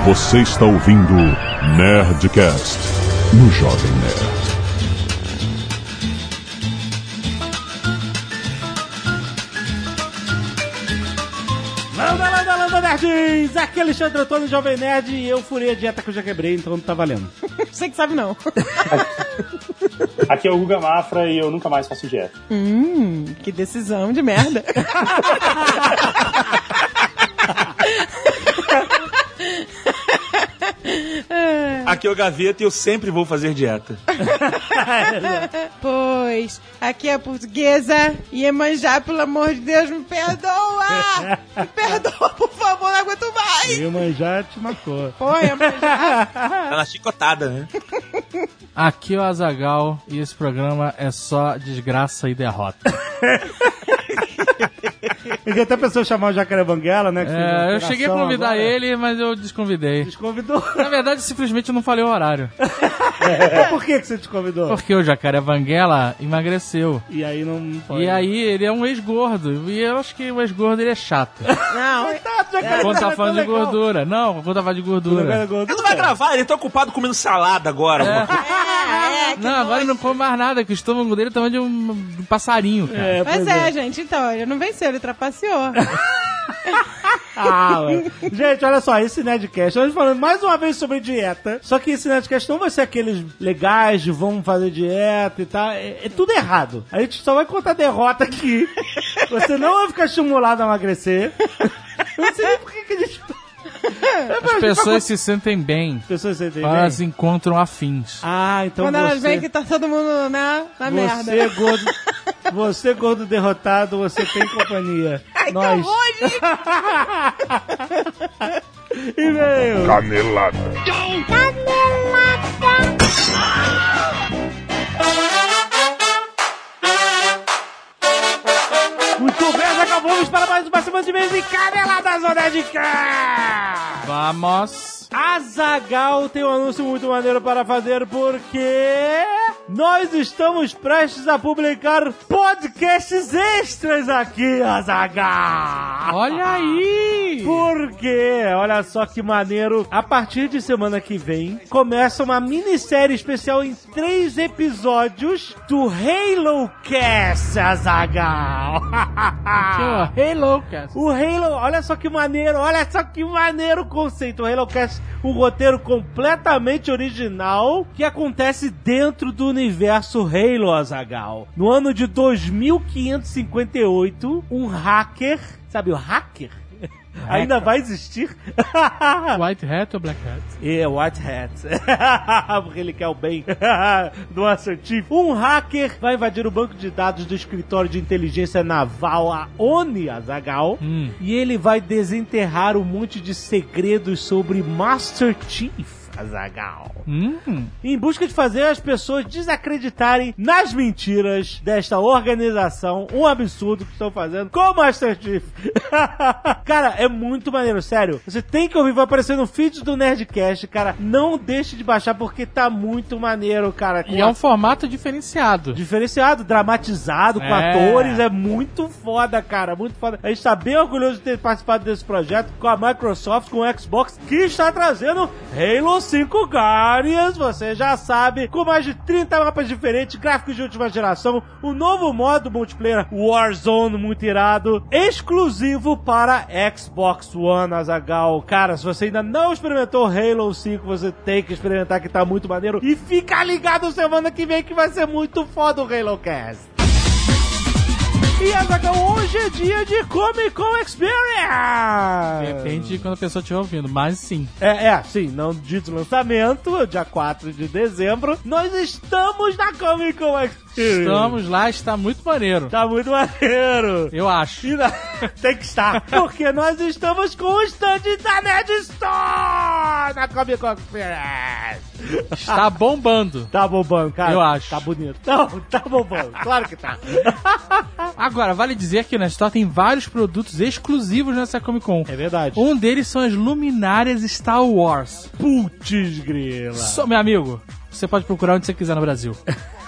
Você está ouvindo Nerdcast no Jovem Nerd. Landa, nerds! Aqui é Alexandre Antônio, Jovem Nerd, e eu furei a dieta que eu já quebrei, então não tá valendo. Você que sabe não. Aqui é o Guga Mafra e eu nunca mais faço dieta. Que decisão de merda. Aqui é o Gaveta e eu sempre vou fazer dieta. Pois, aqui é a portuguesa e Iemanjá, pelo amor de Deus, me perdoa! Me perdoa, por favor, não aguento mais! Iemanjá te matou. Pô, Iemanjá. Tá na chicotada, né? Aqui é o Azaghal e esse programa é só desgraça e derrota. Ele até pensou em chamar o Jacaré Banguela, né? Eu cheguei a convidar ele, mas eu desconvidei. Desconvidou? Na verdade, simplesmente eu não falei o horário. Por que você desconvidou? Porque o Jacaré Banguela emagreceu. E aí não pode. E aí ele é um ex-gordo. E eu acho que o ex-gordo ele é chato. Não, Coitado, Jacaré Quando tá Banguela, falando de legal. gordura. Não, quando tá falando de gordura. Ele não vai gravar, ele tá ocupado comendo salada agora. Não, agora ele não come mais nada, que o estômago dele é o tamanho de um passarinho, cara. Mas gente, então, ele não venceu, ele trapaceou. Ué. Gente, olha só, esse Nerdcast, nós falando mais uma vez sobre dieta, só que esse Nerdcast não vai ser aqueles legais de vamos fazer dieta e tal, é tudo errado. A gente só vai contar derrota aqui, você não vai ficar estimulado a emagrecer. Eu não sei nem por que a gente... As pessoas se sentem bem. As pessoas se sentem Elas bem? encontram afins. Então Quando você... elas veem que tá todo mundo na merda. Você é gordo, você gordo derrotado, você tem companhia. Ai, Nós. E-mail. Canelada. Muito bem, acabamos para mais uma semana de mês em Caneladas Nerdcast. Vamos. Azaghal tem um anúncio muito maneiro para fazer porque nós estamos prestes a publicar podcasts extras aqui, Azaghal. Olha aí. Por quê? Olha só que maneiro. A partir de semana que vem, começa uma minissérie especial em 3 episódios do Halo Cast, Azaghal. Aqui, ó, Halo Cast. O Halo, olha só que maneiro o conceito. O Halo Cast, um roteiro completamente original que acontece dentro do universo Halo, Azaghal. No ano de 2558, um hacker, sabe o hacker? Ainda vai existir? White Hat ou Black Hat? É, White Hat. Porque ele quer o bem do assertivo. Um hacker vai invadir o banco de dados do escritório de inteligência naval, a ONI, Azaghal, e ele vai desenterrar um monte de segredos sobre Master Chief, Azaghal. Em busca de fazer as pessoas desacreditarem nas mentiras desta organização, um absurdo que estão fazendo com o Master Chief. Cara, é muito maneiro, sério. Você tem que ouvir, vai aparecer no feed do Nerdcast, cara. Não deixe de baixar porque tá muito maneiro, cara. E é um formato diferenciado. Diferenciado, dramatizado, com atores, é muito foda, cara, muito foda. A gente tá bem orgulhoso de ter participado desse projeto com a Microsoft, com o Xbox, que está trazendo Halo 5 Guardians, você já sabe, com mais de 30 mapas diferentes, gráficos de última geração, um novo modo multiplayer Warzone muito irado, exclusivo para Xbox One, Azaghal. Cara, se você ainda não experimentou Halo 5, você tem que experimentar, que tá muito maneiro. E fica ligado semana que vem que vai ser muito foda o Halo Cast. E Azaghal, hoje é dia de Comic Con Experience! Depende de quando a pessoa estiver ouvindo, mas sim. Sim, não dia de lançamento, dia 4 de dezembro, nós estamos na Comic Con Experience. Estamos lá, está muito maneiro. Tá muito maneiro. Eu acho. Tem que estar, porque nós estamos com o stand da Nerd Store na Comic Con Experience. Está bombando. Tá bombando, cara. Eu acho. Tá bonito. Não, tá bombando. Claro que tá. Agora, vale dizer que o Nerd Store tem vários produtos exclusivos nessa Comic Con. É verdade. Um deles são as luminárias Star Wars. Putz grila. Meu amigo, você pode procurar onde você quiser no Brasil.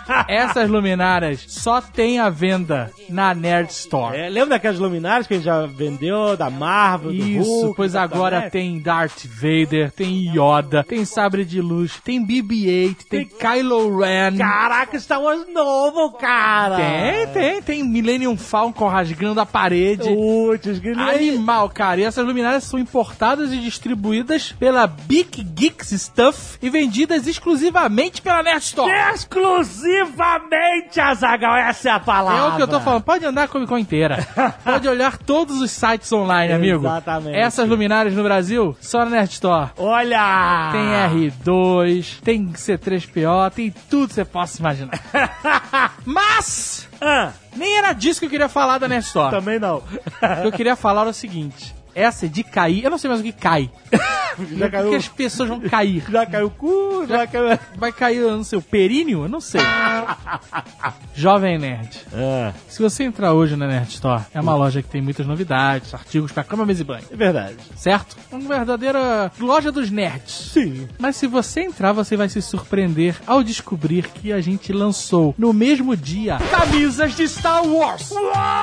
Essas luminárias só tem à venda na Nerd Store. Lembra daquelas luminárias que a gente já vendeu, da Marvel, do Hulk, pois agora tem Darth Vader, tem Yoda, tem Sabre de Luz, tem BB-8, tem Kylo Ren. Caraca, Star Wars novo, cara! Tem Millennium Falcon rasgando a parede. Animal, cara. E essas luminárias são importadas e distribuídas pela Big Geeks Stuff e vendidas exclusivamente pela Nerd Store. Exclusivamente, Azaghal, essa é a palavra. É o que eu tô falando. Pode andar a Comic Con inteira. Pode olhar todos os sites online, amigo. Exatamente. Essas luminárias no Brasil, só na Nerd Store. Olha! Tem R2, tem C3PO, tem tudo que você possa imaginar. Mas... nem era disso que eu queria falar da Nerd Store. Também não. O que eu queria falar era o seguinte. Essa é de cair. Eu não sei mais o que cai. Já caiu. Porque as pessoas vão cair. Já caiu o cu, já caiu... Vai cair, eu não sei, o períneo? Eu não sei. Jovem Nerd. Se você entrar hoje na Nerd Store, é uma loja que tem muitas novidades, artigos pra cama, mesa e banho. É verdade. Certo? Uma verdadeira loja dos nerds. Sim. Mas se você entrar, você vai se surpreender ao descobrir que a gente lançou, no mesmo dia, camisas de Star Wars.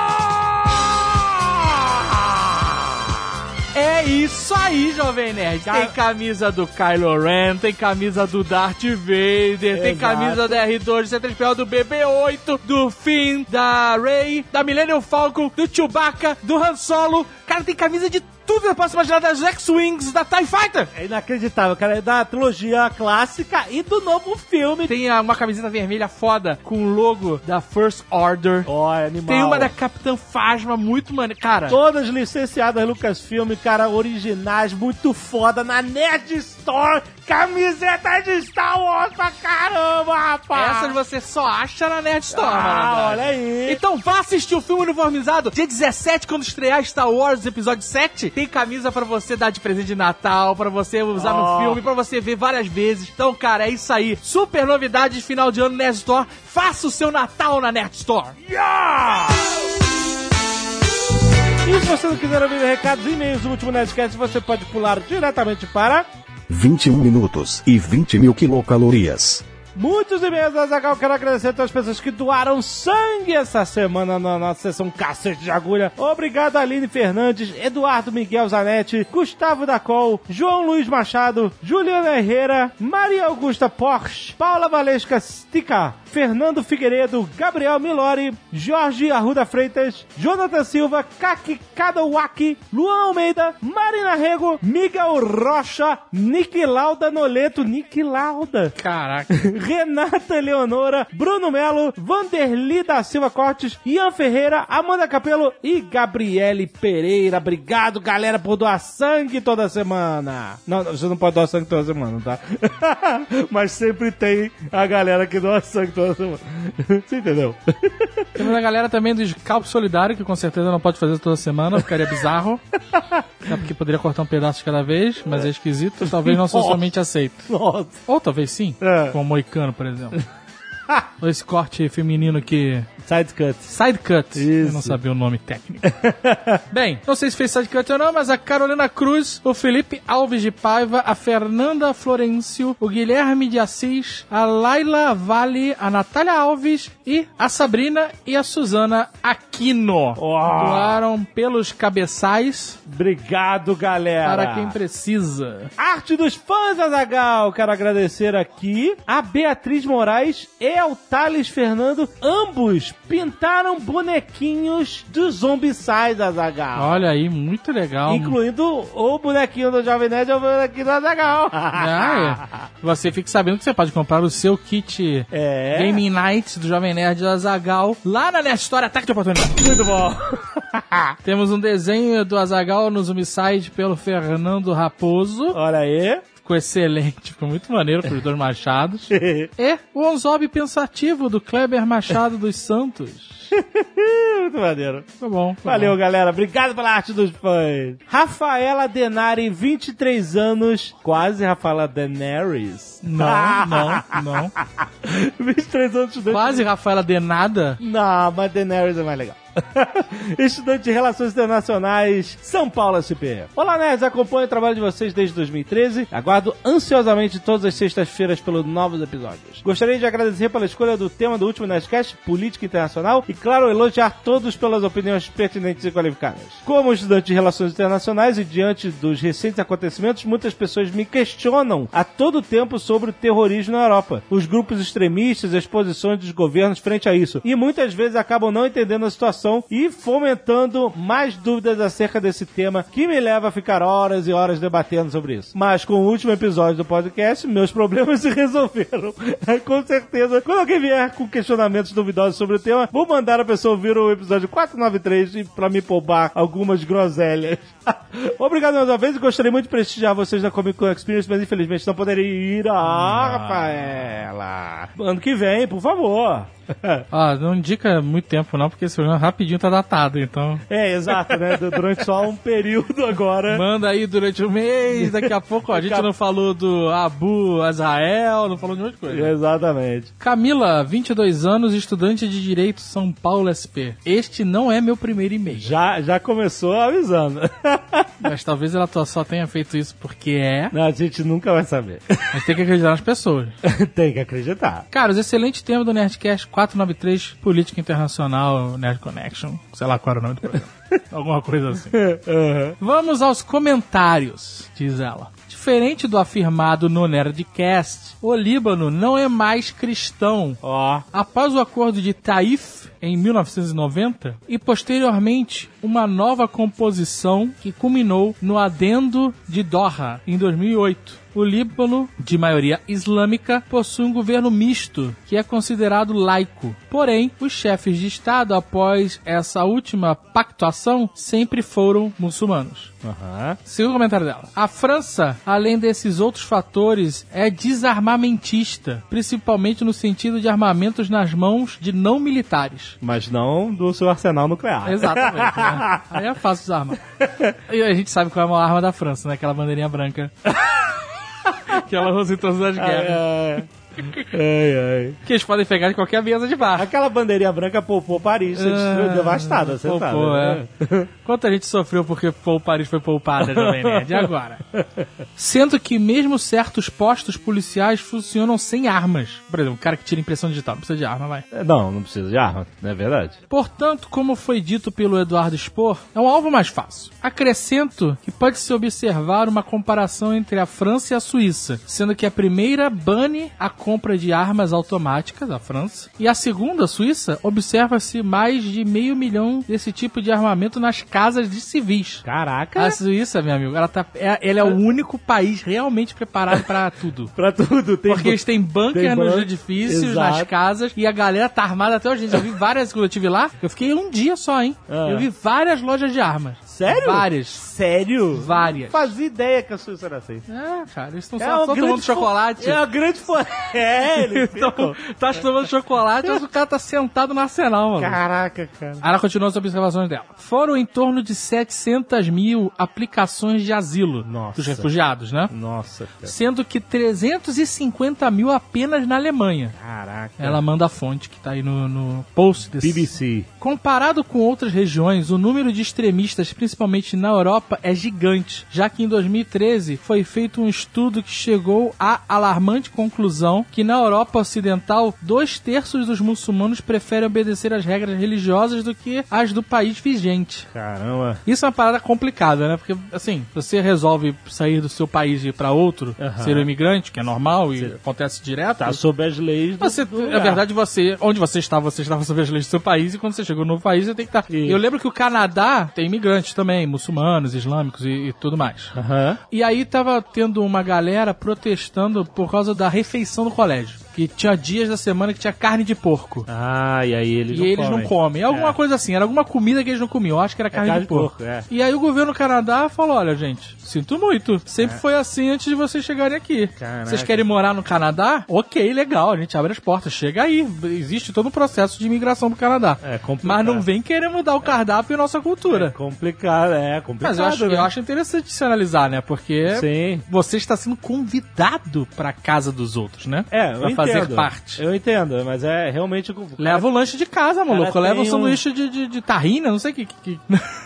É isso aí, Jovem Nerd. Tem camisa do Kylo Ren, tem camisa do Darth Vader, tem camisa da R2, do C3PO, do BB-8, do Finn, da Rey, da Millennium Falcon, do Chewbacca, do Han Solo. Cara, tem camisa de tudo que eu posso imaginar, das X-Wings, da TIE Fighter. É inacreditável, cara. É da trilogia clássica e do novo filme. Tem uma camiseta vermelha foda com o logo da First Order. Animal. Tem uma da Capitã Phasma, muito maneira. Cara, todas licenciadas Lucasfilm, cara, originais, muito foda, na Nerd Store. Camiseta de Star Wars pra caramba, rapaz. Essas você só acha na Nerd Store, olha aí. Então vá assistir o filme uniformizado. Dia 17, quando estrear Star Wars Episódio 7, tem camisa pra você dar de presente de Natal, pra você usar no filme, pra você ver várias vezes. Então, cara, é isso aí. Super novidade de final de ano Nerd Store. Faça o seu Natal na Nerd Store. E se você não quiser ouvir recados e e-mails do último Nerdcast, você pode pular diretamente para 21 minutos e 20 mil quilocalorias. Muitos e-mails, Azaghal. Quero agradecer a todas as pessoas que doaram sangue essa semana na nossa sessão Cacete de Agulha. Obrigado, Aline Fernandes, Eduardo Miguel Zanetti, Gustavo Dacol, João Luiz Machado, Juliana Herrera, Maria Augusta Porsche, Paula Valesca Stica, Fernando Figueiredo, Gabriel Milori, Jorge Arruda Freitas, Jonathan Silva, Kaki Kadowaki, Luan Almeida, Marina Rego, Miguel Rocha, Nick Lauda Noleto, Nick Lauda. Caraca. Renata Leonora, Bruno Melo, Vanderli da Silva Cortes, Ian Ferreira, Amanda Capello e Gabriele Pereira. Obrigado, galera, por doar sangue toda semana. Não, você não pode doar sangue toda semana, tá? Mas sempre tem a galera que doa sangue toda semana. Você entendeu? Temos a galera também do Scalp Solidário, que com certeza não pode fazer toda semana, ficaria bizarro. É porque poderia cortar um pedaço de cada vez, mas é esquisito. Talvez não socialmente aceito. Nossa. Ou talvez sim, com o Moicano, por exemplo. Ou esse corte feminino que... Side cut. Side cut. Isso. Eu não sabia o nome técnico. Bem, não sei se fez side cut ou não, mas a Carolina Cruz, o Felipe Alves de Paiva, a Fernanda Florencio, o Guilherme de Assis, a Laila Vale, a Natália Alves e a Sabrina e a Suzana Aquino. Doaram pelos cabeçais. Obrigado, galera. Para quem precisa. Arte dos fãs, Azaghal. Quero agradecer aqui a Beatriz Moraes e ao Thales Fernando, ambos pintaram bonequinhos do Zombicide, Azaghal. Olha aí, muito legal. Incluindo o bonequinho do Jovem Nerd e o bonequinho do Azaghal. Você fique sabendo que você pode comprar o seu kit Gaming Night do Jovem Nerd e do Azaghal lá na Nerd Store Ataque de Oportunidade. Muito bom. Temos um desenho do Azaghal no Zombicide pelo Fernando Raposo. Olha aí. Ficou excelente, ficou muito maneiro com os dois machados. E o Onzob pensativo do Kleber Machado dos Santos. Muito maneiro. Ficou bom. Valeu, galera. Obrigado pela arte dos fãs. Rafaela Denari, 23 anos. Quase Rafaela Daenerys. Não. 23 anos. Quase Rafaela Denada. Não, mas Daenerys é mais legal. Estudante de Relações Internacionais, São Paulo SP. Olá, nerds, acompanho o trabalho de vocês desde 2013. Aguardo ansiosamente todas as sextas-feiras pelos novos episódios. Gostaria de agradecer pela escolha do tema do último Nerdcast, Política Internacional, e, claro, elogiar todos pelas opiniões pertinentes e qualificadas. Como estudante de Relações Internacionais e diante dos recentes acontecimentos, muitas pessoas me questionam a todo tempo sobre o terrorismo na Europa, os grupos extremistas e as posições dos governos frente a isso, e muitas vezes acabam não entendendo a situação e fomentando mais dúvidas acerca desse tema, que me leva a ficar horas e horas debatendo sobre isso. Mas com o último episódio do podcast, meus problemas se resolveram. Com certeza, quando alguém vier com questionamentos duvidosos sobre o tema, vou mandar a pessoa ouvir o episódio 493 pra me poupar algumas groselhas. Obrigado mais uma vez e gostaria muito de prestigiar vocês na Comic Con Experience, mas infelizmente não poderei ir. Rafaela! Ano que vem, por favor. Não indica muito tempo não, porque esse programa rapidinho tá datado, então... Exato, né? Durante só um período agora. Manda aí durante um mês, daqui a pouco a gente não falou do Abu Azrael, não falou de um monte de coisa. Exatamente. Camila, 22 anos, estudante de Direito, São Paulo SP. Este não é meu primeiro e-mail. Já começou avisando. Mas talvez ela só tenha feito isso porque Não, a gente nunca vai saber. Mas tem que acreditar nas pessoas. Tem que acreditar. Caros, excelente tema do Nerdcast 493, Política Internacional, Nerd Connection. Sei lá qual era o nome do programa. Alguma coisa assim. Vamos aos comentários, diz ela. Diferente do afirmado no Nerdcast, o Líbano não é mais cristão. Após o acordo de Taif, em 1990, e posteriormente uma nova composição que culminou no Adendo de Doha, em 2008. O Líbano, de maioria islâmica, possui um governo misto, que é considerado laico. Porém, os chefes de Estado, após essa última pactuação, sempre foram muçulmanos. Segundo o comentário dela. A França, além desses outros fatores, é desarmamentista, principalmente no sentido de armamentos nas mãos de não militares. Mas não do seu arsenal nuclear. Exatamente. Né? Aí é fácil desarmar. E a gente sabe qual é a maior arma da França, né? Aquela bandeirinha branca. Que ela usa em todas as guerras. Que eles podem pegar de qualquer mesa de bar. Aquela bandeirinha branca poupou Paris, você destruiu devastada, você sabe. Né? Quanta gente sofreu porque Paris foi poupada também, né? De agora. Sendo que mesmo certos postos policiais funcionam sem armas. Por exemplo, o cara que tira impressão digital não precisa de arma, vai. Não precisa de arma, não é verdade? Portanto, como foi dito pelo Eduardo Spohr, é um alvo mais fácil. Acrescento que pode-se observar uma comparação entre a França e a Suíça, sendo que a primeira bane a compra de armas automáticas, a França, e a segunda, a Suíça, observa-se mais de 500 mil desse tipo de armamento nas casas de civis. Caraca! A Suíça, meu amigo, ela é o único país realmente preparado pra tudo. Pra tudo. Porque eles têm bunker nos edifícios, exato, nas casas, e a galera tá armada até hoje. Eu vi várias, quando eu estive lá, eu fiquei um dia só, hein? Eu vi várias lojas de armas. Sério? Várias. Sério? Várias. Não fazia ideia que a Suíça era assim. Cara, eles estão só tomando chocolate. É a grande eles então, tá tomando chocolate, mas o cara tá sentado no arsenal, mano. Caraca, cara. Ela continua as observações dela. Foram em torno de 700 mil aplicações de asilo dos refugiados, né? Nossa, cara. Sendo que 350 mil apenas na Alemanha. Caraca. Ela manda a fonte que tá aí no post desse. BBC. Comparado com outras regiões, o número de extremistas, principalmente na Europa, é gigante, já que em 2013 foi feito um estudo que chegou à alarmante conclusão que na Europa Ocidental, 2/3 dos muçulmanos preferem obedecer às regras religiosas do que as do país vigente. Caramba. Isso é uma parada complicada, né? Porque, assim, você resolve sair do seu país e ir pra outro, ser um imigrante, que é normal e acontece direto. Tá sob as leis do na verdade, onde você estava sob as leis do seu país, e quando você chegou no novo país, você tem que estar. Eu lembro que o Canadá tem imigrantes também, muçulmanos, islâmicos e tudo mais. E aí tava tendo uma galera protestando por causa da refeição do colégio. Que tinha dias da semana que tinha carne de porco. E aí eles não comem. Alguma coisa assim, era alguma comida que eles não comiam. Eu acho que era carne de porco. E aí o governo do Canadá falou, olha, gente, sinto muito. Sempre foi assim antes de vocês chegarem aqui. Caraca. Vocês querem morar no Canadá? Ok, legal, a gente abre as portas. Chega aí. Existe todo um processo de imigração pro Canadá. Mas não vem querer mudar o cardápio e nossa cultura. É complicado. Mas eu acho interessante se analisar, né? Porque você está sendo convidado pra casa dos outros, né? Eu entendo fazer parte. Eu entendo, mas é realmente... Leva o lanche de casa, maluco. Leva um tem sanduíche de tahina, não sei o que...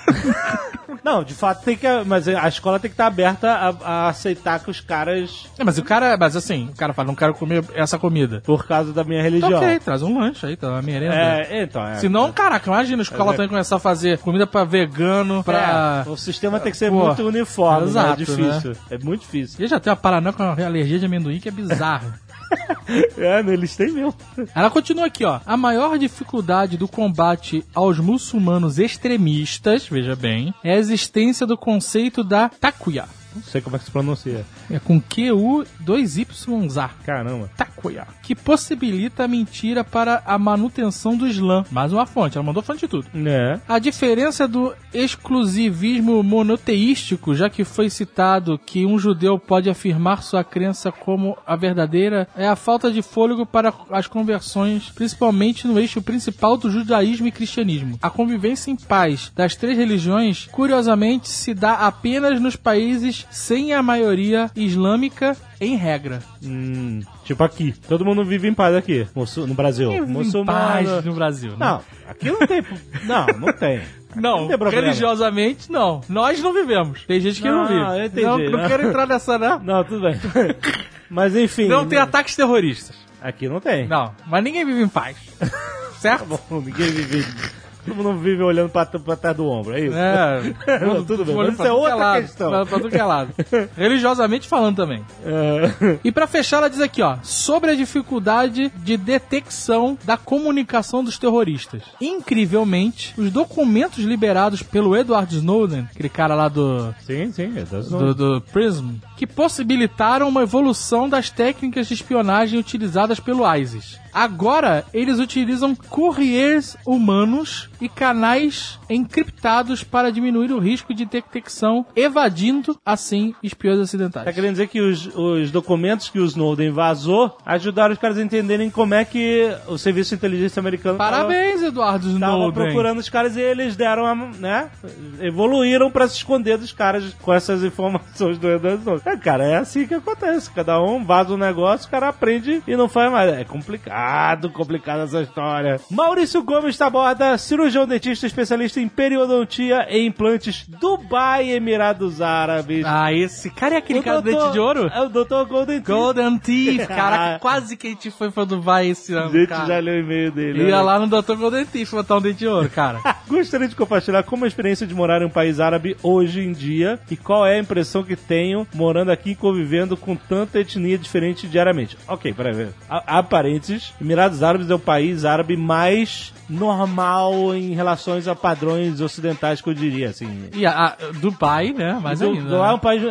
Não, de fato tem que... Mas a escola tem que estar aberta a aceitar que os caras... Mas o cara... Mas assim, o cara fala, não quero comer essa comida. Por causa da minha religião. Então, ok, traz um lanche aí, tá uma merenda. Senão, caraca, imagina, a escola tem que começar a fazer comida pra vegano, pra... O sistema tem que ser muito uniforme, exato, né? É difícil. Né? É muito difícil. E já tem uma paranoia com a alergia de amendoim que é bizarro. Eles têm mesmo. Ela continua aqui, ó. A maior dificuldade do combate aos muçulmanos extremistas, veja bem, é a existência do conceito da taqwa. Não sei como é que se pronuncia. É com Q-U-2-Y-Z. Caramba. Taqwa. Que possibilita a mentira para a manutenção do Islã. Mais uma fonte, ela mandou fonte de tudo. A diferença do exclusivismo monoteístico, já que foi citado que um judeu pode afirmar sua crença como a verdadeira, é a falta de fôlego para as conversões, principalmente no eixo principal do judaísmo e cristianismo. A convivência em paz das três religiões, curiosamente, se dá apenas nos países sem a maioria islâmica em regra. Tipo aqui. Todo mundo vive em paz aqui. No Brasil. Em paz no Brasil. Não, aqui não tem... não tem. Não, religiosamente, não. Nós não vivemos. Tem gente que não vive. Eu entendi. Não quero entrar nessa, né? Não, tudo bem. Mas enfim... Não tem ataques terroristas. Aqui não tem. Não, mas ninguém vive em paz. Certo? Tá bom, ninguém vive... Todo mundo vive olhando pra trás do ombro, é isso? Não, tudo bem. Mas isso é outra questão. Pra tudo que é lado. Religiosamente falando também. E pra fechar, ela diz aqui, ó, sobre a dificuldade de detecção da comunicação dos terroristas. Incrivelmente, os documentos liberados pelo Edward Snowden, aquele cara lá do... Sim, do Prism, que possibilitaram uma evolução das técnicas de espionagem utilizadas pelo ISIS. Agora, eles utilizam couriers humanos e canais encriptados para diminuir o risco de detecção, evadindo, assim, espiões ocidentais. Tá querendo dizer que os documentos que o Snowden vazou ajudaram os caras a entenderem como é que o serviço de inteligência americano... Parabéns, Eduardo Snowden. Tava procurando os caras e eles deram, evoluíram pra se esconder dos caras com essas informações do Edward Snowden. Cara, é assim que acontece. Cada um vaza um negócio, o cara aprende e não faz mais. É complicado essa história. Maurício Gomes Taborda, cirurgião dentista especialista em periodontia e implantes, Dubai, Emirados Árabes. Esse cara é aquele cara do dente de ouro? É o Dr. Golden Teeth. Golden Teeth, caraca, quase que a gente foi pra Dubai esse ano, gente, já leu o e-mail dele. Ia lá no Dr. Golden Teeth botar um dente de ouro, cara. Gostaria de compartilhar como a experiência de morar em um país árabe hoje em dia e qual é a impressão que tenho morando aqui e convivendo com tanta etnia diferente diariamente. Ok, peraí. Parênteses, Emirados Árabes é o país árabe mais normal em relações a padrões ocidentais, que eu diria, assim. E a Dubai, né? Mais ainda. Dubai é um país...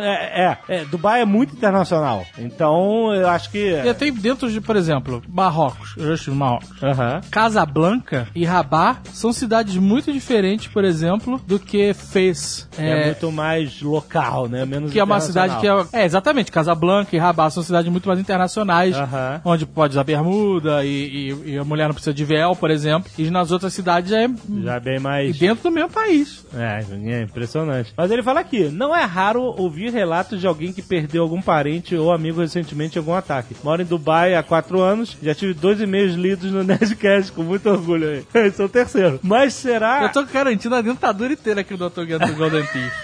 Dubai é muito internacional. Então, eu acho que... E tem dentro de, por exemplo, Marrocos. Eu já estive em Marrocos. Casablanca e Rabat são cidades muito diferentes, por exemplo, do que Fez. É muito mais local, né? Menos que é uma cidade que é... exatamente. Casablanca e Rabat são cidades muito mais internacionais, onde pode usar bermuda e a mulher não precisa de véu, por exemplo. E nas outras cidades já é bem mais... E dentro do mesmo país. É impressionante. Mas ele fala aqui, não é raro ouvir relatos de alguém que perdeu algum parente ou amigo recentemente em algum ataque. Moro em Dubai há 4 anos, já tive 2 e-mails lidos no Nerdcast, com muito orgulho aí. Esse é o terceiro. Mas será... Eu tô garantindo a dentadura inteira aqui do Dr. Golden Teeth.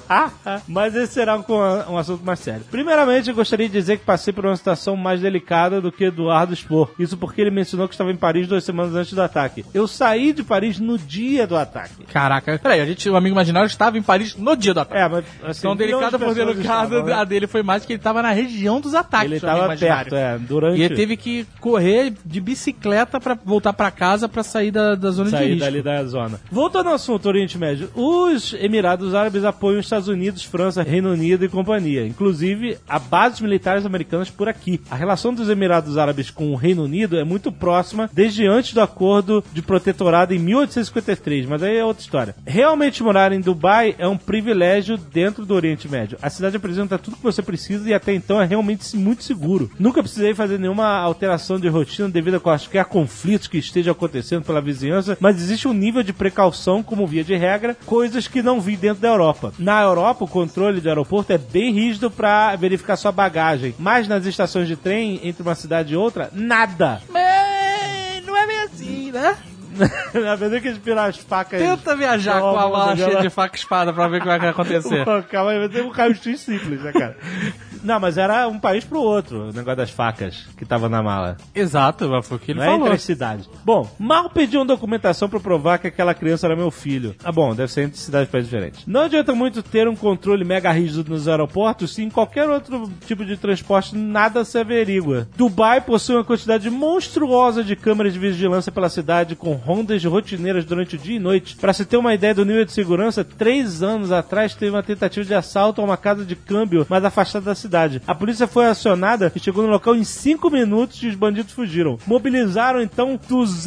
Mas esse será um assunto mais sério. Primeiramente, eu gostaria de dizer que passei por uma situação mais delicada do que Eduardo expor. Isso porque ele mencionou que estava em Paris 2 semanas antes do ataque. Eu saí de Paris no dia do ataque. Caraca. Peraí, o amigo imaginário estava em Paris no dia do ataque. Mas assim, então, delicado por delicado, a dele foi mais que ele estava na região dos ataques. Ele estava perto, durante... E ele teve que correr de bicicleta pra voltar pra casa pra sair da zona de risco. Sair dali da zona. Voltando ao assunto Oriente Médio, os Emirados Árabes apoiam os Estados Unidos, França, Reino Unido e companhia. Inclusive, há bases militares americanas por aqui. A relação dos Emirados Árabes com o Reino Unido Unido é muito próxima desde antes do acordo de protetorado em 1853, mas aí é outra história. Realmente morar em Dubai é um privilégio dentro do Oriente Médio. A cidade apresenta tudo que você precisa e até então é realmente muito seguro. Nunca precisei fazer nenhuma alteração de rotina devido a quaisquer conflitos que estejam acontecendo pela vizinhança, mas existe um nível de precaução como via de regra, coisas que não vi dentro da Europa. Na Europa, o controle do aeroporto é bem rígido para verificar sua bagagem, mas nas estações de trem, entre uma cidade e outra, nada. Não é bem assim, né? Na verdade que eles viram as facas... Tenta viajar com a mala cheia de faca e espada pra ver o que vai acontecer. Pô, calma aí, vai ter um raio-x simples, né, cara? Não, mas era um país pro outro, o negócio das facas que tava na mala. Exato, foi o que ele Não falou. é entre as cidades. Bom, mal pedi uma documentação pra provar que aquela criança era meu filho. Ah, bom, deve ser entre cidades e países diferentes. Não adianta muito ter um controle mega rígido nos aeroportos se em qualquer outro tipo de transporte nada se averigua. Dubai possui uma quantidade monstruosa de câmeras de vigilância pela cidade com rondas rotineiras durante o dia e noite. Pra se ter uma ideia do nível de segurança, 3 anos atrás teve uma tentativa de assalto a uma casa de câmbio mais afastada da cidade. A polícia foi acionada e chegou no local em 5 minutos e os bandidos fugiram. Mobilizaram então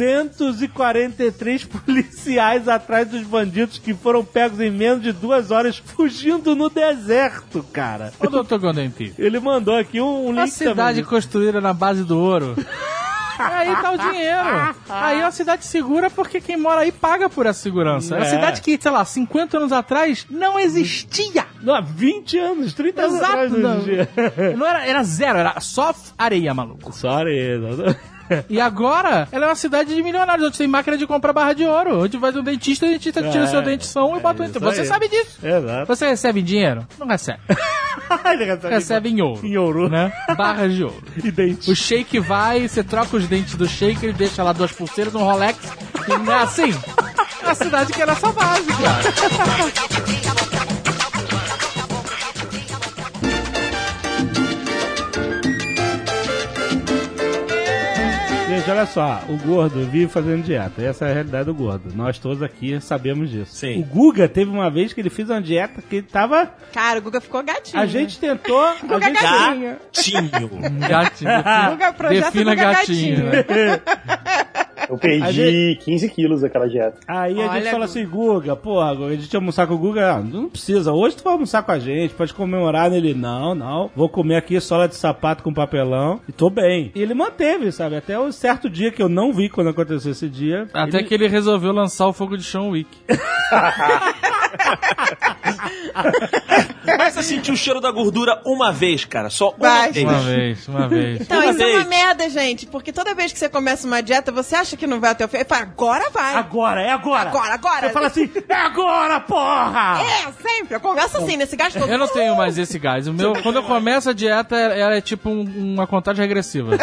243 policiais atrás dos bandidos que foram pegos em menos de 2 horas fugindo no deserto, cara. Ô, doutor Gondenti, Ele mandou aqui um link a cidade construída na base do ouro. Aí tá o dinheiro. Aí é uma cidade segura porque quem mora aí paga por essa segurança. É uma cidade que, sei lá, 50 anos atrás não existia. Não, 20 anos, 30 anos Exato, atrás não existia. Não era zero, era só areia, maluco. Só areia. E agora, ela é uma cidade de milionários, onde tem máquina de comprar barra de ouro. Onde vai no dentista, o dentista tira o seu dentição e bota o dente. Você sabe disso. Exato. Você recebe em dinheiro? Não recebe. Recebe em ouro. Em ouro. Né? Barras de ouro. E dente. O shake vai, você troca os dentes do shake, ele deixa lá 2 pulseiras, um Rolex. E não é assim. É a cidade que é nessa base, cara. Gente, olha só, o gordo vive fazendo dieta. Essa é a realidade do gordo. Nós todos aqui sabemos disso. Sim. O Guga teve uma vez que ele fez uma dieta que ele tava... Cara, o Guga ficou gatinho. A gente tentou... Guga gatinho. Gatinho. Guga, projeto Defina Guga gatinho, né? Eu perdi 15 quilos daquela dieta. Aí a gente Olha, fala assim, Guga, porra, a gente ia almoçar com o Guga, não precisa, hoje tu vai almoçar com a gente, pode comemorar nele. Não, vou comer aqui sola de sapato com papelão e tô bem. E ele manteve, sabe, até um certo dia que eu não vi quando aconteceu esse dia. Até que ele resolveu lançar o Fogo de Chão Week. Mas você sentiu o cheiro da gordura uma vez, cara, só Vai. uma vez. Uma vez. Então, Uma isso é vez. uma merda, gente, porque toda vez que você começa uma dieta, você acha que não vai até o fim, fala, agora vai. Agora. Agora. Você fala assim, é agora, porra! É, sempre. Eu converso assim, nesse gasto todo. Eu não tenho mais esse gás. O meu, quando eu começo a dieta, ela é tipo uma contagem regressiva.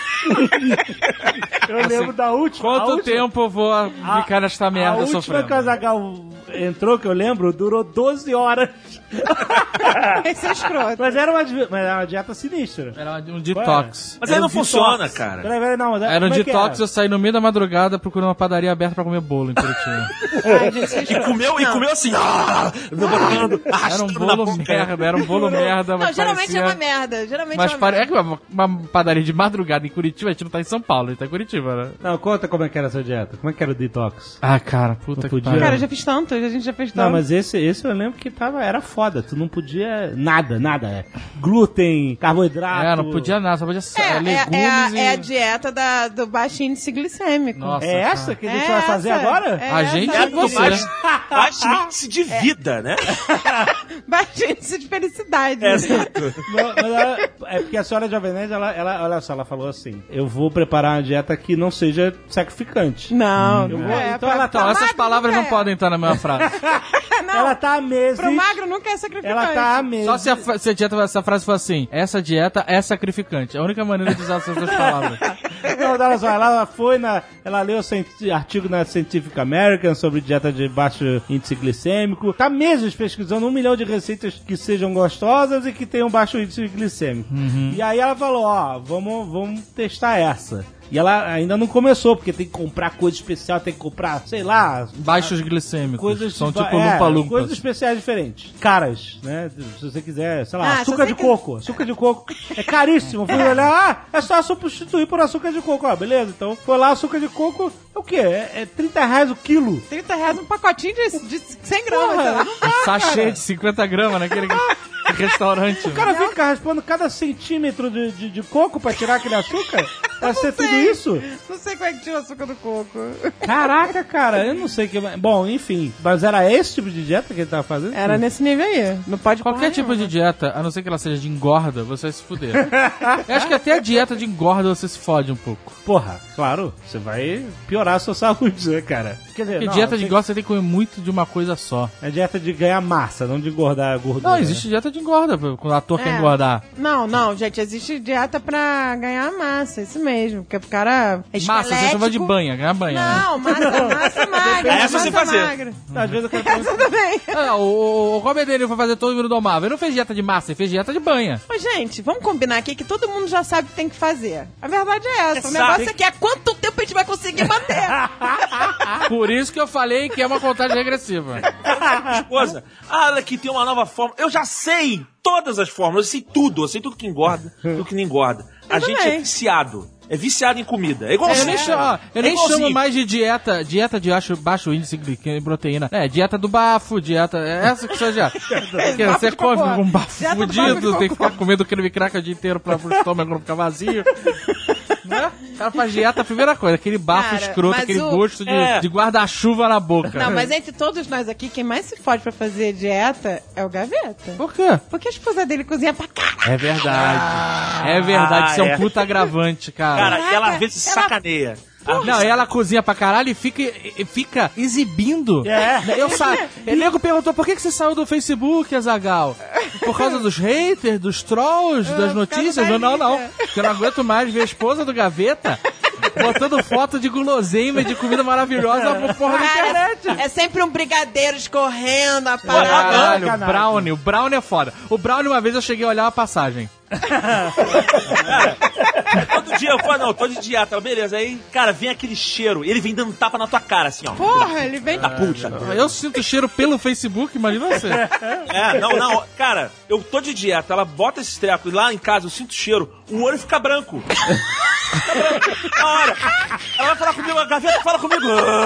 Eu lembro da última. Quanto tempo eu vou ficar nesta merda A última sofrendo? que o Azaghal entrou, que eu lembro, durou 12 horas. Esse é escroto. Mas era uma dieta sinistra. Era um detox. Mas aí não funciona, cara. Peraí, não, mas Era um como é que detox, era? eu saí no meio da madrugada procurando uma padaria aberta pra comer bolo em Curitiba. Ai, gente, isso é E escroto. comeu assim, botando, Era um arrastando na bolo boca. merda, era um bolo merda. Não, mas geralmente parecia... é uma merda. Geralmente Mas é uma merda. é que uma padaria de madrugada em Curitiba, a gente não tá em São Paulo, a gente tá em Curitiba, né? Não, conta como é que era a sua dieta. Como é que era o detox? Ah, cara, puta Não que podia. pariu. Cara, eu já fiz tanto, a gente já fez tanto. Não, mas esse eu lembro que era foda. Tu não podia nada. Glúten, carboidrato. não podia nada, só podia legumes é a e... dieta do baixo índice glicêmico. Nossa, É essa que a gente vai fazer essa. agora? É A gente essa. e você. Baixo índice de vida, né? Baixo índice de felicidade. Não, mas é porque a senhora Jovem Nerd, ela, olha só, ela falou assim, eu vou preparar uma dieta que não seja sacrificante. Não, Eu não vou- é. então ela Então, essas magro palavras nunca não é. podem estar na mesma frase. Não, Ela tá há meses... pro magro nunca é sacrificante. Ela tá há meses... Só se essa frase for assim, essa dieta é sacrificante. É a única maneira de usar essas duas palavras. Não, olha só, ela foi ela leu artigo na Scientific American sobre dieta de baixo índice glicêmico. Tá meses pesquisando 1 milhão de receitas que sejam gostosas e que tenham baixo índice glicêmico. E aí ela falou, vamos testar essa. E ela ainda não começou, porque tem que comprar coisa especial, tem que comprar, sei lá... Baixos glicêmicos. Coisas são tipo lumpa-lumpas. Coisas especiais diferentes. Caras, né? Se você quiser, sei lá, açúcar de coco. Açúcar de coco é caríssimo. Fui olhar, é só substituir por açúcar de coco. Beleza, então foi lá, açúcar de coco, é o quê? É R$30 o quilo. R$30 um pacotinho de 100 gramas. Um sachê de 50 gramas naquele restaurante. O cara fica raspando cada centímetro de coco pra tirar aquele açúcar? Pra ser tudo isso? Não sei como é que tira o açúcar do coco. Caraca, cara, eu não sei o que... Bom, enfim, mas era esse tipo de dieta que ele tava fazendo? Era nesse nível aí. Não pode Qualquer tipo de dieta, a não ser que ela seja de engorda, você vai se fuder. Eu acho que até a dieta de engorda você se fode um pouco. Porra, claro, você vai piorar a sua saúde, né, cara? Quer dizer, porque dieta de engorda você tem que comer muito de uma coisa só. É dieta de ganhar massa, não de engordar a gordura. Não, existe dieta de engorda, quando o ator quer engordar. Não, gente, existe dieta pra ganhar massa, isso mesmo, porque o cara é massa, você chama de banha, ganhar banha. Não, massa magra. Essa você fazer. Magra. Às vezes eu quero... Essa também. O Robert De Niro foi fazer Todo Mundo Domável, ele não fez dieta de massa, ele fez dieta de banha. Mas, gente, vamos combinar aqui que todo mundo já sabe o que tem que fazer. A verdade é essa. Exato. O negócio aqui é quanto tempo a gente vai conseguir manter. Por isso que eu falei que é uma contagem regressiva. Esposa, olha que tem uma nova forma. Eu já sei todas as fórmulas, eu sei tudo que engorda, tudo que não engorda. A gente é viciado. É viciado em comida. É igual eu nem chamo mais de dieta de baixo índice de proteína. É, dieta do bafo, dieta... Essa que sua dieta. Você come um bafo fudido, tem que ficar comendo creme cracker o dia inteiro para o estômago não ficar vazio. Né? O cara faz dieta, a primeira coisa, aquele bafo escroto, aquele gosto de guarda-chuva na boca. Não, mas entre todos nós aqui, quem mais se fode pra fazer dieta é o Gaveta. Por quê? Porque a esposa dele cozinha pra caralho. É verdade. Isso é um puta agravante, cara. Cara, e ela às vezes sacaneia. Não, ela cozinha pra caralho e fica exibindo. O nego perguntou, por que você saiu do Facebook, Azaghal? Por causa dos haters, dos trolls, das notícias? Não. Porque eu não aguento mais ver a esposa do Gaveta botando foto de guloseima e de comida maravilhosa por porra da internet. É sempre um brigadeiro escorrendo, a parada. Caralho, o Brownie é foda. O Brownie, uma vez eu cheguei a olhar a passagem. Todo dia eu falo, tô de dieta, beleza. Aí, cara, vem aquele cheiro, ele vem dando tapa na tua cara, assim, ó. Porra, ele vem... Da puta. Eu sinto cheiro pelo Facebook, imagina você. Não, cara, eu tô de dieta, ela bota esse treco e lá em casa eu sinto cheiro, o olho fica branco. Na hora. Ela vai falar comigo, a Gaveta fala comigo.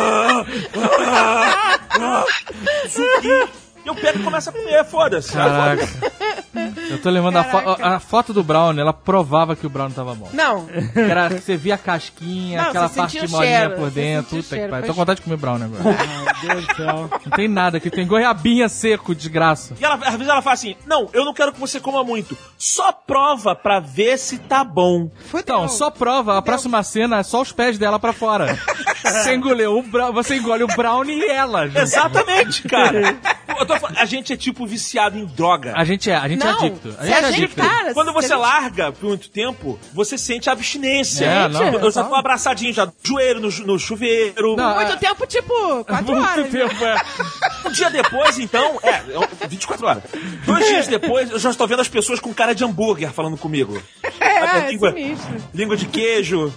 E eu pego e começo a comer, foda-se. Caraca. Eu tô lembrando a foto do Brown, ela provava que o Brown tava bom. Não. Era que você via a casquinha, aquela parte molinha por dentro. Puta que pariu. Tô com vontade de comer Brown agora. Meu Deus do céu. Não tem nada aqui, tem goiabinha seco, desgraça. E ela, às vezes ela fala assim, não, eu não quero que você coma muito. Só prova pra ver se tá bom. Então, só prova, a próxima cena é só os pés dela pra fora. Você engole o Brownie e ela. Gente. Exatamente, cara. A gente é tipo viciado em droga. A gente é adicto. Cara, quando você larga por muito tempo, você sente a abstinência. Eu já tô abraçadinho, já joelho no chuveiro. Não, muito tempo, tipo, 4 horas. Muito tempo, Um dia depois, então, 24 horas. 2 dias depois, eu já estou vendo as pessoas com cara de hambúrguer falando comigo. Língua de queijo.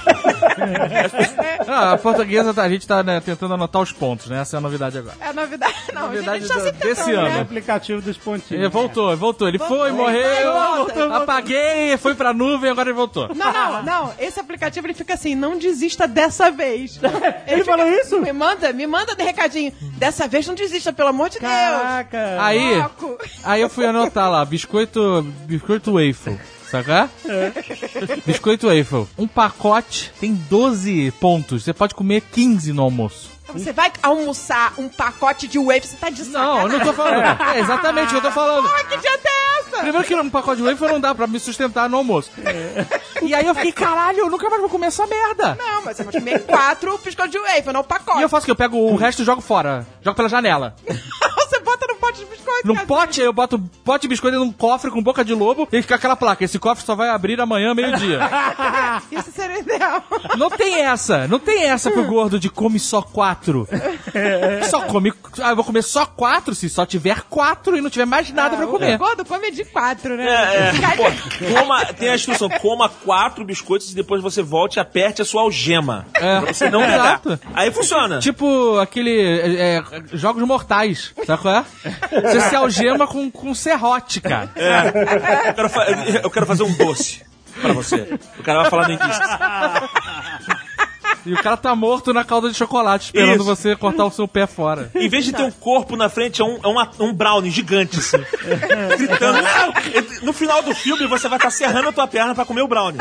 A portuguesa, a gente tá tentando anotar os pontos, né? Essa é a novidade agora. É a novidade, não. A gente tá sempre desse tentando, ano. né? O aplicativo dos pontinhos. Ele voltou. Ele foi, morreu, apaguei, foi pra nuvem, agora ele voltou. Não. Esse aplicativo, ele fica assim, não desista dessa vez. Ele falou isso? Me manda de recadinho. Dessa vez não desista, pelo amor de Deus. Caraca. Aí eu fui anotar lá, biscoito waffle. Sabe? Biscoito waffle. Um pacote tem 12 pontos. Você pode comer 15 no almoço. Você vai almoçar um pacote de waffle, você tá de sacanagem. Não, eu não tô falando. É exatamente o que eu tô falando. Que dieta é essa? Primeiro que um pacote de waffle não dá pra me sustentar no almoço. E aí eu fiquei, caralho, eu nunca mais vou comer essa merda. Não, mas você vai comer 4 biscoitos de waffle, não pacote. E eu faço o quê? Eu pego o resto e jogo fora. Jogo pela janela. Você bota no pote de biscoito. num pote, aí eu boto pote de biscoito num cofre com boca de lobo e fica aquela placa, esse cofre só vai abrir amanhã, meio-dia. Isso seria ideal. Não tem essa pro gordo de come só 4. Só come, eu vou comer só 4 se só tiver 4 e não tiver mais nada pra comer. O gordo come de 4, né? Pô, tem a instrução, coma 4 biscoitos e depois você volte e aperte a sua algema. Pra você não pegar. Exato. Aí funciona. Tipo aquele jogos mortais, sabe qual é? Você se algema com serrote, cara. Eu quero fazer um doce pra você. O cara vai falar dentista. E o cara tá morto na calda de chocolate, esperando você cortar o seu pé fora. Em vez de ter um corpo na frente, é um brownie gigante, assim. Gritando. No final do filme, você vai estar serrando a tua perna pra comer o brownie.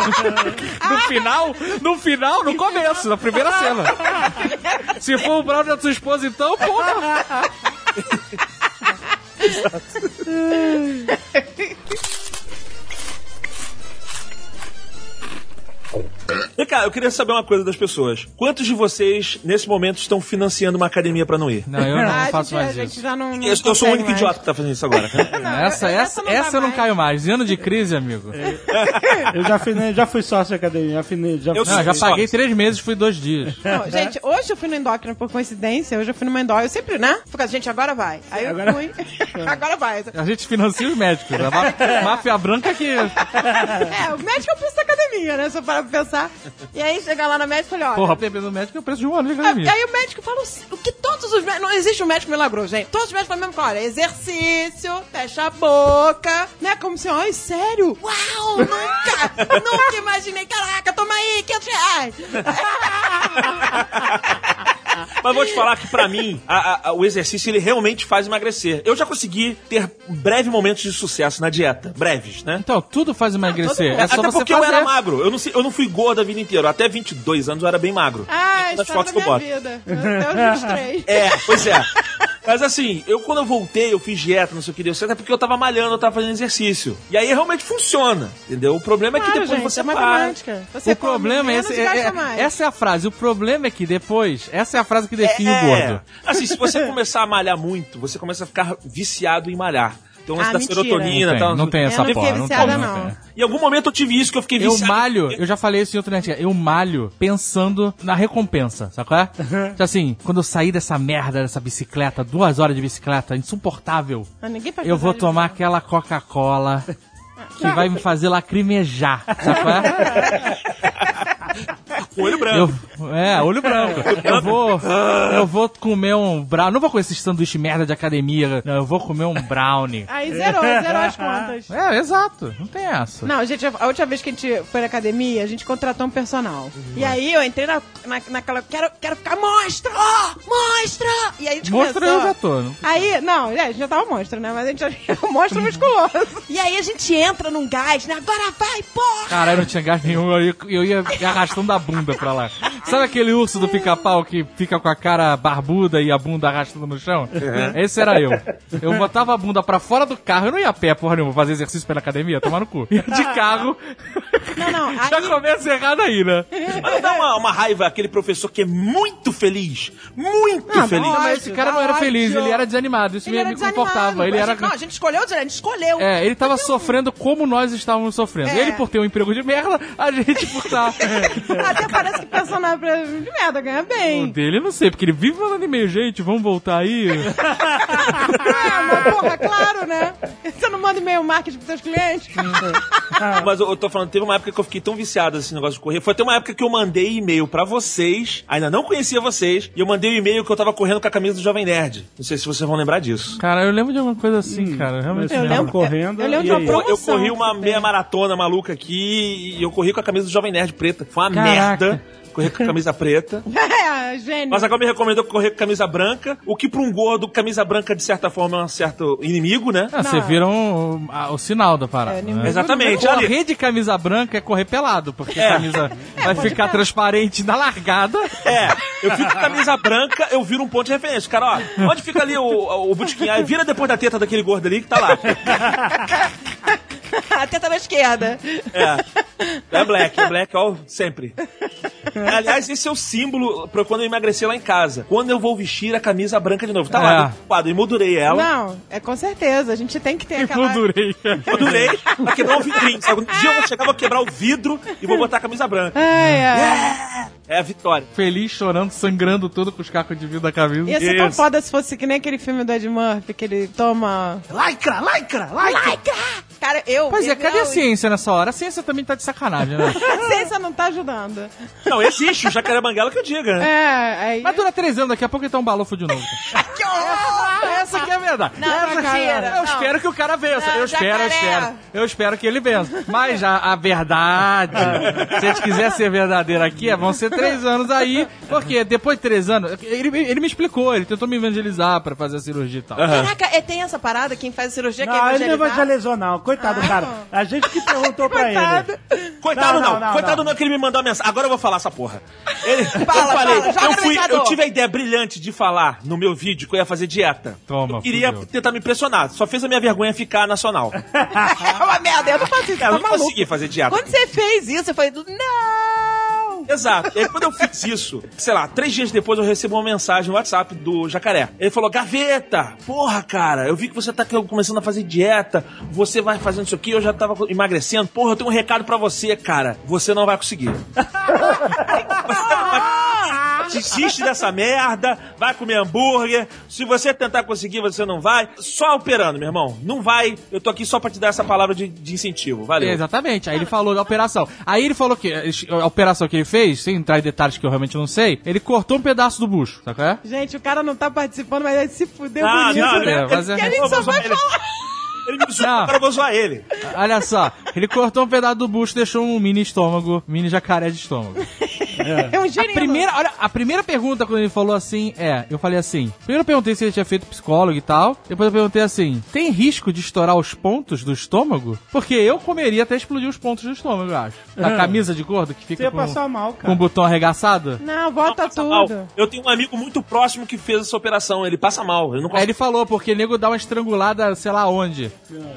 No começo, na primeira cena. Se for o brownie da sua esposa, então, porra. Vem cá, eu queria saber uma coisa das pessoas. Quantos de vocês, nesse momento, estão financiando uma academia pra não ir? Não, eu não faço mais isso. Eu sou o único idiota que tá fazendo isso agora. Essa eu não caio mais. Em ano de crise, amigo. Eu já fui sócio da academia. Já paguei 3 meses, fui 2 dias. Não, gente, hoje eu fui no endócrino por coincidência. Hoje eu fui numa endócrina. Eu sempre, né? Fico, gente, agora vai. Aí eu fui. Agora vai. A gente financia os médicos. A máfia branca que... O médico é o preço da academia, né? Se eu parar pra pensar. E aí, chegar lá na médica e falei, olha... Porra, dependendo do médico é o preço de um ano de academia. Aí o médico fala o que todos os médicos... Não existe um médico milagroso, gente. Todos os médicos falam mesmo que, olha, exercício, fecha a boca, né? Como se, ai, sério? Uau, nunca imaginei. Caraca, toma aí, R$500. Mas vou te falar que pra mim, o exercício, ele realmente faz emagrecer. Eu já consegui ter breves momentos de sucesso na dieta. Breves, né? Então, tudo faz emagrecer. É só até você porque fazer. Eu era magro. Eu não fui gordo a vida inteira. Até 22 anos eu era bem magro. Das fotos da minha vida. Até os 23. Pois é. Mas assim, quando eu voltei, eu fiz dieta, não sei o que deu certo, é porque eu tava malhando, eu tava fazendo exercício. E aí realmente funciona, entendeu? O problema é que depois você para. O problema é esse. Essa é a frase. O problema é que depois, essa é a frase que define o gordo. Assim, se você começar a malhar muito, você começa a ficar viciado em malhar. Então, essa da mentira. serotonina e tal. Não tem essa porra. Não. Em algum momento eu tive isso, que eu fiquei viciado. Eu já falei isso em outro net. Eu malho pensando na recompensa, sabe qual é? Então, assim, quando eu sair dessa merda, dessa bicicleta, 2 horas de bicicleta, insuportável, eu vou tomar aquela Coca-Cola que vai me fazer lacrimejar, sabe qual é? Olho branco. Olho branco. Eu vou comer um brownie. Não vou comer esse sanduíche merda de academia. Não, eu vou comer um brownie. Aí zerou as contas. Exato. Não tem essa. Não, gente, a última vez que a gente foi na academia, a gente contratou um personal. E aí eu entrei naquela... Quero ficar monstro! Monstro! E aí a gente monstro começou... eu já tô. Aí, a gente já tava monstro, né? Mas a gente já tinha um monstro musculoso. E aí a gente entra num gás, né? Agora vai, porra! Cara, eu não tinha gás nenhum. Eu ia arrastando a bunda pra lá. Sabe aquele urso do pica-pau que fica com a cara barbuda e a bunda arrastando no chão? Esse era eu. Eu botava a bunda pra fora do carro. Eu não ia a pé, porra nenhuma, fazer exercício pela academia, tomar no cu. Ia de carro. Não. Já começa errado aí, né? Mas dá uma raiva aquele professor que é muito feliz. Muito feliz. Não, mas esse cara não era feliz, ele era desanimado. Isso me confortava. A gente escolheu. Ele tava sofrendo como nós estávamos sofrendo. Ele por ter um emprego de merda, a gente por estar... Até parece que personagem de merda ganha bem. O dele eu não sei, porque ele vive falando e-mail, gente, vamos voltar aí. Mas porra, claro, né? Você não manda e-mail marketing pros seus clientes? Mas eu tô falando, teve uma época que eu fiquei tão viciado nesse negócio de correr. Foi até uma época que eu mandei e-mail pra vocês, ainda não conhecia vocês, e eu mandei um e-mail que eu tava correndo com a camisa do Jovem Nerd. Não sei se vocês vão lembrar disso. Cara, eu lembro de alguma coisa assim, cara. Realmente eu lembro correndo. Eu lembro de uma promoção. Eu corri uma meia maratona maluca aqui e eu corri com a camisa do Jovem Nerd preta. Foi uma merda. Correr com a camisa preta. Gênio. Mas agora me recomendou correr com camisa branca, o que pra um gordo, camisa branca de certa forma é um certo inimigo, né? Você vira o sinal da parada. Né? Exatamente. Correr de camisa branca é correr pelado, porque a camisa vai ficar transparente na largada. Eu fico com camisa branca, eu viro um ponto de referência. Cara, ó, onde fica ali o botequim? Aí vira depois da teta daquele gordo ali que tá lá. A teta da esquerda. É black, ó, sempre. Aliás, esse é o símbolo pra quando eu emagrecer lá em casa. Quando eu vou vestir a camisa branca de novo. Tá lá, eu emoldurei ela. Não, é com certeza. A gente tem que ter aquela... Emoldurei pra quebrar o vidrinho. Sabe? Um dia eu vou chegar, vou quebrar o vidro e vou botar a camisa branca. É a vitória. Feliz, chorando, sangrando tudo com os cacos de vidro da camisa. Ia ser tão foda se fosse que nem aquele filme do Ed Murphy, que ele toma... Lycra! Cara, Pois é, cadê a ciência nessa hora? A ciência também tá de sacanagem, né? A ciência não tá ajudando. Não, existe o jacaré banguela que eu diga, né? Aí... Mas dura 3 anos, daqui a pouco ele tá um balofo de novo. Que horror! Essa aqui é a verdade. Não, mentira. Eu espero que o cara vença. Não, Eu espero que ele vença. Mas a verdade, se a gente quiser ser verdadeiro aqui, vão ser 3 anos aí, porque depois de 3 anos, ele me explicou, ele tentou me evangelizar pra fazer a cirurgia e tal. Caraca, tem essa parada, quem faz a cirurgia quer Não, ele não evangelizar? evangelizou, não. Coitado do cara. A gente que perguntou pra ele. Coitado não, que ele me mandou a mensagem. Agora eu vou falar essa porra. Fala, eu tive a ideia brilhante de falar no meu vídeo que eu ia fazer dieta. Toma, eu queria tentar me impressionar. Só fez a minha vergonha ficar nacional. É uma merda, eu não faço isso, Eu não consegui fazer dieta. Quando você fez isso, eu falei, não! Exato. E aí, quando eu fiz isso, sei lá, 3 dias depois eu recebo uma mensagem no WhatsApp do Jacaré. Ele falou, Gaveta, porra, cara, eu vi que você tá começando a fazer dieta, você vai fazendo isso aqui, eu já tava emagrecendo. Porra, eu tenho um recado pra você, cara. Você não vai conseguir. Desiste dessa merda, vai comer hambúrguer. Se você tentar conseguir, você não vai. Só operando, meu irmão. Não vai. Eu tô aqui só pra te dar essa palavra de incentivo. Valeu. Exatamente. Aí ele falou da operação. Aí ele falou que a operação que ele fez, sem entrar em detalhes que eu realmente não sei, ele cortou um pedaço do bucho, sabe qual é? Gente, o cara não tá participando, mas ele se fudeu Ah, bonito, não, né? mas Porque a gente só vai falar... Ele me zoou, agora eu vou zoar ele. Olha só, ele cortou um pedaço do bucho e deixou um mini estômago, mini jacaré de estômago. É um gênio. A primeira pergunta quando ele falou assim, eu falei assim, primeiro eu perguntei se ele tinha feito psicólogo e tal, depois eu perguntei assim, tem risco de estourar os pontos do estômago? Porque eu comeria até explodir os pontos do estômago, eu acho. A camisa de gordo que fica Você ia passar mal, cara. com o botão arregaçado. Não, volta Passa tudo. mal. Eu tenho um amigo muito próximo que fez essa operação, ele passa mal. Ele não Aí consegue. ele falou, porque o nego dá uma estrangulada, sei lá onde.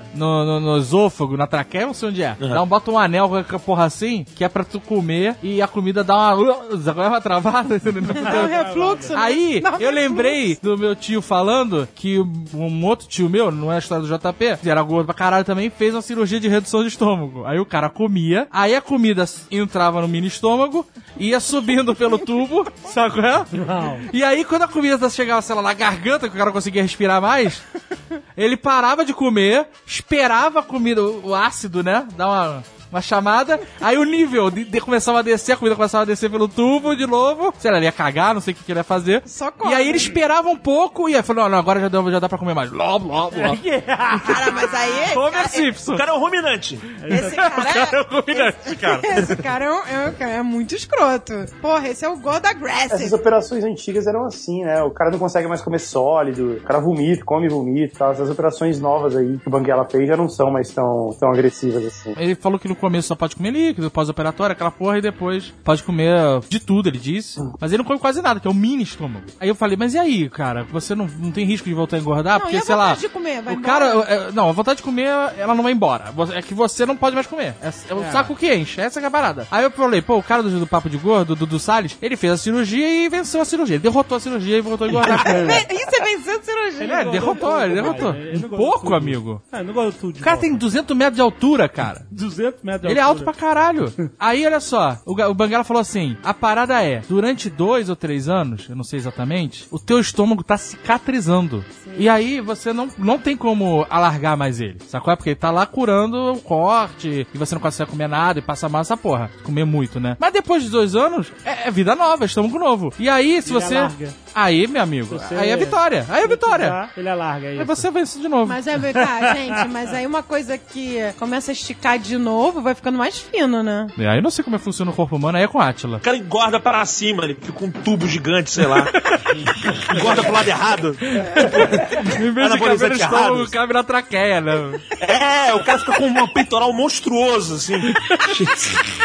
No esôfago, na traqueia, não sei onde é. Bota um anel com a porra assim, que é pra tu comer e a comida dá uma travada. Dá um refluxo, né? Aí, Dá um eu refluxo. lembrei do meu tio falando que um outro tio meu, não é a história do JP, que era gordo pra caralho também, fez uma cirurgia de redução de estômago. Aí o cara comia, aí a comida entrava no mini estômago, ia subindo pelo tubo, sabe qual é? E aí, quando a comida chegava, sei lá, na garganta, que o cara conseguia respirar mais, ele parava de comer, esperava a comida, o ácido, né? Dar uma chamada, aí o nível começava a descer, a comida começava a descer pelo tubo de novo, sei lá, ele ia cagar, não sei o que ele ia fazer. Só come. E aí ele esperava um pouco e aí falou, não, agora já dá pra comer mais. Blá, blá, blá. Cara, mas aí... Homer Simpson. O cara é um ruminante. Esse cara É um ruminante, cara. Esse cara é muito escroto. Porra, esse é o Gold Essas Aggressive. operações antigas eram assim, né? O cara não consegue mais comer sólido, o cara vomita, come e vomita e tal. Essas operações novas aí que o Banguela fez já não são mais tão agressivas assim. Ele falou que no começo só pode comer líquido, pós-operatório, aquela porra, e depois pode comer de tudo, ele disse. Mas ele não come quase nada, que é um mini estômago. Aí eu falei, mas e aí, cara? Você não tem risco de voltar a engordar? Não, Porque, e a sei lá... vontade de comer? Vai o embora? cara... Não, a vontade de comer, ela não vai embora. É que você não pode mais comer. É o saco que enche, essa que é a parada. Aí eu falei, o cara do Papo de Gordo, do Salles, ele fez a cirurgia e venceu a cirurgia. Ele derrotou a cirurgia e voltou a engordar. Isso é vencendo cirurgia. Ele derrotou. Ele não Um gostou pouco, tudo. amigo. Não gosto tudo de O cara volta. tem 200 metros de altura, cara. 200 metros de Ele é alto pra altura. caralho. Aí, olha só, o Banguela falou assim, a parada é, durante 2 ou 3 anos, eu não sei exatamente, o teu estômago tá cicatrizando. E aí, você não tem como alargar mais ele, sacou? Porque ele tá lá curando o corte, e você não consegue comer nada, e passa mal essa porra. Comer muito, né? Mas depois de 2 anos, é vida nova, é estômago novo. E aí, se Ele você... alarga. Aí, meu amigo, Você- aí é vitória. Aí é vitória. Ele alarga isso. Aí você vence de novo. Mas tá, gente, mas aí uma coisa que começa a esticar de novo vai ficando mais fino, né? E aí eu não sei como é que funciona o corpo humano, aí é com Átila. O cara engorda para cima, ele fica com um tubo gigante, sei lá. Engorda pro lado errado. Em vez de Anabolizante caber no estômago, errado. cabe na traqueia, né? É, o cara fica com um peitoral monstruoso, assim.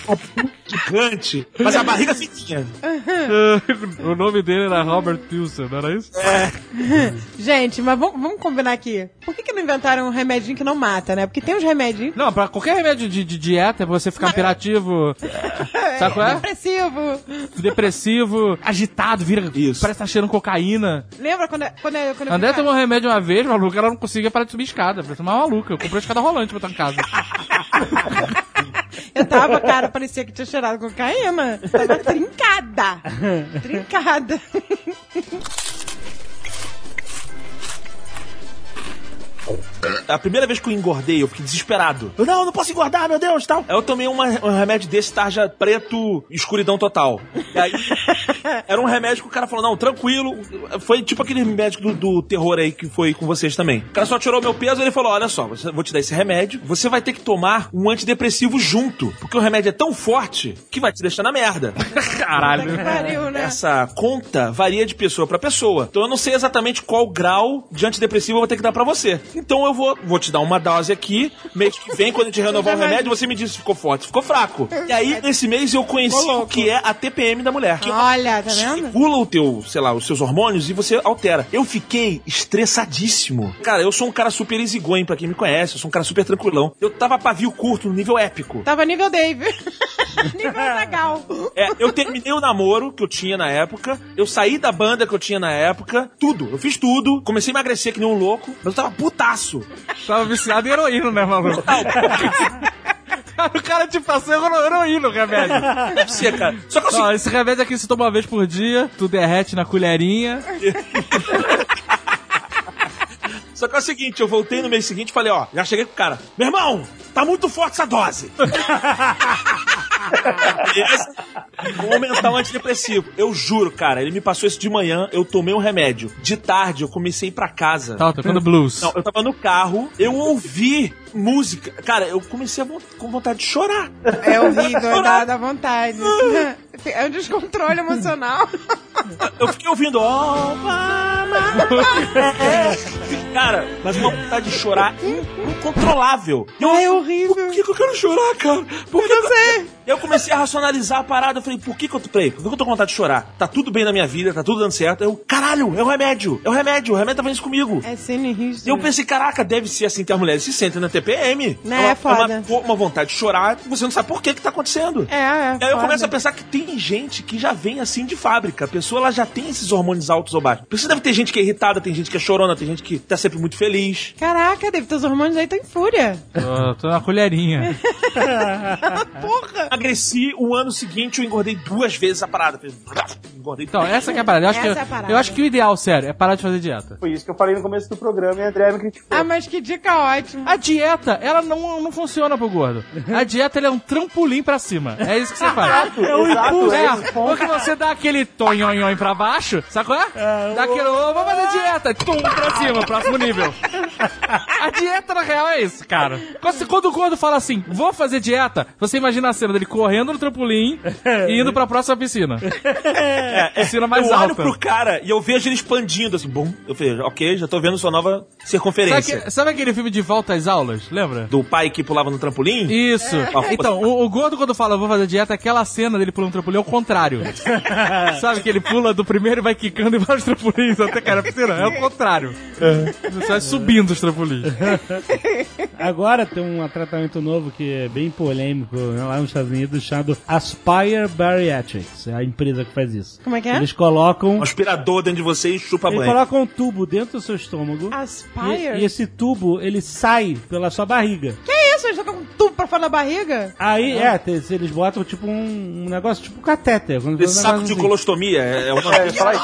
gigante, mas a barriga fininha. O nome dele era Robert Wilson, não era isso? Gente, mas vamos combinar aqui. Por que não inventaram um remedinho que não mata, né? Porque tem uns remedinhos... Não, pra qualquer remédio de dieta, você ficar imperativo, sabe qual é? Depressivo, agitado, vira, Isso. parece que tá cheirando cocaína. Lembra quando eu André tomou um remédio uma vez, maluco, ela não conseguia parar de subir escada, parecia uma maluca. Eu comprei a escada rolante pra estar em casa. Eu tava, cara, parecia que tinha cheirado cocaína. Tava trincada. Trincada. A primeira vez que eu engordei, eu fiquei desesperado. Não posso engordar, meu Deus, tal. Aí eu tomei um remédio desse, tarja preto, escuridão total. E aí, era um remédio que o cara falou, não, tranquilo. Foi tipo aquele médico do terror aí que foi com vocês também. O cara só tirou meu peso e ele falou, olha só, vou te dar esse remédio, você vai ter que tomar um antidepressivo junto, porque o remédio é tão forte que vai te deixar na merda. Caralho. Pariu, né? Essa conta varia de pessoa pra pessoa. Então eu não sei exatamente qual grau de antidepressivo eu vou ter que dar pra você. Então eu vou te dar uma dose aqui, mês que vem, quando a gente renovar o remédio, você me diz se ficou forte, se ficou fraco. E aí, nesse mês, eu conheci o que é a TPM da mulher. Que Olha, tá vendo? regula o teu, sei lá, os seus hormônios e você altera. Eu fiquei estressadíssimo. Cara, eu sou um cara super easygoing, pra quem me conhece, eu sou um cara super tranquilão. Eu tava pavio curto, no nível épico. Tava nível Dave. Nível legal. Eu terminei o namoro que eu tinha na época, eu saí da banda que eu tinha na época, tudo. Eu fiz tudo, comecei a emagrecer que nem um louco, mas eu tava putaço. Tava viciado em heroína, né, maluco? O cara te passou heroína o remédio. Deve ser, cara. Só que Ó, esse remédio aqui você toma uma vez por dia, tu derrete na colherinha. Só que é o seguinte, eu voltei no mês seguinte e falei, ó, já cheguei com o cara. Meu irmão, tá muito forte essa dose. Beleza? Vou aumentar o antidepressivo. Eu juro, cara, ele me passou isso de manhã, eu tomei um remédio. De tarde, eu comecei a ir pra casa. Tava tocando blues. Não, eu tava no carro, eu ouvi música. Cara, eu comecei com vontade de chorar. É horrível, dá vontade. É um descontrole emocional. Eu fiquei ouvindo, ó, cara, mas uma vontade de chorar incontrolável. É horrível. Por que eu quero chorar, cara? Por que eu sei? Eu comecei a racionalizar a parada. Eu falei, por que eu tô com vontade de chorar? Tá tudo bem na minha vida, tá tudo dando certo. Caralho, é o remédio tá fazendo isso comigo. É sinistro. E eu pensei, caraca, deve ser assim que as mulheres se sentem na TPM. Né, é foda. Uma vontade de chorar, você não sabe por que tá acontecendo. É Aí eu foda. começo a pensar que tem gente que já vem assim de fábrica. A pessoa, ela já tem esses hormônios altos ou baixos. Por isso deve ter gente que é irritada, tem gente que é chorona, tem gente que tá sempre muito feliz. Caraca, Dave, teus hormônios aí estão em fúria. Tô na colherinha. Porra! Emagreci, o ano seguinte eu engordei 2 vezes a parada. Engordei. Então, essa que é a parada. Eu acho que o ideal, sério, é parar de fazer dieta. Foi isso que eu falei no começo do programa e a André me criticou. Ah, mas que dica ótima. A dieta, ela não funciona pro gordo. A dieta, ela é um trampolim pra cima. É isso que você faz. É o impulso. Porque você dá aquele tonhonhon pra baixo, sacou? Dá aquele, vamos fazer dieta, tum, pra cima, próximo nível. A dieta, na real, é isso, cara. Quando o gordo fala assim, vou fazer dieta, você imagina a cena dele correndo no trampolim e indo pra próxima piscina. Piscina mais eu alta. olho pro cara e eu vejo ele expandindo, assim, bum. Eu falei, ok, já tô vendo sua nova circunferência. Sabe aquele filme De Volta às Aulas? Lembra? Do pai que pulava no trampolim? Isso. Então, o gordo quando fala vou fazer dieta, aquela cena dele pulando no trampolim é o contrário. Sabe que ele pula do primeiro e vai quicando em vários trampolins até cair na piscina? É o contrário. Você vai subindo os trampolins. Agora tem um tratamento novo que é bem polêmico, né, lá nos Estados Unidos, chamado Aspire Bariatrics. É a empresa que faz isso. Como é que é? Eles colocam... Um aspirador dentro de você e chupa Eles banho. colocam um tubo dentro do seu estômago. Aspire? E esse tubo, ele sai pela sua barriga. Que isso? Eles estão com tubo pra fora da barriga? Aí, eles botam tipo um negócio, tipo catéter. Quando Esse um saco negócio de assim. colostomia é uma... Fala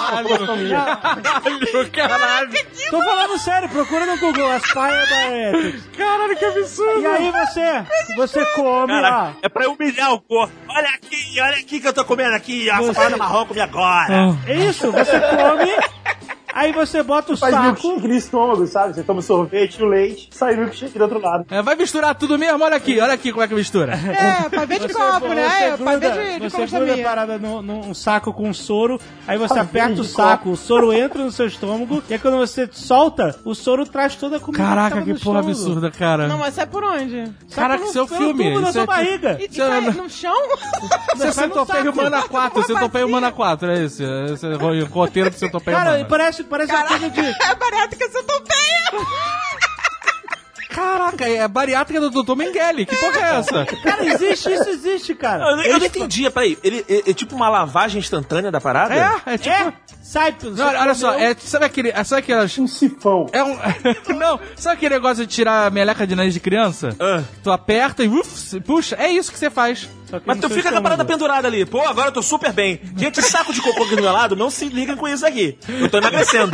isso, Caralho. Tô falando sério, procura no Google Aspire Bariatrics. Caralho, que absurdo. E aí você come, Cara, é pra humilhar o corpo. Olha aqui que eu tô comendo aqui. A parada marrom comi agora. É isso, você come Aí você bota o Faz saco. milkshake no estômago, sabe? Você toma sorvete e o leite, sai milkshake do outro lado. Vai misturar tudo mesmo? Olha aqui como é que mistura. Pavê de copo, né? Pavê de Você gruda a colostomia. parada num saco com soro, aí você aperta o saco, o soro entra no seu estômago, e aí quando você solta, o soro traz toda a comida. Caraca, tava que no porra estômago. absurda, cara. Não, mas sai por onde? Caraca, isso é o Pelo filme. tubo na Isso sua é barriga. E cai no chão? Você centopeia humana 4, centopeia humana 4, é esse. Esse é o roteiro do centopeia Cara, humana. parece uma coisa de... É bariátrica centopeia! Caraca, é a bariátrica do Dr. Mengele. Que porra é essa? Cara, isso existe, cara. Eu não entendi, peraí. Ele é tipo uma lavagem instantânea da parada? É tipo... Sai, Não, olha só, sabe aquelas... Um sifão. É um... Não, sabe aquele negócio de tirar a meleca de nariz de criança? Tu aperta e puxa, é isso que você faz. Mas tu fica com a parada pendurada ali. Pô, agora eu tô super bem. Gente, saco de cocô granulado, não se liguem com isso aqui. Eu tô emagrecendo.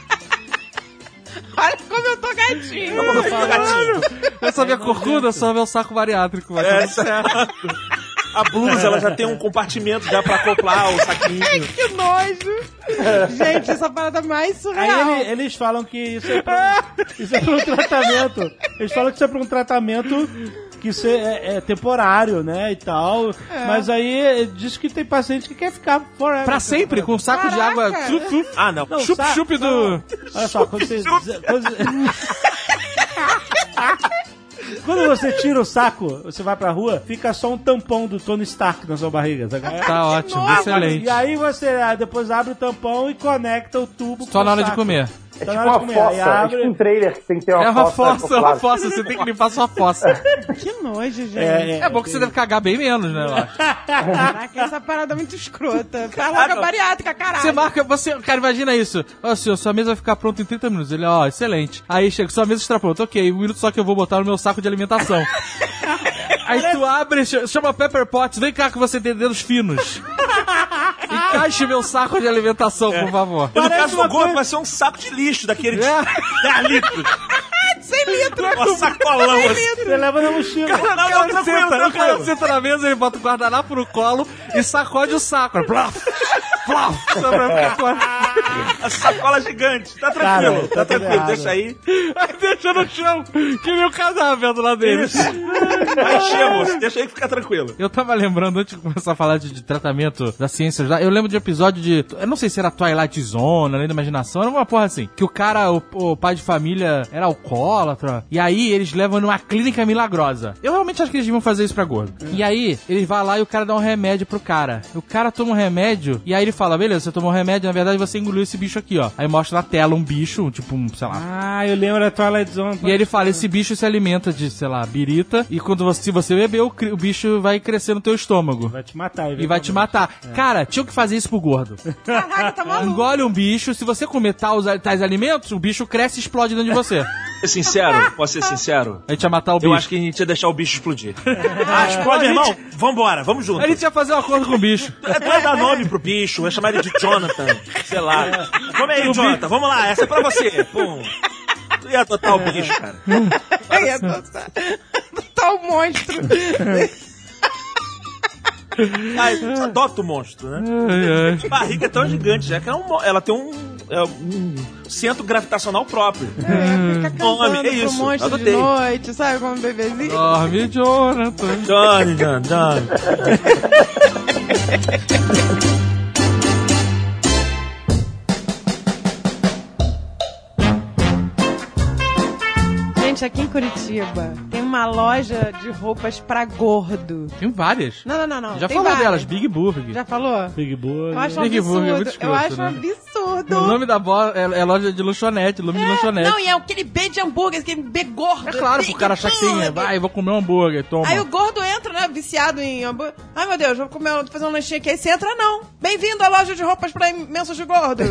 Olha como eu tô gatinho. Como eu fico gatinho. Essa minha corcunda só é meu saco bariátrico. Mas A blusa, ela já tem um compartimento já pra acoplar o saquinho. Que nojo. Gente, essa parada mais surreal. Aí eles falam que isso é pra um tratamento. Eles falam que isso é pra um tratamento que isso é temporário, né, e tal. Mas aí diz que tem paciente que quer ficar forever. pra sempre, com um saco de água. Ah, não. Chup-chup do... Olha só, quando você tira o saco, você vai pra rua, fica só um tampão do Tony Stark na sua barriga. Sabe? Tá ótimo, excelente. E aí você depois abre o tampão e conecta o tubo com Só na hora o de saco. comer. É Tá tipo na hora uma de comer. Aí fossa, é abre- tipo um trailer que tem que ter uma É uma fossa. fossa, você tem que limpar sua fossa. Que nojo, gente. É bom que você deve cagar bem menos, né, eu acho. Caraca, essa parada é muito escrota. Tá louca bariátrica, caralho. Você marca, cara, imagina isso. Ó, senhor, sua mesa vai ficar pronta em 30 minutos. Ele, excelente. Aí chega, sua mesa está pronta. Ok, 1 minuto só que eu vou botar no meu saco de alimentação. Aí tu abre, chama Pepper Potts, vem cá que você tem dedos finos. Encaixe meu saco de alimentação, por favor. E no Parece caso do uma gordo, coisa- vai ser um saco de lixo, daquele de É. 10 litros. 100 litros. Um sacolão assim. Você leva na mochila. Não, O cara tranquilo, senta, o cara tranquilo. senta na mesa, ele bota o guardanapo no colo e sacode o saco. Plaf, plaf, só pra ficar com a- A sacola gigante. Tá Cara, tranquilo, tá tá tudo tranquilo. errado. Deixa aí. Aí deixa no chão, que nem o cadáver lá dele. Vai encher, moço. Deixa aí que fica tranquilo. Eu tava lembrando, antes de começar a falar de tratamento da ciência, eu lembro de um episódio de, eu não sei se era Twilight Zone, Além da Imaginação, era uma porra assim, que o cara, o pai de família era alcoólatra, e aí eles levam numa clínica milagrosa. Eu realmente acho que eles deviam fazer isso pra gordo. E aí, eles vão lá e o cara dá um remédio pro cara. O cara toma um remédio, e aí ele fala, beleza, você tomou um remédio, na verdade você engoliu esse bicho aqui, ó. Aí mostra na tela um bicho, tipo um, sei lá, Ah, eu lembro da Twilight Zone. e aí ele fala, esse bicho se alimenta de, sei lá, birita, e quando se você beber, o bicho vai crescer no teu estômago. Vai te matar. E vai te matar. Cara, tinha que fazer isso pro gordo. Caraca, tá maluco. Engole um bicho, se você comer tais alimentos, o bicho cresce e explode dentro de você. Ser sincero? Posso ser sincero? A gente ia matar o bicho. Eu acho que a gente ia deixar o bicho explodir. Ah, explode, irmão? Vambora, vamos junto. A gente ia fazer um acordo com o bicho. Tu ia dar nome pro bicho, ia chamar ele de Jonathan, sei lá. Vamos aí, Jonathan, vamos lá, essa é pra você. Pum. Tu ia adotar o bicho, cara. Ia adotar o monstro. Ai, tu adota o monstro, né? A barriga é tão gigante já que ela tem um centro gravitacional próprio. Fica cantando Nome, é pro isso, monstro de adotei. noite, sabe? Como um bebezinho. Dorme, Jonathan. Johnny. Gente, aqui em Curitiba tem uma loja de roupas pra gordo. Tem várias. Não. Já tem falou várias. delas, Big Burger. Já falou? Big Boy. Eu acho um Big absurdo. Burger é muito Eu escroto, acho um né? absurdo. O nome da é loja de lanchonete, nome de lanchonete. Não, e é aquele B de hambúrguer, aquele B gordo. É claro, pro Big cara achar que tem, Burger. vai, vou comer um hambúrguer, toma. Aí o gordo entra, né, viciado em hambúrguer. Ai, meu Deus, vou fazer um lanchinho aqui. Aí você entra, não. Bem-vindo à loja de roupas pra imensos de gordos.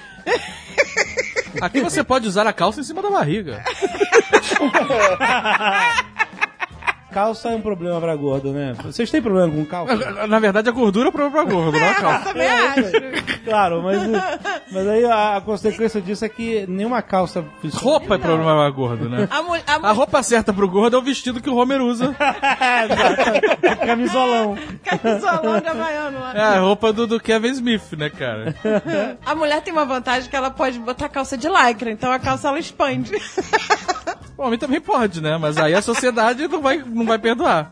Aqui você pode usar a calça em cima da barriga. calça é um problema pra gordo, né? Vocês têm problema com calça? Na verdade, a gordura é o problema pra gordo, não a calça. Também acho. Claro, mas aí a consequência disso é que nenhuma calça... Roupa é problema pra gordo, né? A roupa certa pro gordo é o vestido que o Homer usa. Exato. Camisolão. Camisolão de Havaiano lá. É a roupa do Kevin Smith, né, cara? A mulher tem uma vantagem que ela pode botar calça de lycra, então a calça ela expande. O homem também pode, né? Mas aí a sociedade não vai perdoar.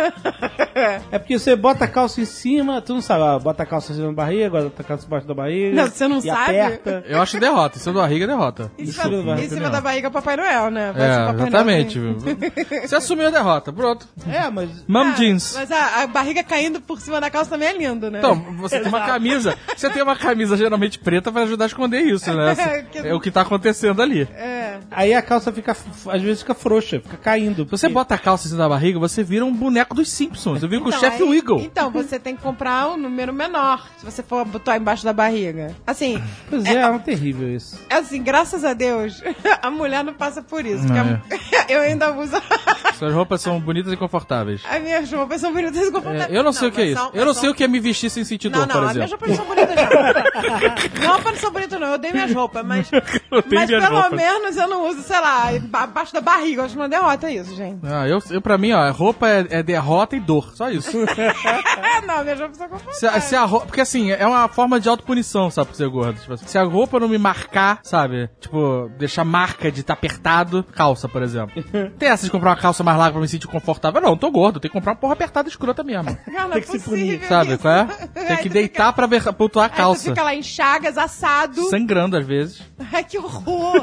É porque você bota a calça em cima, tu não sabe, bota a calça em cima da barriga, bota a calça embaixo da barriga. Não, você não sabe? Aperta. Eu acho derrota. Em cima da barriga é derrota. Em cima da barriga, Papai Noel, né? Vai ser É, Papai exatamente. Noel. Você assumiu a derrota, pronto. É, mas... Mom jeans. Mas a barriga caindo por cima da calça também é lindo, né? Então, você tem uma camisa. Você tem uma camisa geralmente preta pra ajudar a esconder isso, né? É o que tá acontecendo ali. É. Aí a calça fica, às vezes fica frouxa, fica caindo. Se você bota a calça em cima da barriga, você vira um boneco dos Simpsons. Você vira com o chefe aí- Wiggle. Então, você tem que comprar um número menor, se você for botar embaixo da barriga. Assim, Pois é um terrível isso. assim, graças a Deus, a mulher não passa por isso. Porque eu ainda uso... Suas roupas são bonitas e confortáveis. As minhas roupas são bonitas e confortáveis. Eu não sei o que é mas isso. são- Eu não mas sei o que é me vestir sem sentir dor, Não, por as minhas exemplo. roupas não são bonitas, não. Roupas não são bonitas, não. Eu odeio minhas roupas, mas... odeio mas minhas pelo roupas. menos eu não uso, sei lá, abaixo da barriga. Eu acho uma derrota isso, gente. Ah, eu pra mim, ó, roupa é derrota e dor. Só isso. Não, minhas roupas são confortáveis. Se a roupa, porque assim, é uma forma de autopunição, sabe, por ser gordo. Tipo assim, se a roupa não me marcar, sabe? Tipo, deixar marca de estar apertado, calça, por exemplo. Tem essa de comprar uma calça mais larga pra me sentir confortável? Não, tô gordo, tem que comprar uma porra apertada escrota mesmo. Cara, não Tem é que se possível punir, Sabe isso. qual é? Tem Aí que tu deitar pra pontuar a Aí tu calça. fica lá em chagas, assado. Sangrando às vezes. Ai, que horror.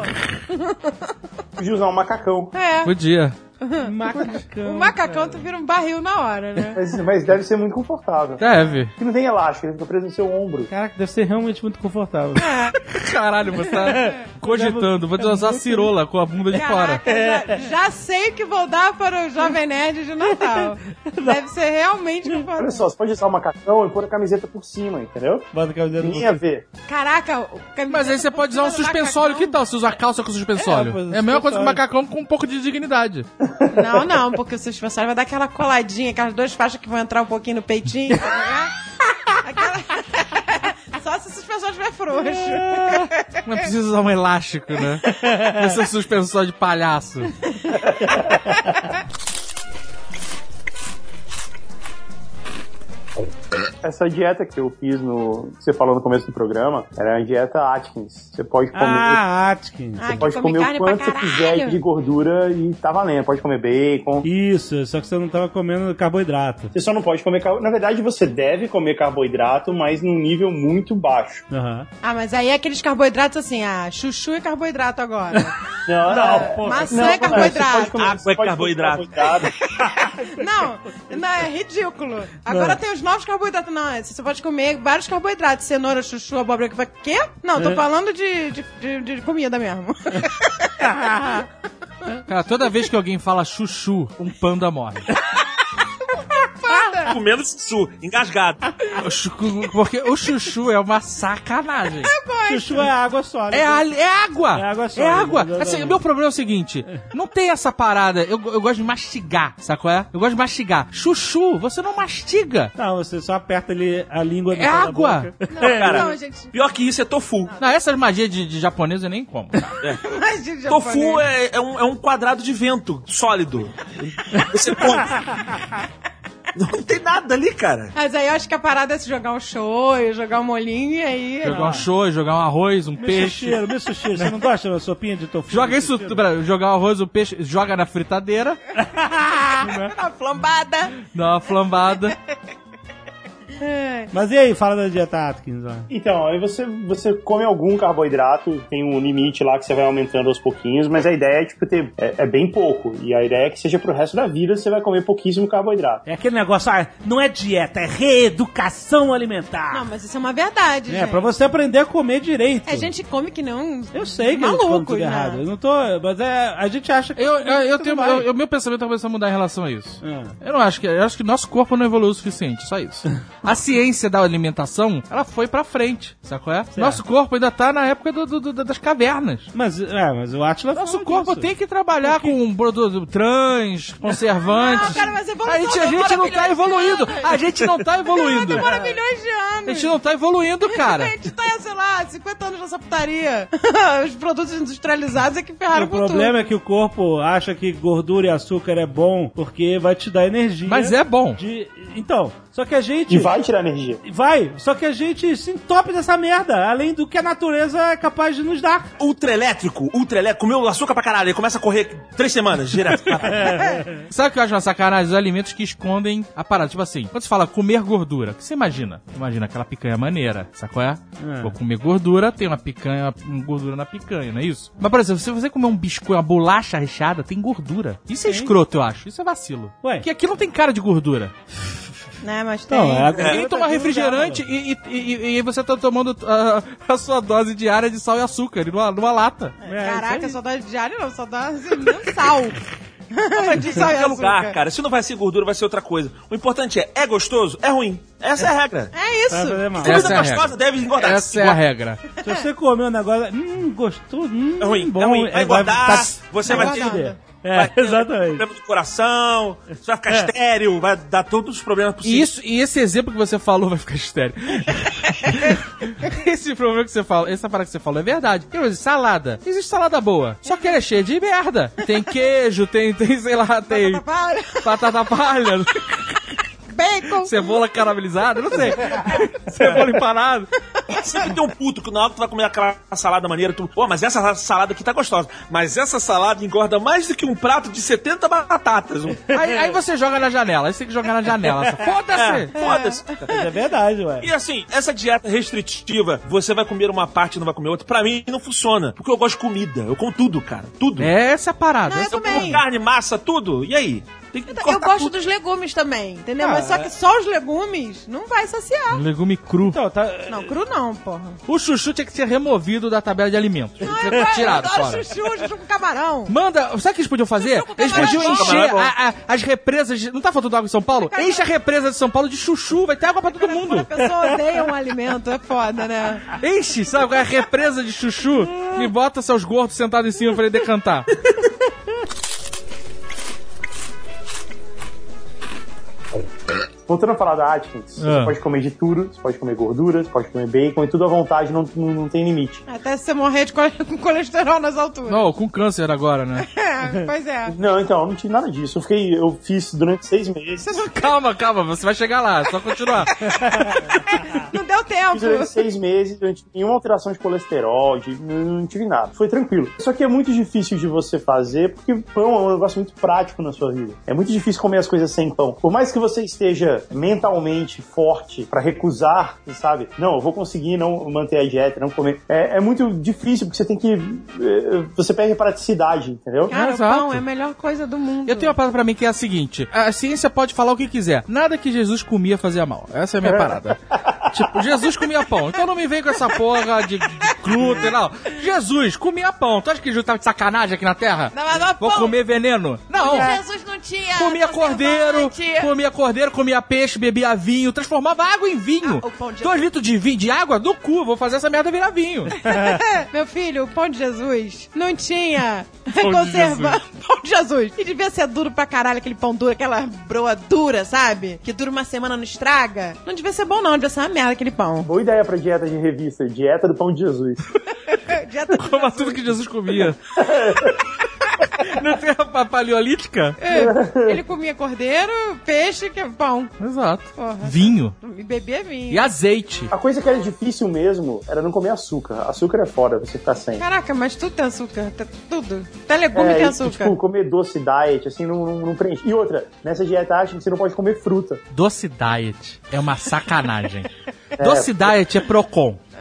Podia usar um macacão. É. Podia. Macacão. O macacão tu vira um barril na hora, né? Mas deve ser muito confortável. Deve. Porque não tem elástico, ele fica preso no seu ombro. Caraca, deve ser realmente muito confortável. Caralho, você tá cogitando. Vou usar a cirola com a bunda de fora. Caraca, já sei o que vou dar para o Jovem Nerd de Natal. Deve ser realmente Olha confortável. só, você pode usar o macacão e pôr a camiseta por cima, entendeu? Bota a camiseta Ninguém ia ver. Caraca, Mas aí você pode usar um suspensório. Que tal se usar calça com suspensório? É, É a mesma coisa que o suspensório. macacão com um pouco de dignidade. Não, porque o suspensório vai dar aquela coladinha, aquelas duas faixas que vão entrar um pouquinho no peitinho. Tá ligado? Aquela... Só se o suspensório estiver frouxo. Não precisa usar um elástico, né? Esse é um suspensório de palhaço. Essa dieta que eu fiz que você falou no começo do programa, era a dieta Atkins. Você pode comer. Atkins. Ah, Você que pode come comer o carne pra quanto você caralho. quiser de gordura e tá valendo. Pode comer bacon. Isso, só que você não tava comendo carboidrato. Você só não pode comer carboidrato. Na verdade, você deve comer carboidrato, mas num nível muito baixo. Aham. Ah, mas aí é aqueles carboidratos assim, chuchu é carboidrato agora. Não, Maçã é carboidrato. Água é carboidrato. Não, é ridículo. Agora tem os novos carboidratos. Não, você pode comer vários carboidratos. Cenoura, chuchu, abóbora. Quê? Não, tô falando de comida mesmo. Cara, toda vez que alguém fala chuchu, um panda morre. Comendo chuchu, engasgado. Porque o chuchu é uma sacanagem. Chuchu é água sólida. É água! É água É sólida, água! exatamente. Assim, o meu problema é o seguinte: não tem essa parada. Eu gosto de mastigar, sabe qual é? Eu gosto de mastigar. Chuchu, você não mastiga. Não, você só aperta ali a língua É água! Não, Cara, não, gente. Pior que isso é tofu. Não, essas magias de japonês eu nem como. Imagina, japonês. Tofu é um quadrado de vento sólido. Você come. Não tem nada ali, cara. Mas aí eu acho que a parada é se jogar um shoyu, jogar um molinho e aí... Jogar um show, jogar um arroz, um peixe. Meu sushi. Você não gosta de uma sopinha de tofu? Joga isso, jogar um arroz, um peixe, joga na fritadeira, Uma flambada. dá uma flambada. Mas e aí, fala da dieta Atkins, ó. Então, aí você come algum carboidrato, tem um limite lá que você vai aumentando aos pouquinhos, mas a ideia é, tipo, é bem pouco. E a ideia é que seja pro resto da vida você vai comer pouquíssimo carboidrato. É aquele negócio, não é dieta, é reeducação alimentar. Não, mas isso é uma verdade, É, gente. pra você aprender a comer direito. A gente come que não... Eu sei que a gente come maluco, tudo né? errado. Eu não tô... Mas a gente acha que... O meu pensamento tá começando a mudar em relação a isso. Eu não acho que... Eu acho que nosso corpo não evoluiu o suficiente, só isso. A ciência da alimentação, ela foi pra frente, sabe qual é? Nosso corpo ainda tá na época das cavernas. Mas o Átila Nosso corpo tem que trabalhar com produto trans, conservantes. Não, cara, mas evolução a gente não tá evoluindo. A gente não tá evoluindo. Demora milhões de anos. A gente não tá evoluindo, cara. A gente tá, sei lá, 50 anos nessa putaria. Os produtos industrializados é que ferraram com tudo. O problema é que o corpo acha que gordura e açúcar é bom porque vai te dar energia. Mas é bom. Então, só que a gente... E vai tirar energia. Vai, só que a gente se entope dessa merda, além do que a natureza é capaz de nos dar. Ultraelétrico, comeu açúcar pra caralho, ele começa a correr 3 semanas direto. Sabe o que eu acho uma sacanagem? Os alimentos que escondem a parada. Tipo assim, quando você fala comer gordura, o que você imagina? Imagina aquela picanha maneira, sabe qual é? Vou comer gordura, tem uma gordura na picanha, não é isso? Mas, por exemplo, se você comer um biscoito, uma bolacha recheada, tem gordura. Isso é escroto, eu acho. Isso é vacilo. Ué. Porque aqui não tem cara de gordura. Né, mas tem. Ninguém toma refrigerante e você tá tomando a sua dose diária de sal e açúcar numa lata. Caraca, só dose diária não, só dose mensal. De qualquer lugar, cara. Se não vai ser gordura, vai ser outra coisa. O importante é gostoso, é ruim. Essa é a regra. É isso. Comida gostosa deve engordar. Essa é a regra. Se você comer um negócio, gostoso, é ruim, bom, é ruim. Vai engordar, você vai ter... vai ter exatamente. problema de coração, você vai ficar estéril, vai dar todos os problemas possíveis. E esse exemplo que você falou vai ficar estéril. Esse problema que você falou, essa parada que você falou é verdade. Quer dizer, salada. Existe salada boa, só que ela é cheia de merda. Tem queijo, tem sei lá, tem... Batata palha. Bacon. Cebola caramelizada, não sei. Cebola empanada. Sempre tem um puto que na hora que tu vai comer aquela salada maneira, mas essa salada aqui tá gostosa. Mas essa salada engorda mais do que um prato de 70 batatas. Aí você joga na janela, aí você tem que jogar na janela. Foda-se! Foda-se. É verdade, ué. E assim, essa dieta restritiva, você vai comer uma parte e não vai comer outra, pra mim não funciona. Porque eu gosto de comida. Eu como tudo, cara. Tudo. Essa é a parada. Não, eu também. como carne, massa, tudo. E aí? Tem que Eu cortar gosto tudo. dos legumes também, entendeu? Mas só que só os legumes não vai saciar. Legume cru. Então, Não, cru não, porra. O chuchu tinha que ser removido da tabela de alimentos. Tinha que ser tirado eu adoro fora. chuchu com camarão. Manda, sabe o que eles podiam fazer? Chuchu com Eles camarão podiam é bom. encher Camarão é as represas. Não tá faltando água em São Paulo? Enche a represa de São Paulo de chuchu, vai ter água pra todo Quando a mundo. pessoa odeia um alimento, é foda, né? Enche, sabe? A represa de chuchu e bota seus gordos sentados em cima pra ele decantar. Voltando a falar da Atkins, você pode comer de tudo, você pode comer gordura, você pode comer bacon, e tudo à vontade, não tem limite. Até se você morrer de com colesterol nas alturas. Não, com câncer agora, né? Pois é. Não, então, eu não tive nada disso. Eu fiz durante 6 meses. Calma, você vai chegar lá, é só continuar. Não deu tempo. Fiz durante 6 meses, eu não tive nenhuma alteração de colesterol, não tive nada. Foi tranquilo. Só que é muito difícil de você fazer, porque pão é um negócio muito prático na sua vida. É muito difícil comer as coisas sem pão. Por mais que você esteja mentalmente forte pra recusar, sabe? Não, eu vou conseguir não manter a dieta, não comer. É muito difícil, porque você tem que... Você perde a praticidade, entendeu? Cara, Exato. o pão é a melhor coisa do mundo. Eu tenho uma parada pra mim que é a seguinte: a ciência pode falar o que quiser. Nada que Jesus comia fazia mal. Essa é a minha parada. Tipo, Jesus comia pão. Então não me vem com essa porra de glúten, não. Jesus comia pão. Tu acha que Jesus tava de sacanagem aqui na Terra? Não, mas não, Vou pão. comer veneno? Não. Jesus não tinha Comia cordeiro, conservante. comia peixe, bebia vinho, transformava água em vinho. Ah, o pão de 2 litros de água no cu, vou fazer essa merda virar vinho. Meu filho, o pão de Jesus não tinha Pão de conservante. Pão de Jesus. E devia ser duro pra caralho, aquele pão duro, aquela broa dura, sabe? Que dura uma semana, não estraga. Não devia ser bom, não. Devia ser uma merda aquele pão. Boa ideia pra dieta de revista. Dieta do pão de Jesus. Dieta de Coma tudo que Jesus comia. Não tem a paleolítica? Ele comia cordeiro, peixe, que é pão. Exato. Porra. Vinho. E bebia vinho. E azeite. A coisa que era difícil mesmo era não comer açúcar. Açúcar é foda, você ficar sem. Caraca, mas tudo tem açúcar. Tudo. Até legume tem açúcar. Tipo, comer doce diet, assim, não preenche. E outra, nessa dieta acho que você não pode comer fruta. Doce Diet é uma sacanagem. Doce Diet é Procon.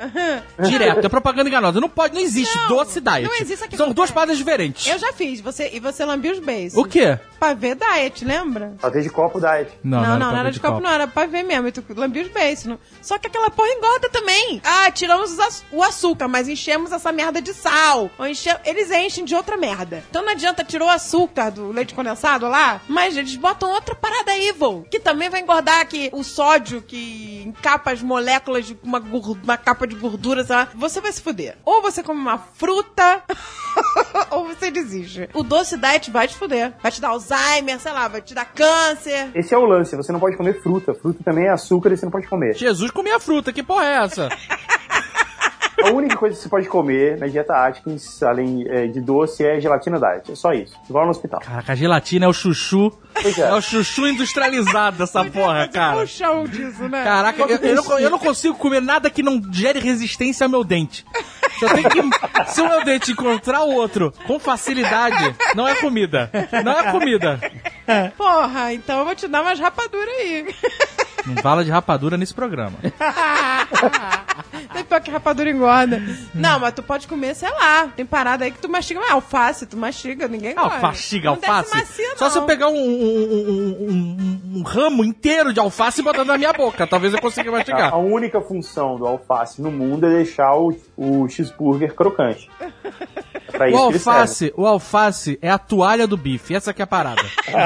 Direto. É propaganda enganosa. Não pode, não existe doce diet. Não existe aqui. São duas paradas diferentes. Eu já fiz. Você lambia os beijos. O quê? Pavê diet, lembra? Pavê de copo diet. Não era de copo, não. Era pavê mesmo. E tu lambia os beijos. Só que aquela porra engorda também. Ah, tiramos o açúcar, mas enchemos essa merda de sal. Eles enchem de outra merda. Então não adianta, tirou o açúcar do leite condensado lá, mas eles botam outra parada evil, que também vai engordar, que o sódio que encapa as moléculas de uma capa de gordura, sei lá. Você vai se fuder. Ou você come uma fruta, ou você desiste. O doce diet vai te fuder. Vai te dar Alzheimer, sei lá, vai te dar câncer. Esse é o lance, você não pode comer fruta. Fruta também é açúcar e você não pode comer. Jesus comia fruta, que porra é essa? A única coisa que você pode comer na dieta Atkins, além de doce, é gelatina diet. É só isso. Igual no hospital. Caraca, a gelatina é o chuchu. Pois é. É o chuchu industrializado dessa porra, cara. É o chão disso, né? Caraca, eu não consigo comer nada que não gere resistência ao meu dente. Se o meu dente encontrar o outro com facilidade, não é comida. Não é comida. Porra, então eu vou te dar umas rapaduras aí. Não fala de rapadura nesse programa. Tem pior que rapadura engorda. Não, mas tu pode comer, sei lá. Tem parada aí que tu mastiga. Mas alface, tu mastiga, ninguém gosta. Mastiga alface? Macia, não. Só se eu pegar um ramo inteiro de alface e botar na minha boca. Talvez eu consiga mastigar. A única função do alface no mundo é deixar o cheeseburger crocante. Pra isso o alface é a toalha do bife. Essa que é a parada.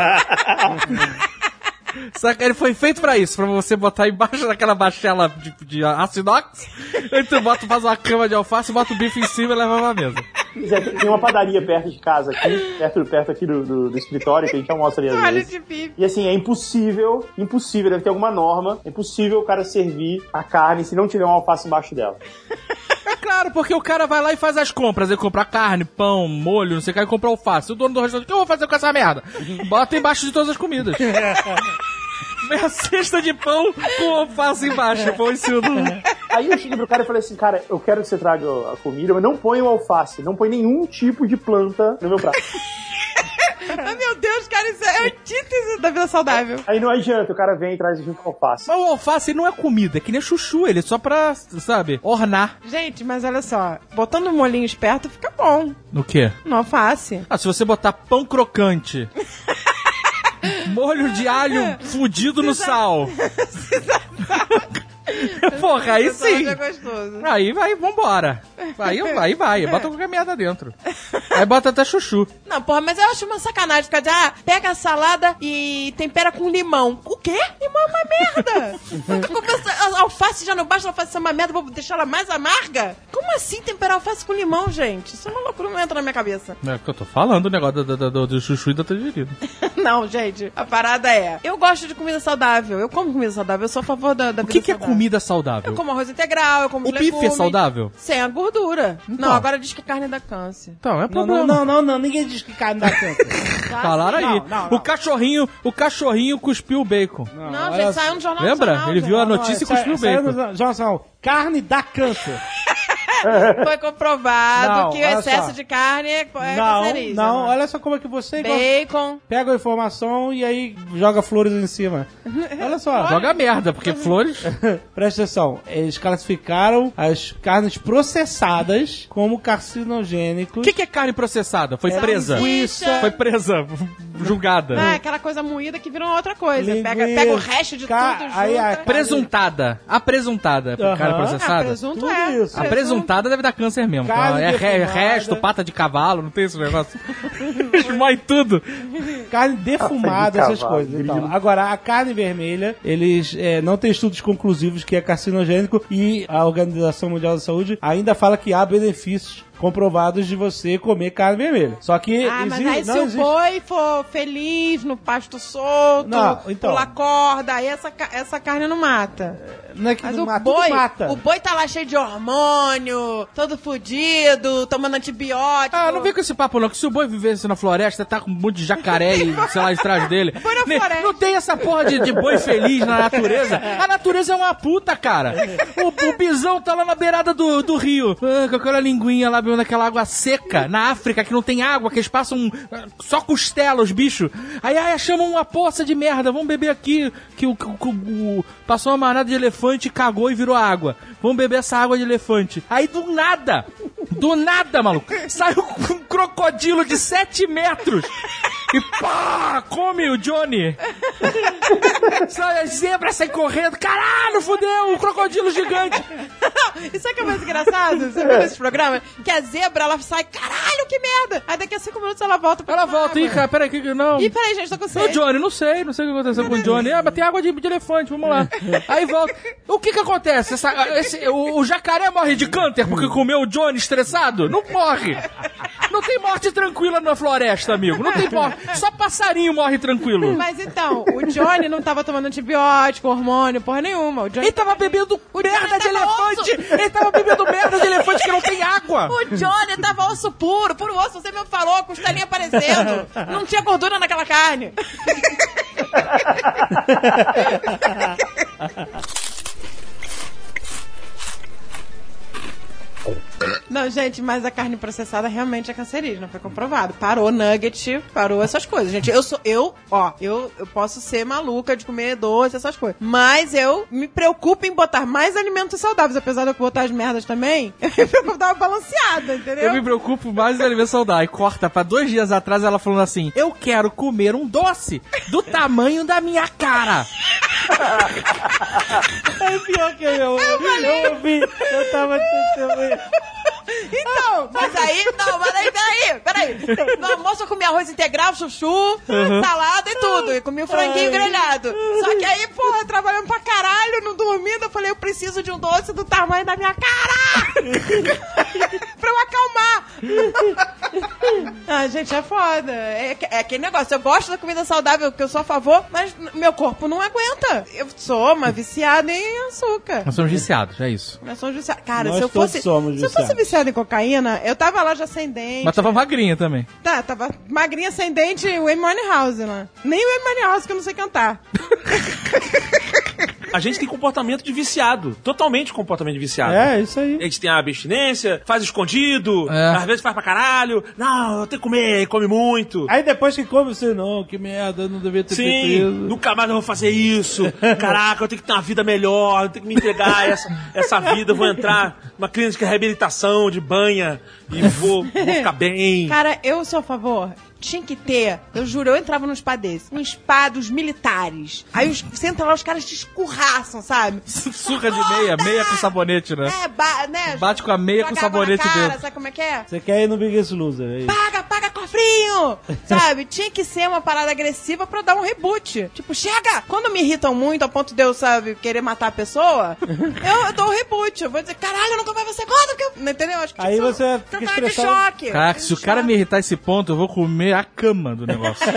Só que ele foi feito pra isso, pra você botar embaixo daquela bachela de aço inox, aí tu faz uma cama de alface, bota o bife em cima e leva pra mesa. Tem uma padaria perto de casa aqui, perto aqui do escritório, que a gente almoça ali às vezes. E assim, é impossível, deve ter alguma norma, é impossível o cara servir a carne se não tiver um alface embaixo dela. É claro, porque o cara vai lá e faz as compras. Ele compra carne, pão, molho, não sei o que, e compra alface. O dono do restaurante, o que eu vou fazer com essa merda? Bota embaixo de todas as comidas. Meia cesta de pão com alface embaixo. Pão em cima. Aí eu cheguei pro cara e falei assim, cara, eu quero que você traga a comida, mas não põe o alface, não põe nenhum tipo de planta no meu prato. Ai, meu Deus, cara, isso é a antítese da vida saudável. Aí não adianta, o cara vem e traz junto com o alface. Mas o alface não é comida, é que nem chuchu, ele é só pra, sabe, ornar. Gente, mas olha só, botando um molhinho esperto fica bom. No quê? No alface. Se você botar pão crocante, molho de alho fudido no sal. Porra, aí sim. É gostoso. Aí vai, vambora. Aí vai, bota qualquer merda dentro. Aí bota até chuchu. Não, porra, mas eu acho uma sacanagem ficar dizendo, pega a salada e tempera com limão. O quê? Limão é uma merda. A alface já não basta, a alface é uma merda, vou deixar ela mais amarga? Como assim temperar alface com limão, gente? Isso é uma loucura, não entra na minha cabeça. É o que eu tô falando, o negócio do chuchu e da tangerina. Não, gente, a parada é, eu gosto de comida saudável, eu como comida saudável, eu sou a favor da vida saudável. O que é comida saudável? Eu como arroz integral, eu como legumes. O bife é saudável? Sem a gordura. Então. Não, agora diz que carne dá câncer. Então, é problema. Não, ninguém diz que carne dá câncer. Falaram aí. Não. O cachorrinho cuspiu o bacon. Não, gente, saiu no Jornal Lembra? Nacional. Ele viu a notícia e cuspiu o bacon. Jornal Nacional, carne dá câncer. Foi comprovado que o excesso de carne é cancerígeno. Não, olha só como é que você bacon. Pega a informação e aí joga flores em cima. Olha só. Joga merda, porque flores... Presta atenção, eles classificaram as carnes processadas como carcinogênicos. O que é carne processada? Foi presa? Foi presa, julgada. Ah, aquela coisa moída que virou outra coisa. Pega o resto de tudo junto. Presuntada. A presuntada. Carne processada? Presunto A presuntada deve dar câncer mesmo. Resto, pata de cavalo, não tem esse negócio? Esmói tudo. Carne defumada, essas coisas. Então. Agora, a carne vermelha, eles não têm estudos conclusivos que é carcinogênico e a Organização Mundial da Saúde ainda fala que há benefícios comprovados de você comer carne vermelha. Só que mas aí se o boi for feliz no pasto solto, pular corda, aí essa carne não mata. Não é que mas não mata, boi, mata. O boi tá lá cheio de hormônio, todo fudido, tomando antibiótico. Não vem com esse papo não, que se o boi vivesse na floresta, tá com um monte de jacaré e sei lá, atrás dele. Boi na floresta. Não tem essa porra de boi feliz na natureza. A natureza é uma puta, cara. O bisão tá lá na beirada do rio, com aquela linguinha lá, bebendo aquela água seca, na África, que não tem água, que eles passam só costela, os bichos. Aí chamam uma poça de merda, vamos beber aqui, que passou uma manada de elefante elefante cagou e virou água. Vamos beber essa água de elefante. Aí do nada, maluco, saiu um crocodilo de 7 metros. E pá, come o Johnny. A zebra sai correndo. Caralho, fudeu, um crocodilo gigante. E sabe o que é mais engraçado? Você viu nesse programa? Que a zebra, ela sai, caralho, que merda. Aí daqui a 5 minutos ela volta pra água. Ih, cara, peraí, não. Ih, peraí, gente, tô com sede. Ô, Johnny, não sei o que aconteceu com o Johnny. Mas tem água de elefante, vamos lá. Aí volta. O que acontece? O jacaré morre de câncer porque comeu o Johnny estressado? Não morre. Não tem morte tranquila na floresta, amigo. Não tem morte. Só passarinho morre tranquilo. Mas então, o Johnny não tava tomando antibiótico, hormônio, porra nenhuma. O Johnny ele tava bebendo merda de elefante. Ele tava bebendo merda de elefante que não tem água. O Johnny tava osso puro osso. Você mesmo falou, costelinha aparecendo. Não tinha gordura naquela carne. Não, gente, mas a carne processada realmente é cancerígena, foi comprovado. Parou nugget, parou essas coisas. Gente, eu posso ser maluca de comer doce, essas coisas. Mas eu me preocupo em botar mais alimentos saudáveis, apesar de eu botar as merdas também. Eu me preocupo em dar uma balanceada, entendeu? Eu me preocupo mais em alimentos saudáveis. Corta pra 2 dias atrás ela falando assim: eu quero comer um doce do tamanho da minha cara. É pior que eu ouvi, eu tava tentando. Então, mas peraí. No almoço eu comi arroz integral, chuchu, salada e tudo. E comi um franguinho grelhado. Só que aí, porra, trabalhando pra caralho, não dormindo, eu falei, eu preciso de um doce do tamanho da minha cara! Pra eu acalmar. Ah, gente, é foda. É aquele negócio, eu gosto da comida saudável, que eu sou a favor, mas meu corpo não aguenta. Eu sou uma viciada em açúcar. Nós somos viciados, é isso. Nós somos viciados. Cara, Nós se eu fosse viciada em cocaína, eu tava lá já sem dente. Mas tava magrinha também. Tá, tava magrinha sem dente, o Amy Winehouse lá. Nem o Amy Winehouse que eu não sei cantar. A gente tem comportamento de viciado. Totalmente comportamento de viciado. É, isso aí. A gente tem a abstinência, faz escondido, às vezes faz pra caralho. Não, eu tenho que comer, e come muito. Aí depois que come, você, não, que merda, eu não devia ter feito isso. Nunca mais eu vou fazer isso. Caraca, eu tenho que ter uma vida melhor, eu tenho que me entregar a essa vida. Eu vou entrar numa clínica de reabilitação, de banha, e vou ficar bem. Cara, eu sou a favor. Tinha que ter, eu juro, eu entrava num spa desse, um spa dos militares. Aí você entra lá, os caras te escurraçam, sabe? Surra de meia com sabonete, né? Né? Bate com a meia com sabonete dentro. Sabe como é que é? Você quer ir no Biggest Loser, é isso? Paga, cofrinho! Sabe? Tinha que ser uma parada agressiva pra dar um reboot. Tipo, chega! Quando me irritam muito, ao ponto de eu, sabe, querer matar a pessoa, eu dou um reboot. Eu vou dizer, caralho, nunca mais vou ser gordo, não entendeu? Acho que aí você fica estressado. De choque. Caraca, se o cara me irritar esse ponto, eu vou comer a cama do negócio.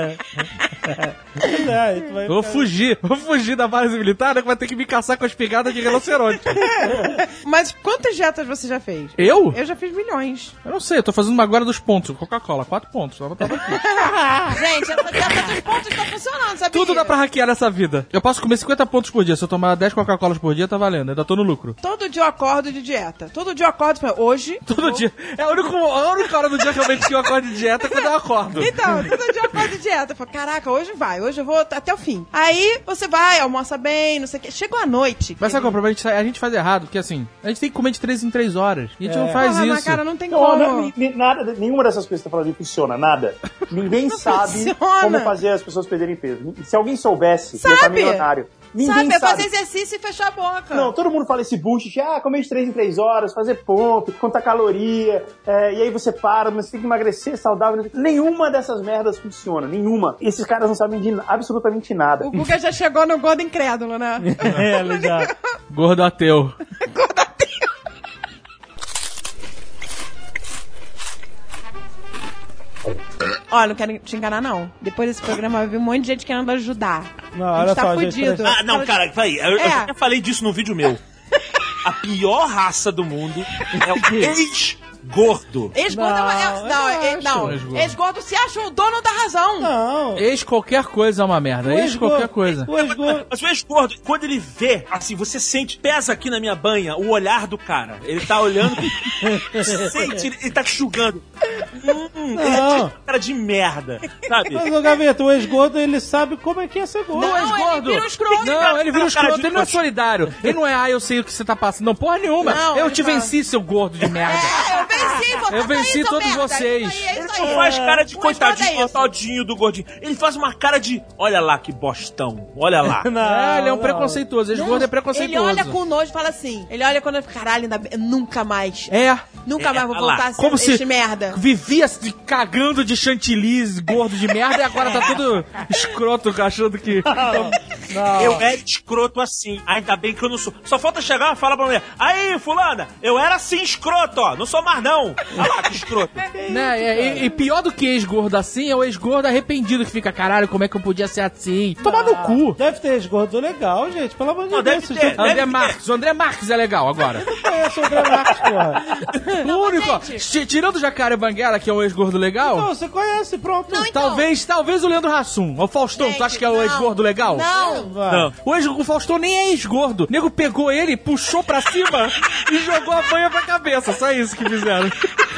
Vou fugir da base militar, que vai ter que me caçar com as pegadas de rinoceronte. Mas quantas dietas você já fez? Eu? Eu já fiz milhões. Eu não sei, eu tô fazendo uma agora dos pontos. Coca-Cola, 4 pontos. Ela tava aqui. Gente, essa dieta dos pontos tá funcionando, sabia? Tudo dá pra hackear nessa vida. Eu posso comer 50 pontos por dia. Se eu tomar 10 Coca-Colas por dia, tá valendo. Ainda tô no lucro. Todo dia eu acordo de dieta. Todo dia eu acordo hoje. Todo dia. É a única hora do dia realmente que eu acordo de dieta é quando eu acordo. Então, todo dia eu acordo de dieta. Eu falo, caraca, hoje eu vou até o fim. Aí você vai, almoça bem, não sei o que. Chegou a noite. Mas sabe qual é o problema? A gente faz errado, porque assim, a gente tem que comer de 3 em 3 horas. E a gente não faz isso. Mas, cara, não tem como. Nenhuma dessas coisas que você tá falando funciona, nada. Ninguém sabe como fazer as pessoas perderem peso. Se alguém soubesse, ia estar milionário. Ninguém sabe. Fazer exercício e fechar a boca. Não, todo mundo fala esse bullshit, comer de 3 em 3 horas, fazer pompa, contar caloria, e aí você para, mas você tem que emagrecer saudável. Nenhuma dessas merdas funciona, nenhuma. Esses caras não sabem de absolutamente nada. O Guga já chegou no gordo incrédulo, né? Ele já. Gordo ateu. Gordo ateu. Olha, não quero te enganar, não. Depois desse programa vai vir um monte de gente querendo ajudar. Não, olha tá só, fudido. Ah, não, cara, peraí. Eu já falei disso num vídeo meu. A pior raça do mundo é o gordo. Ex-gordo ex-gordo se acha o dono da razão. Não. Ex qualquer coisa é uma merda. Ex qualquer coisa. Mas o ex-gordo, quando ele vê, assim, você sente, pesa aqui na minha banha, o olhar do cara. Ele tá olhando, você sente, ele tá te julgando. Ele é cara de merda, sabe? Mas o Gaveta, o ex-gordo, ele sabe como é que é ser gordo. Não, ex-gordo. Ele vira um escroto. Não, ele vira um escroto. Ele não é solidário. Ele não é, eu sei o que você tá passando. Não, porra nenhuma. Eu te venci, seu gordo de merda. Eu venci todos merda. vocês. Ele não faz cara de coitadinho, tadinho do gordinho. Ele faz uma cara de, olha lá que bostão, olha lá. Ele é um preconceituoso. Ex-gordo é preconceituoso. Ele olha com nojo e fala assim, caralho, ainda bem, nunca mais. Nunca mais vou voltar a ser como se merda. Vivia se cagando de chantilly, gordo de merda, e agora tá todo escroto, achando que... Não. Eu era escroto assim, ainda bem que eu não sou. Só falta chegar e falar pra mulher, aí, fulana, eu era assim escroto, ó, não sou mais não. Olha lá que escroto. Né? E pior do que ex-gordo assim é o ex-gordo arrependido que fica, caralho, como é que eu podia ser assim? Tomar no cu. Deve ter ex-gordo legal, gente, pelo amor de Deus. Deve ter. André Marques. O André Marques é legal agora. Eu não conheço o André Marques, porra. O único, tirando o Jacaré Banguela, que é um ex-gordo legal... Não, você conhece, pronto. Não, então. Talvez o Leandro Hassum. O Faustão, tu acha que é o ex-gordo legal? Não. O Faustão nem é ex-gordo. O nego pegou ele, puxou pra cima e jogou a banha pra cabeça. Só isso que fizeram.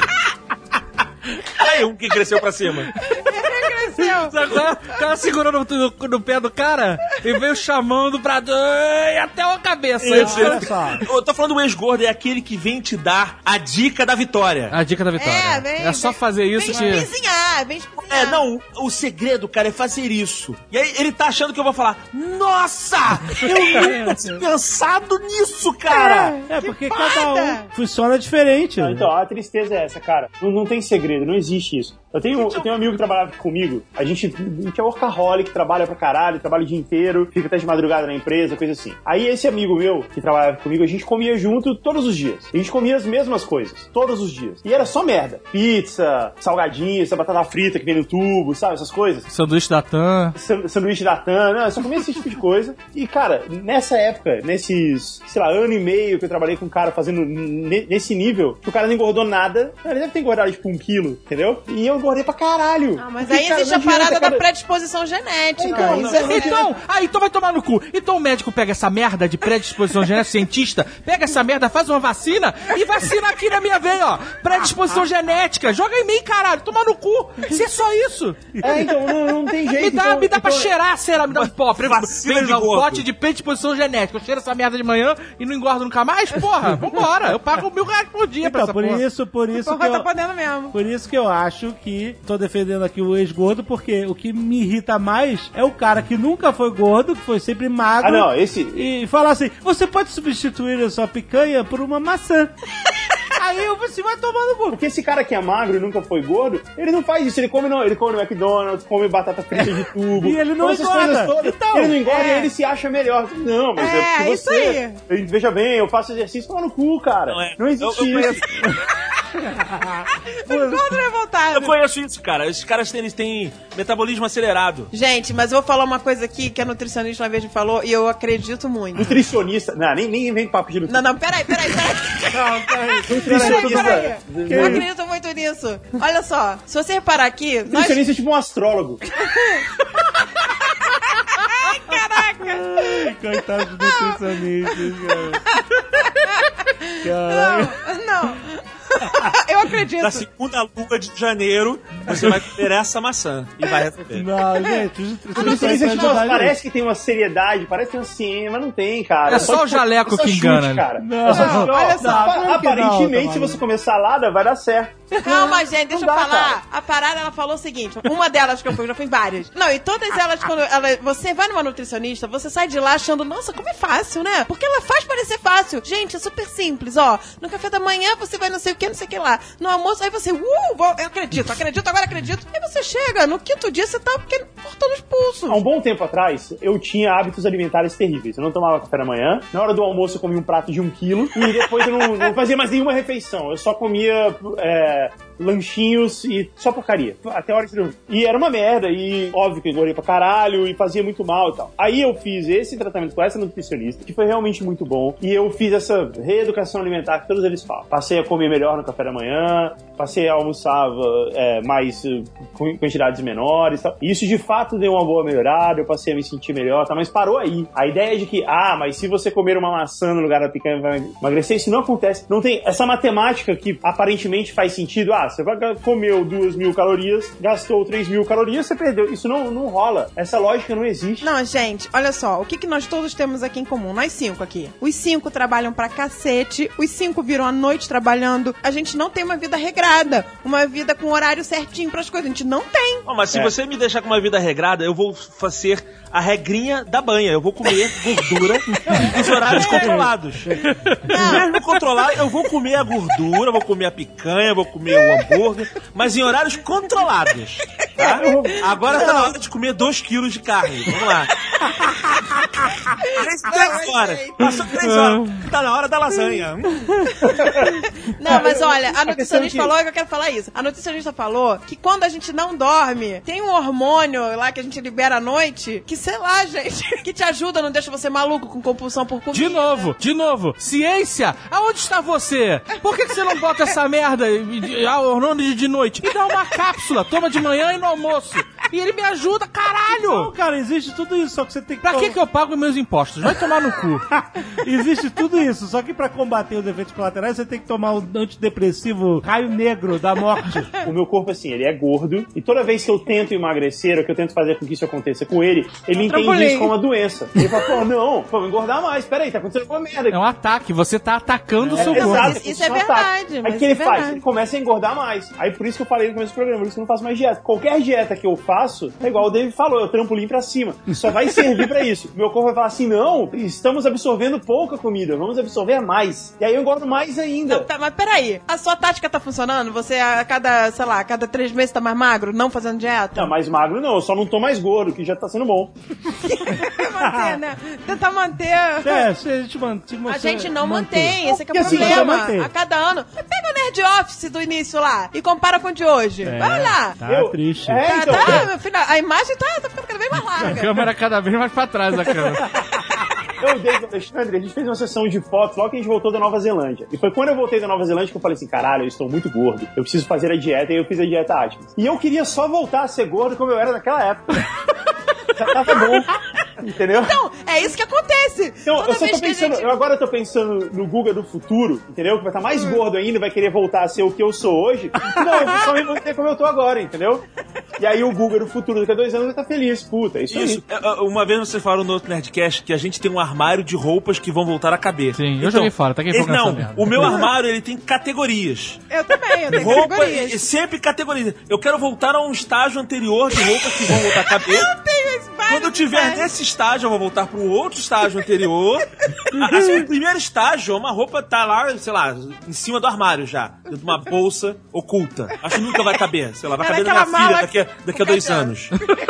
Aí, um que cresceu pra cima. Tava segurando no pé do cara e veio chamando pra até a cabeça. Olha só. Eu tô falando do ex-gordo, é aquele que vem te dar a dica da vitória. A dica da vitória. É só fazer isso vem espizinhar. Não, o segredo, cara, é fazer isso. E aí ele tá achando que eu vou falar, nossa, eu nunca tinha pensado nisso, cara. Porque cada um funciona diferente. Então, a tristeza é essa, cara. Não tem segredo, não existe isso. Eu tenho um amigo que trabalhava comigo, a gente é workaholic, trabalha pra caralho, trabalha o dia inteiro, fica até de madrugada na empresa, coisa assim. Aí esse amigo meu, que trabalhava comigo, a gente comia junto todos os dias. A gente comia as mesmas coisas, todos os dias. E era só merda. Pizza, salgadinho, essa batata frita que vem no tubo, sabe, essas coisas. Sanduíche da TAM. Sanduíche da TAM, eu só comia esse tipo de coisa. E, cara, nessa época, nesses, sei lá, ano e meio que eu trabalhei com um cara fazendo nesse nível, que o cara não engordou nada, ele deve ter engordado tipo 1 quilo, entendeu? E eu engordei pra caralho. Mas porque, aí cara, existe a parada da predisposição genética. Então vai tomar no cu. Então o médico pega essa merda de predisposição genética, cientista, pega essa merda, faz uma vacina e vacina aqui na minha veia, ó. Predisposição genética. Joga em mim, caralho. Toma no cu. Se é só isso. Então não tem jeito. Me dá pra cheirar, será? Me dá um pó. Vacina de um pote de predisposição genética. Eu cheiro essa merda de manhã e não engordo nunca mais? Porra, vambora. Eu pago R$1.000 por dia pra essa porra. Por isso que tá podendo mesmo. Por isso que eu acho que tô defendendo aqui o ex-gordo, porque o que me irrita mais é o cara que nunca foi gordo, que foi sempre magro. E falar assim, você pode substituir a sua picanha por uma maçã. Aí você vai tomar no cu. Porque esse cara que é magro e nunca foi gordo, ele não faz isso. Ele come no McDonald's, come batata frita de tubo. E ele não engorda. Então, ele não engorda e ele se acha melhor. Não, mas é porque isso aí. Veja bem, eu faço exercício, toma no cu, cara. Não existe isso. Eu conheço isso, cara. Esses caras têm metabolismo acelerado. Gente, mas eu vou falar uma coisa aqui que a nutricionista uma vez me falou e eu acredito muito. Nutricionista? Não, nem vem papo de nutricionista. Não, peraí. Nutricionista. Eu acredito muito nisso. Olha só, se você reparar aqui... Nutricionista é tipo um astrólogo. Ai, caraca! Ai, coitado de nutricionistas, cara. Não. Eu acredito. Na segunda lua de janeiro, você vai comer essa maçã e vai receber. Não, gente, os nutricionistas parece que tem uma seriedade, parece que tem uma ciência, mas não tem, cara. É só o jaleco que engana. Cara. Não, olha só, aparentemente, se você comer salada, vai dar certo. Não, mas gente, deixa eu falar. A parada, ela falou o seguinte, uma delas que eu já fui várias. Não, e todas elas, quando você vai numa nutricionista, você sai de lá achando, nossa, como é fácil, né? Porque ela faz parecer fácil. Gente, é super simples, ó. No café da manhã, você vai não sei o que lá. No almoço, aí você, eu acredito. Aí você chega, no 5º dia, você tá cortando os pulsos. Há um bom tempo atrás, eu tinha hábitos alimentares terríveis. Eu não tomava café da manhã. Na hora do almoço, eu comia um prato de 1 quilo. E depois eu não fazia mais nenhuma refeição. Eu só comia lanchinhos e só porcaria. Até a hora de dormir. E era uma merda, e óbvio que eu engordei pra caralho, e fazia muito mal e tal. Aí eu fiz esse tratamento com essa nutricionista, que foi realmente muito bom, e eu fiz essa reeducação alimentar que todos eles falam. Passei a comer melhor no café da manhã, passei a almoçar mais com quantidades menores e tal. E isso de fato deu uma boa melhorada, eu passei a me sentir melhor, tá? Mas parou aí. A ideia de que, mas se você comer uma maçã no lugar da picanha vai emagrecer, isso não acontece. Não tem essa matemática que aparentemente faz sentido. Você comeu 2.000 calorias, gastou 3.000 calorias, você perdeu. Isso não rola. Essa lógica não existe. Não, gente, olha só, o que nós todos temos aqui em comum? Nós 5 aqui. Os 5 trabalham pra cacete, os 5 viram a noite trabalhando. A gente não tem uma vida regrada, uma vida com horário certinho pras coisas. A gente não tem. Mas se você me deixar com uma vida regrada, eu vou fazer a regrinha da banha. Eu vou comer gordura nos horários controlados. Mesmo controlado, eu vou comer a gordura, vou comer a picanha, vou comer o hambúrguer, mas em horários controlados. Tá? Agora tá na hora de comer 2 quilos de carne. Vamos lá. 3 horas. Passou 3 horas. Tá na hora da lasanha. Não, mas olha, a nutricionista falou que eu quero falar isso. A nutricionista falou que quando a gente não dorme, tem um hormônio lá que a gente libera à noite, que sei lá, gente, que te ajuda, não deixa você maluco com compulsão por comida. De novo. Ciência, aonde está você? Por que você não bota essa merda hormônio de noite? Me dá uma cápsula, toma de manhã e no almoço. E ele me ajuda, caralho! Não, cara, existe tudo isso, só que você tem que... Pra que eu pago meus impostos? Vai tomar no cu. Existe tudo isso, só que pra combater os efeitos colaterais, você tem que tomar o antidepressivo raio negro da morte. O meu corpo, assim, ele é gordo, e toda vez que eu tento emagrecer, ou que eu tento fazer com que isso aconteça com ele entende isso como uma doença. Ele fala, vou engordar mais, peraí, tá acontecendo alguma merda aqui. É um ataque, você tá atacando o seu corpo. Exato, isso é verdade. Aí o que ele faz? Ele começa a engordar mais. Aí por isso que eu falei no começo do programa, por isso que eu não faço mais dieta. Qualquer dieta que eu faço, é igual o David falou, é o trampolim pra cima. Só vai servir pra isso. Meu corpo vai falar assim, não, estamos absorvendo pouca comida, vamos absorver mais. E aí eu engordo mais ainda. Não, mas peraí, a sua tática tá funcionando? Você a cada 3 meses tá mais magro, não fazendo dieta? Não, mais magro não, eu só não tô mais gordo, que já tá sendo bom. Manter, né? Tentar manter. A gente não mantém, esse aqui é o problema. A cada ano. Pega o Nerd Office do início lá e compara com o de hoje. Vai lá. Tá triste. Meu filho, a imagem tá ficando cada vez mais larga. A câmera cada vez mais pra trás, a câmera. Eu, David e o Alexandre, a gente fez uma sessão de fotos logo que a gente voltou da Nova Zelândia. E foi quando eu voltei da Nova Zelândia que eu falei assim, caralho, eu estou muito gordo. Eu preciso fazer a dieta, e eu fiz a dieta Atkins. E eu queria só voltar a ser gordo como eu era naquela época. Já tava bom. Entendeu? Então, é isso que acontece. Então, eu só tô pensando, eu agora tô pensando no Guga do futuro, entendeu? Que vai estar mais gordo ainda, vai querer voltar a ser o que eu sou hoje. Não, eu vou só me manter como eu tô agora, entendeu? E aí o Guga do futuro daqui a 2 anos vai estar feliz, puta, isso aí. Uma vez vocês falaram no outro Nerdcast que a gente tem um armário de roupas que vão voltar a caber. Sim, eu joguei fora, tá aqui fora nessa merda. O meu armário, ele tem categorias. Eu também, eu tenho categorias. Sempre categorias. Eu quero voltar a um estágio anterior de roupas que vão voltar a caber. Eu tenho esse Quando eu tiver nesse estágio, eu vou voltar pro outro estágio anterior. Assim, o primeiro estágio, uma roupa tá lá, sei lá, em cima do armário já. Dentro de uma bolsa oculta. Acho que nunca vai caber. Sei lá, vai caber na minha filha daqui a 2 anos.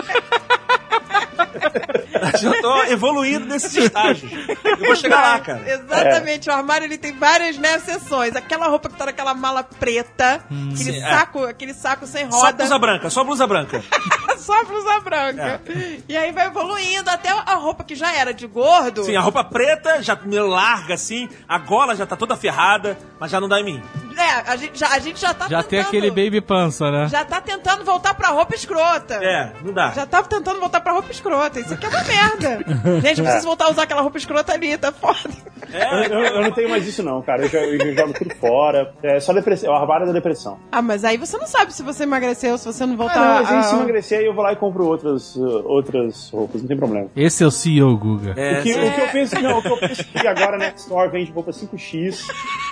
Eu tô evoluindo nesses estágios. Eu vou chegar lá, cara. Exatamente, o armário ele tem várias, né, seções. Aquela roupa que tá naquela mala preta, aquele saco sem roda. Só blusa branca. Só blusa branca. E aí vai evoluindo até a roupa que já era de gordo. Sim, a roupa preta, já meio larga assim, a gola já tá toda ferrada, mas já não dá em mim. A gente já tá já tentando... tem aquele baby pança, né? Já tá tentando voltar pra roupa escrota. Não dá. Já tá tentando voltar pra roupa escrota. Isso aqui é uma merda. Gente, eu preciso voltar a usar aquela roupa escrota ali, tá foda. Eu não tenho mais isso não, cara. Eu jogo tudo fora. É só depressão, é o armário da depressão. Mas aí você não sabe se você emagreceu, se você não voltar... Não, mas aí se emagrecer, aí eu vou lá e compro outras roupas, não tem problema. Esse é o CEO, Guga. O que eu penso que agora, né, Store vende roupa 5X.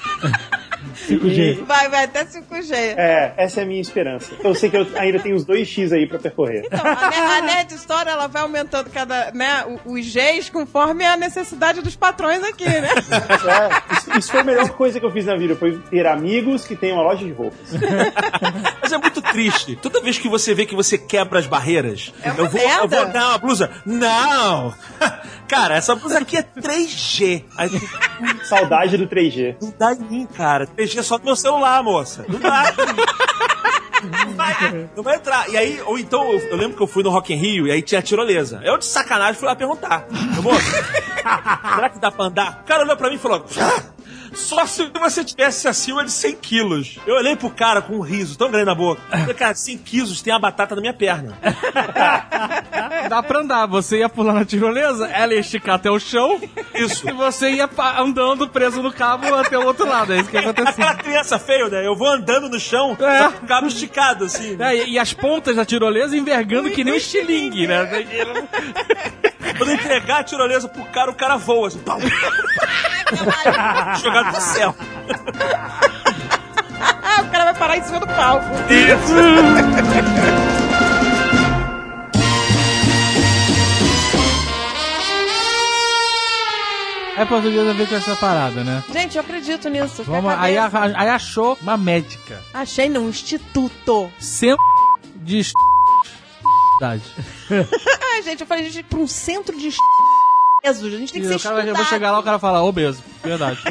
5G. Vai até 5G. Essa é a minha esperança. Eu sei que eu ainda tenho uns 2X aí pra percorrer. Então, a Nerd Store, ela vai aumentando os Gs conforme a necessidade dos patrões aqui, né? Isso foi a melhor coisa que eu fiz na vida, foi ter amigos que têm uma loja de roupas. Mas é muito triste. Toda vez que você vê que você quebra as barreiras, eu vou dar uma blusa. Não! Cara, essa blusa aqui é 3G. Aí, saudade do 3G. Não dá em mim, cara. 3G é só no meu celular, moça. Não dá. Não vai entrar. E aí, ou então, eu lembro que eu fui no Rock in Rio e aí tinha tirolesa. Eu, de sacanagem, fui lá perguntar. Será que dá pra andar? O cara olhou pra mim e falou... Só se você tivesse acima de 100 quilos. Eu olhei pro cara com um riso tão grande na boca. Eu falei, cara, 100 quilos tem a batata na minha perna. Dá pra andar. Você ia pular na tirolesa, ela ia esticar até o chão. Isso. E você ia andando preso no cabo até o outro lado. É isso que aconteceu. Aquela criança feia, né? Eu vou andando no chão com o cabo esticado, assim. E as pontas da tirolesa envergando que nem um estilingue, né? Quando eu entregar a tirolesa pro cara, o cara voa, assim. Pau. Jogado pro céu. O cara vai parar em cima do palco. Isso. É portuguesa a ver com essa parada, né? Gente, eu acredito nisso. Vamos, aí achou uma médica. Achei num instituto. Centro de Ai, gente, eu falei, gente, pra um centro de a gente tem que ser estudado. Eu vou chegar lá, o cara fala, obeso. Verdade.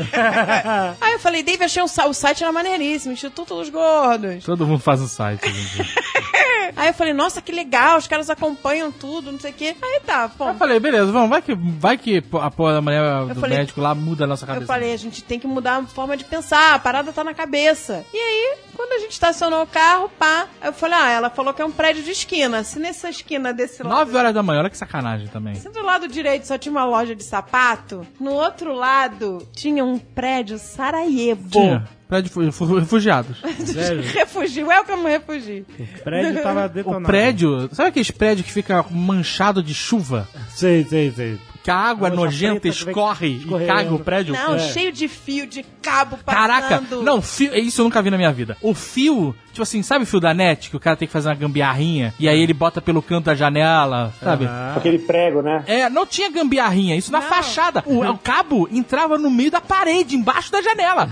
Aí eu falei, Dave, achei o site era maneiríssimo, Instituto dos Gordos. Todo mundo faz um site, gente. Aí eu falei, nossa, que legal, os caras acompanham tudo, não sei o quê. Aí tá, pô. Eu falei, beleza, vamos, vai que a porra da mulher do médico lá muda a nossa cabeça. Eu falei, a gente tem que mudar a forma de pensar, a parada tá na cabeça. E aí, quando a gente estacionou o carro, pá, eu falei, ela falou que é um prédio de esquina. Se nessa esquina desse lado... 9 horas da manhã, olha que sacanagem também. Se do lado direito só tinha uma loja de sapato, no outro lado tinha um prédio Sarajevo. Tinha. Prédio refugiados. Refugi, welcome refugi. O prédio tava detonado. O prédio, sabe aqueles prédios que fica manchado de chuva? Sei. Que a água nojenta escorre e caga o prédio? Não, cheio de fio, de cabo passando. Caraca, não, fio, isso eu nunca vi na minha vida. O fio, tipo assim, sabe o fio da net? Que o cara tem que fazer uma gambiarrinha e aí ele bota pelo canto da janela, sabe? Aquele prego, né? Não tinha gambiarrinha, isso na fachada. O cabo entrava no meio da parede, embaixo da janela.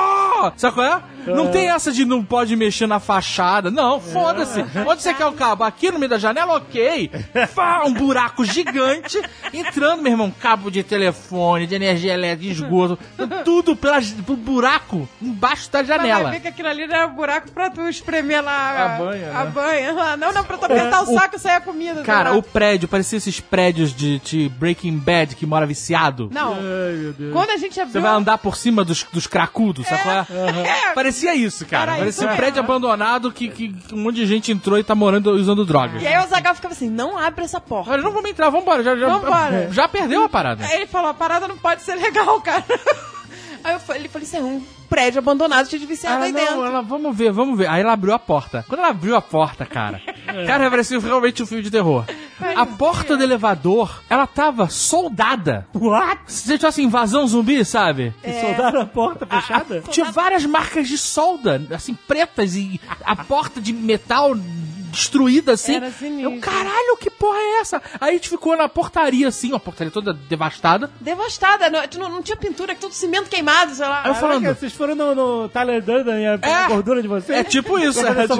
Sabe qual é? Não tem essa de não pode mexer na fachada. Não, foda-se. Onde você quer o cabo? Aqui no meio da janela? Ok. Um buraco gigante. Entrando, meu irmão, cabo de telefone, de energia elétrica, de esgoto. Tudo pro buraco embaixo da janela. Vai ver que aquilo ali era um buraco pra tu espremer lá a banha. Não, pra tu apertar o saco e sair a comida. Cara, o prédio, parecia esses prédios de Breaking Bad que mora viciado. Não. Ai, meu Deus. Quando a gente abriu... Você vai andar por cima dos cracudos, sabe qual é? Parecia isso, cara. Parecia um prédio abandonado que um monte de gente entrou e tá morando usando drogas. E aí o Zagal ficava assim, não abre essa porta. Olha, não vamos entrar, vambora. Já perdeu a parada. Aí ele falou, a parada não pode ser legal, cara. Aí ele falou assim, um prédio abandonado cheio de viciado aí dentro. Vamos ver. Aí ela abriu a porta. Quando ela abriu a porta, cara, parecia realmente um filme de terror. A porta do elevador, ela tava soldada. What? Você tinha assim, invasão zumbi, sabe? Soldaram a porta fechada? Tinha várias marcas de solda, assim, pretas, e a porta de metal destruída, assim. Era sinistro. Caralho, que porra é essa? Aí a gente ficou na portaria, assim, a portaria toda devastada. Devastada, não tinha pintura, todo cimento queimado, sei lá. Aí eu falando... Vocês foram no Tyler Durden e a gordura de vocês? É tipo isso.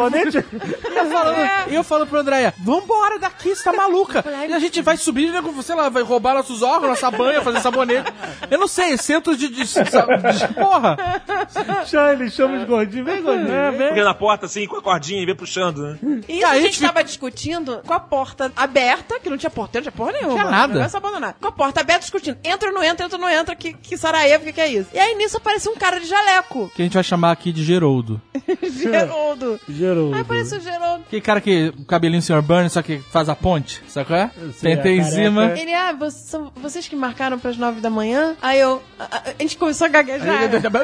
E eu falo pro Andréia, vambora daqui, você tá maluca. E a gente vai subir, sei lá, vai roubar nossos órgãos, nossa banha, fazer sabonete. Eu não sei, centro de porra. Eles chamam os gordinhos, vem gordinho. Porque na porta, assim, com a cordinha e vem puxando, né? Isso a gente tava discutindo com a porta aberta, que não tinha porteiro, não tinha porra nenhuma. Não tinha nada. Abandonar. Com a porta aberta, discutindo. Entra ou não entra, que Sarajevo, que é isso? E aí nisso apareceu um cara de jaleco. Que a gente vai chamar aqui de Geroldo. Geroldo. Geroldo. Aí apareceu o Geroldo. Que cara que, o cabelinho Sr. Burns, só que faz a ponte, sabe qual é? Tentei em cima. Ele, vocês que marcaram pras 9 da manhã? Aí a gente começou a gaguejar.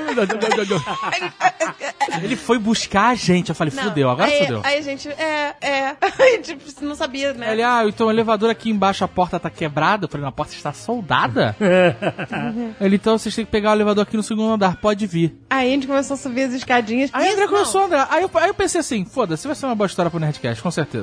Ele foi buscar a gente, eu falei, fudeu, agora fudeu. Aí a gente, a gente não sabia, né? Ele, então o elevador aqui embaixo, a porta tá quebrada. Eu falei, a porta está soldada? Ele, então vocês têm que pegar o elevador aqui no segundo andar, pode vir. Aí a gente começou a subir as escadinhas. Aí André começou a andar. Aí eu pensei assim, foda-se, vai ser uma boa história pro Nerdcast, com certeza.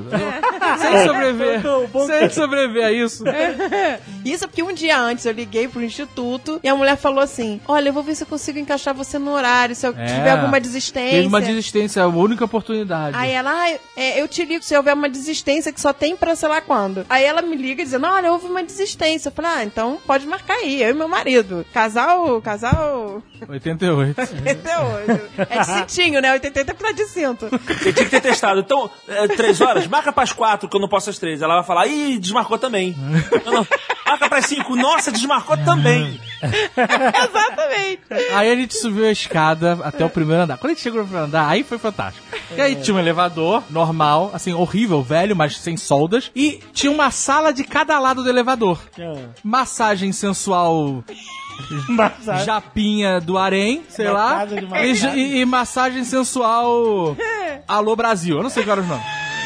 Sem sobreviver a isso. Isso é porque um dia antes eu liguei pro instituto e a mulher falou assim, olha, eu vou ver se eu consigo encaixar você no horário, se eu tiver alguma desistência. Teve uma desistência, a única oportunidade. Aí ela, eu te ligo se houver uma desistência que só tem pra sei lá quando. Aí ela me liga dizendo, olha, houve uma desistência. experiência. Eu falei, então pode marcar aí, eu e meu marido. Casal... 88. 88. É de cintinho, né? 88 é pra de cinto. Eu tinha que ter testado. Então, 3 horas, marca pras 4, que eu não posso às 3. Ela vai falar, ih, desmarcou também. Não, marca pras 5, nossa, desmarcou também. Exatamente. Aí a gente subiu a escada até o primeiro andar. Quando a gente chegou no primeiro andar, aí foi fantástico. E aí tinha um elevador normal, assim, horrível, velho, mas sem soldas. E tinha uma sala de cada lado do elevador. Massagem sensual... Japinha do Harém, sei lá. E massagem sensual Alô Brasil. Eu não sei qual era o nome.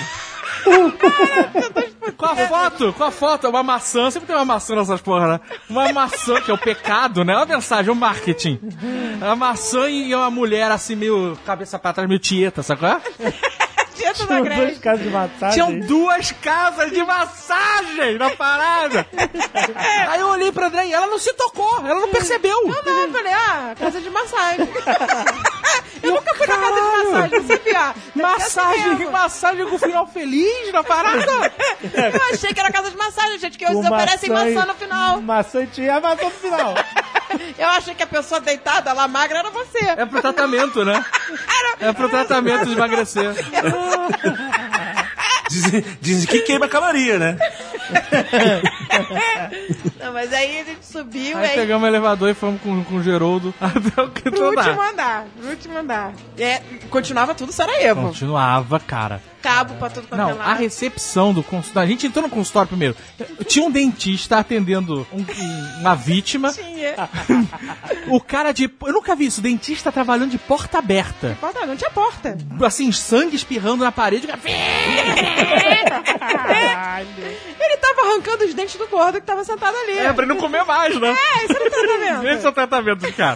Com a foto, uma maçã, sempre tem uma maçã nessas porra, né? Uma maçã, que é o pecado, né? Uma mensagem, um marketing. Uma maçã e uma mulher assim, meio cabeça pra trás, meio tieta, sabe qual é? Tinham 2 casas de massagem. Tinham 2 casas de massagem na parada. Aí eu olhei pra André e ela não se tocou, ela não percebeu. Não, eu falei, casa de massagem. Eu nunca fui na casa de massagem, não sabia. Massagem com final feliz na parada. Eu achei que era casa de massagem, gente, que eles oferecem maçã no final. Maçã tinha maçã no final. Eu achei que a pessoa deitada, lá magra, era você. É pro tratamento, né? É pro tratamento de emagrecer. Dizem que queima caloria, né? Não, mas aí a gente subiu. Aí pegamos o elevador e fomos com o Geroldo até o quinto andar. No último andar. Continuava tudo Sarajevo. Continuava, cara. Cabo pra tudo quanto é lado. A recepção do consultório. A gente entrou no consultório primeiro. Tinha um dentista atendendo uma vítima. Tinha. O cara de... Eu nunca vi isso. O dentista trabalhando de porta aberta. Não tinha porta. Assim, sangue espirrando na parede. Ele tava arrancando os dentes do gordo que tava sentado ali. Pra ele não comer mais, né? Isso era o tratamento. Esse é o tratamento do cara.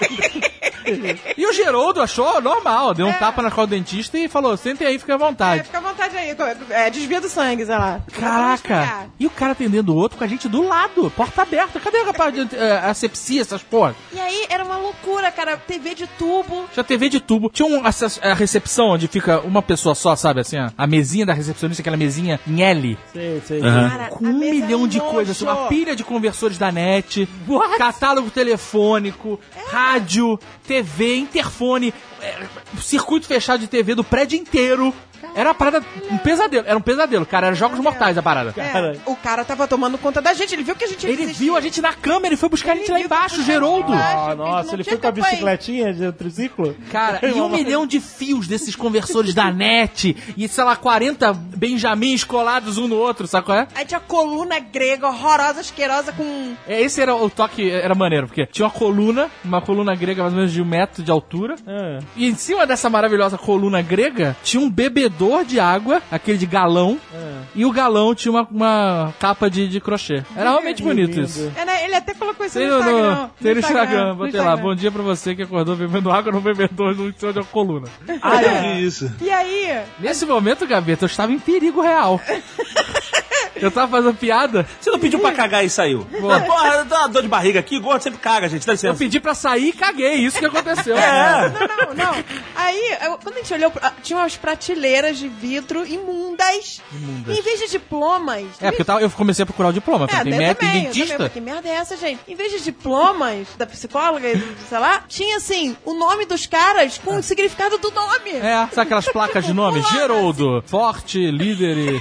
E o Geroldo achou normal. Deu um tapa na cara do dentista e falou, sentem aí, fica à vontade. Fica à vontade aí. Desvia do sangue, sei lá. Caraca. E o cara atendendo o outro com a gente do lado. Porta aberta. Cadê a rapaz de asepsia, essas porra? E aí, era uma loucura, cara. TV de tubo. Tinha TV de tubo. Tinha a recepção onde fica uma pessoa só, sabe? Assim, a mesinha da recepcionista, aquela mesinha em L. Sei. Cara, com 1 milhão de coisas. Assim, uma pilha de conversores da net. Catálogo telefônico. Rádio. TV, interfone. Circuito fechado de TV do prédio inteiro. Era uma parada, um pesadelo, cara. Era jogos mortais a parada. O cara tava tomando conta da gente, ele viu que a gente Ele viu a gente na câmera e foi buscar a gente lá embaixo, Geroldo. Nossa, ele foi com a bicicletinha de triciclo? Cara, e 1 milhão de fios desses conversores da net. E, sei lá, 40 Benjamins colados um no outro, sabe qual é? Aí tinha coluna grega, horrorosa, asquerosa, com... Esse era o toque, era maneiro, porque tinha uma coluna grega mais ou menos de 1 metro de altura. E em cima dessa maravilhosa coluna grega, tinha um bebedor de água, aquele de galão, e o galão tinha uma capa de crochê. Era realmente bonito isso. Ele até colocou isso no Instagram. Tem no Instagram, botei lá, bom dia pra você que acordou bebendo água no bebedor no cima de uma coluna. Eu vi isso. E aí? Nesse momento, Gaveta, eu estava em perigo real. Eu tava fazendo piada. Você não pediu pra cagar e saiu? Porra, dá uma dor de barriga aqui, gordo sempre caga, gente, dá licença. Eu pedi pra sair e caguei, isso que aconteceu. Não. Aí, quando a gente olhou, tinha umas prateleiras de vidro imundas. Em vez de diplomas... Porque eu comecei a procurar o diploma. Tem médico e dentista. Que merda é essa, gente? Em vez de diplomas da psicóloga e do, sei lá, tinha, assim, o nome dos caras com o significado do nome. Sabe aquelas placas de nome? Geroldo, forte, líder e...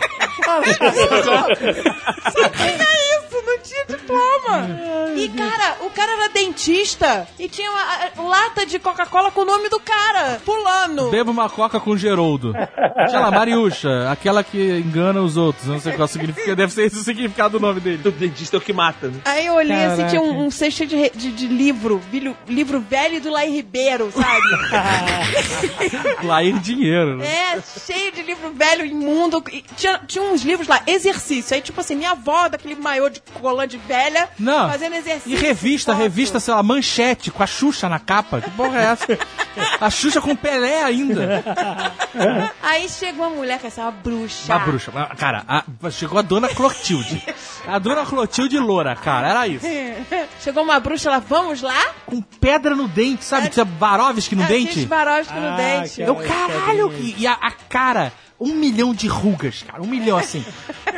Só tinha isso, não tinha diploma. E, cara, o cara era dentista e tinha uma lata de Coca-Cola com o nome do cara, fulano. Beba uma coca com Geroldo. Tinha lá, Mariúcha, aquela que engana os outros. Eu não sei qual significa, deve ser esse o significado do nome dele. O dentista é o que mata, né? Aí eu olhei assim, tinha um cesto de livro velho do Laí Ribeiro, sabe? Laí dinheiro, né? Cheio de livro velho, imundo. E tinha uns livros lá, exercício. Aí, tipo assim, minha avó, daquele maiô de colã de velha, fazendo exercício. E revista, sei lá, Manchete, com a Xuxa na capa. Que porra é essa? A Xuxa com Pelé ainda. Aí chegou uma mulher que é uma bruxa. Uma bruxa. Cara, chegou a Dona Clotilde. A Dona Clotilde loura, cara, era isso. Chegou uma bruxa, ela, vamos lá? Com pedra no dente, sabe? Tinha Varovski no dente. Tinha Varovski no dente. Eu, caralho, e a cara... 1 milhão de rugas, cara. 1 milhão, assim.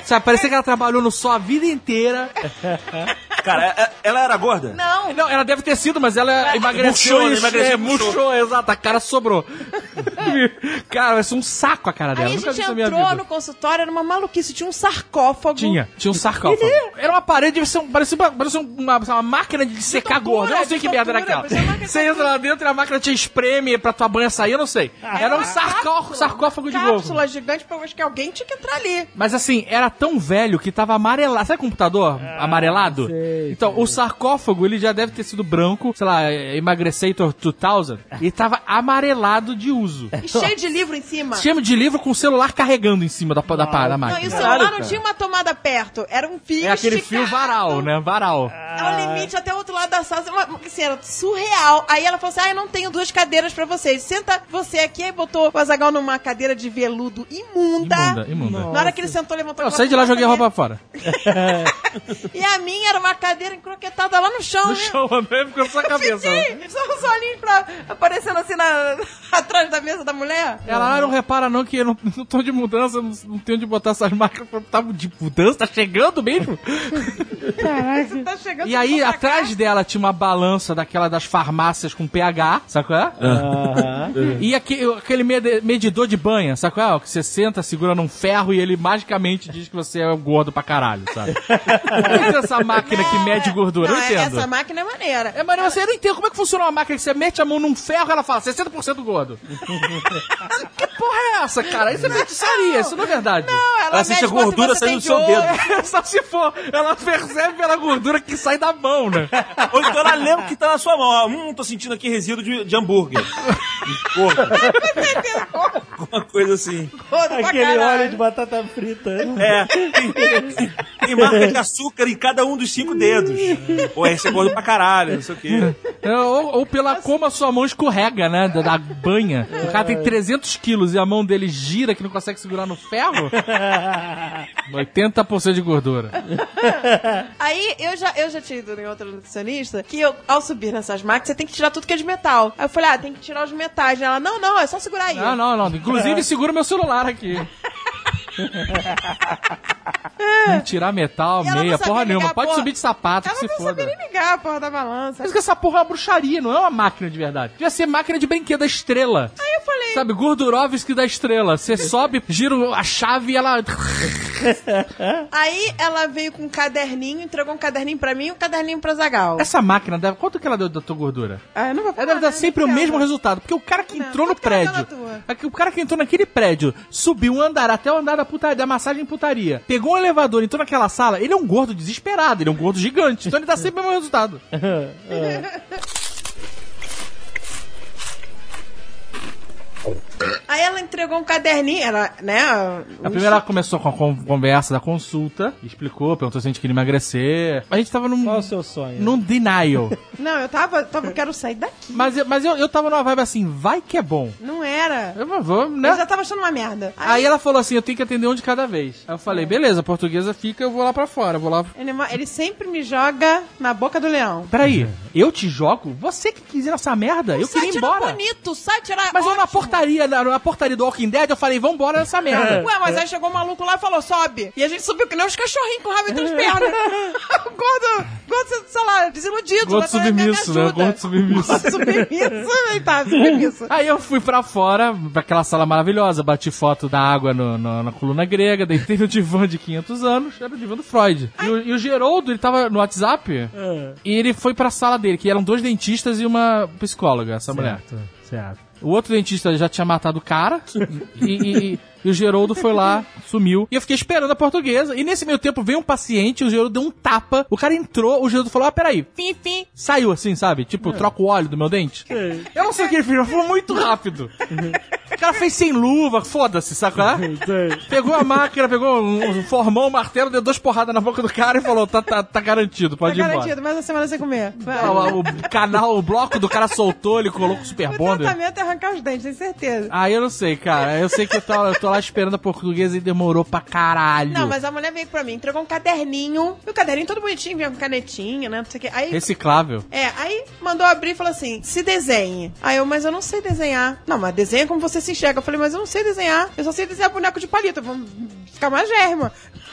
Sabe, parecia que ela trabalhou no Só a vida inteira. Cara, ela era gorda? Não, ela deve ter sido, mas ela emagreceu. Murchou, exato. A cara sobrou. Cara, vai ser um saco a cara dela. Aí a gente entrou no consultório, era uma maluquice. Tinha um sarcófago. Tinha um sarcófago. Era uma parede, parecia uma máquina de secar gordo. Eu não sei que merda era aquela. Você entra lá dentro e a máquina te espreme pra tua banha sair, eu não sei. Era um sarcófago de gordo. Cápsula gigante, pra eu acho que alguém tinha que entrar ali. Mas assim, era tão velho que tava amarelado. Sabe computador amarelado? Então, o sarcófago, ele já deve ter sido branco, sei lá, Emagrecetor 2000, e tava amarelado de uso. E cheio de livro em cima. Cheio de livro com o celular carregando em cima da máquina. Não, e o celular não tinha uma tomada perto, era um fio É aquele fio varal, né? Varal. É o limite até o outro lado da sala. Assim, era surreal. Aí ela falou assim, eu não tenho 2 cadeiras pra vocês. Senta você aqui. Aí botou o Azaghal numa cadeira de veludo imunda. Na hora que ele sentou, levantou. Eu saí de lá e joguei a roupa fora. E a minha era uma cadeira encroquetada lá no chão. No chão, André ficou só a cabeça. Só os olhinhos aparecendo assim atrás da mesa da mulher. Ela não repara não que eu não tô de mudança, não tenho onde botar essas máquinas. Tá de mudança? Tá chegando mesmo? Caraca. Tá chegando. E aí, atrás dela tinha uma balança daquela das farmácias com pH, sabe qual é? E aquele medidor de banha, sabe qual é? Que você senta, segura num ferro e ele magicamente diz que você é gordo pra caralho, sabe? Não é essa máquina que mede gordura, eu entendo. Essa máquina é maneira. É maneiro, você não entende como é que funciona uma máquina que você mete a mão num ferro e ela fala 60% gordo. Que porra é essa, cara? Isso é feitiçaria, isso não é verdade. Não, ela sente a gordura saindo do seu dedo. Só se for, ela percebe pela gordura que sai da mão, né? Ou então ela lembra que tá na sua mão. Tô sentindo aqui resíduo de hambúrguer. Alguma coisa assim. Aquele óleo de batata frita. Tem marca de açúcar em cada um dos 5 dedos. Pô, esse é gordo pra caralho, não sei o quê. Ou pela como a sua mão escorrega, né? Da banha. O cara tem 300 quilos e a mão dele gira que não consegue segurar no ferro. 80% de gordura. Aí eu já tinha ido em outra nutricionista que ao subir nessas máquinas você tem que tirar tudo que é de metal. Aí eu falei, tem que tirar os metais. Ela, não, é só segurar aí. Não. Inclusive segura meu celular aqui. Tirar metal, meia, porra nenhuma. Pode subir de sapato, que se foda. Ela não sabia nem ligar a porra da balança. Mas que essa porra é uma bruxaria, não é uma máquina de verdade. Devia ser máquina de brinquedo da Estrela. Aí eu falei... Sabe, Gordurovski da Estrela. Você sobe, gira a chave e ela... Aí ela veio com um caderninho, entregou um caderninho pra mim e um caderninho pra Azaghal. Essa máquina, quanto que ela deu da tua gordura? Eu não vou falar. Ela deve dar sempre o mesmo resultado. Porque o cara que entrou no prédio... O cara que entrou naquele prédio, subiu um andar até o andar da putaria, da massagem putaria, pegou um elevador, entrou naquela sala, ele é um gordo desesperado, ele é um gordo gigante. Então ele dá sempre o mesmo resultado. Aí ela entregou um caderninho, ela, né? A primeira ela começou com a conversa da consulta, explicou, perguntou se a gente queria emagrecer. A gente tava num... Qual é o seu sonho? Num denial. Não, eu quero sair daqui. Mas eu tava numa vibe assim, vai que é bom. Não era. Eu vou, né? Eu já tava achando uma merda. Aí ela falou assim, eu tenho que atender um de cada vez. Aí eu falei, beleza, a portuguesa fica, eu vou lá pra fora, eu vou lá... Ele sempre me joga na boca do leão. Peraí, eu te jogo? Você que quis ir nessa merda? Eu queria ir embora. Bonito, sai tirar. Mas eu na portaria do Walking Dead, eu falei, vambora nessa merda. Ué, mas aí chegou um maluco lá e falou, sobe. E a gente subiu que nem uns cachorrinhos com o rabo entre as pernas. Gordo, sei lá, desiludido. Gordo submisso, né? Gordo submisso. Submisso. Aí eu fui pra fora, pra aquela sala maravilhosa, bati foto da água na coluna grega, deitei no divã de 500 anos, era o divã do Freud. E o Geroldo, ele tava no WhatsApp, e ele foi pra sala dele, que eram 2 dentistas e uma psicóloga, essa mulher. Certo. O outro dentista já tinha matado o cara e o Geroldo foi lá, sumiu. E eu fiquei esperando a portuguesa. E nesse meio tempo veio um paciente, o Geroldo deu um tapa. O cara entrou, o Geroldo falou, peraí. Fim. Saiu assim, sabe? Tipo, troca o óleo do meu dente. Eu não sei o que ele fez, mas foi muito rápido. O cara fez sem luva, foda-se, sabe? Pegou a máquina, pegou um formão, um martelo, deu 2 porradas na boca do cara e falou, tá garantido, pode ir embora. Tá garantido, mais uma semana sem comer. O bloco do cara soltou, ele colocou o Super Bonder. O tratamento é arrancar os dentes, tenho certeza. Eu não sei, cara. Eu sei que eu tô lá esperando a portuguesa e demorou pra caralho. Não, mas a mulher veio pra mim, entregou um caderninho. E o caderninho todo bonitinho, vinha com canetinha, né? Não sei o que. Aí, reciclável. Aí mandou abrir e falou assim, se desenhe. Mas eu não sei desenhar. Não, mas desenha como você se enxerga. Eu falei, mas eu não sei desenhar. Eu só sei desenhar boneco de palito. Vamos ficar mais germa.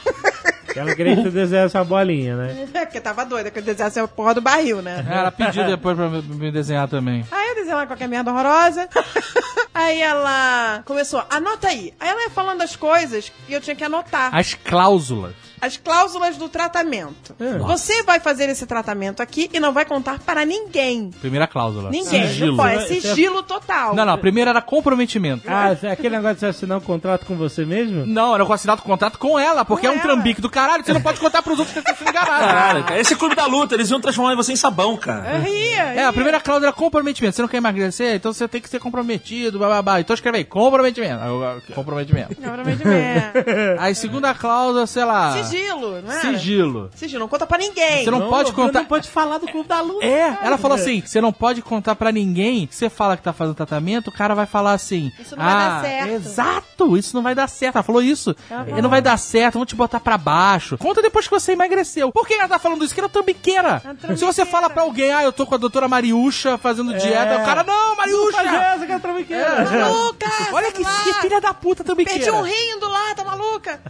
Ela queria que tu desenhasse essa bolinha, né? É, porque tava doida que eu desenhasse a porra do barril, né? Ela pediu depois pra me desenhar também. Aí eu desenhei lá qualquer merda horrorosa. Aí ela começou, anota aí. Aí ela ia falando as coisas e eu tinha que anotar. As cláusulas. As cláusulas do tratamento. Você vai fazer esse tratamento aqui e não vai contar para ninguém. Primeira cláusula. Ninguém. Sigilo. Não pode, é sigilo total. Não, a primeira era comprometimento. Ah, aquele negócio de você assinar um contrato com você mesmo? Não, era assinado contrato com ela, porque Com é um ela. trambique do caralho, você não pode contar pros outros que você estão enganados. Caralho, cara. Esse é clube da luta, eles iam transformar você em sabão, cara. Eu ria. É, a primeira cláusula era comprometimento. Você não quer emagrecer, então você tem que ser comprometido, bababá. Então escreve aí, comprometimento. Comprometimento. Aí, segunda cláusula, sei lá. Sigilo, não é? Sigilo. Sigilo, não conta pra ninguém. Você não pode contar. Não pode falar do clube da luta. É, ela falou assim, você não pode contar pra ninguém que você fala que tá fazendo tratamento, o cara vai falar assim... Isso não vai dar certo. Exato, isso não vai dar certo. Ela falou isso. Não vai dar certo, vão te botar pra baixo. Conta depois que você emagreceu. Por que ela tá falando isso? Que ela é trambiqueira. Se você fala pra alguém, eu tô com a doutora Mariúcha fazendo dieta, o cara, não, Mariúcha! Essa que é trambiqueira. Maluca! Olha que filha da puta trambiqueira. Perdi um rim do lá, tá maluca?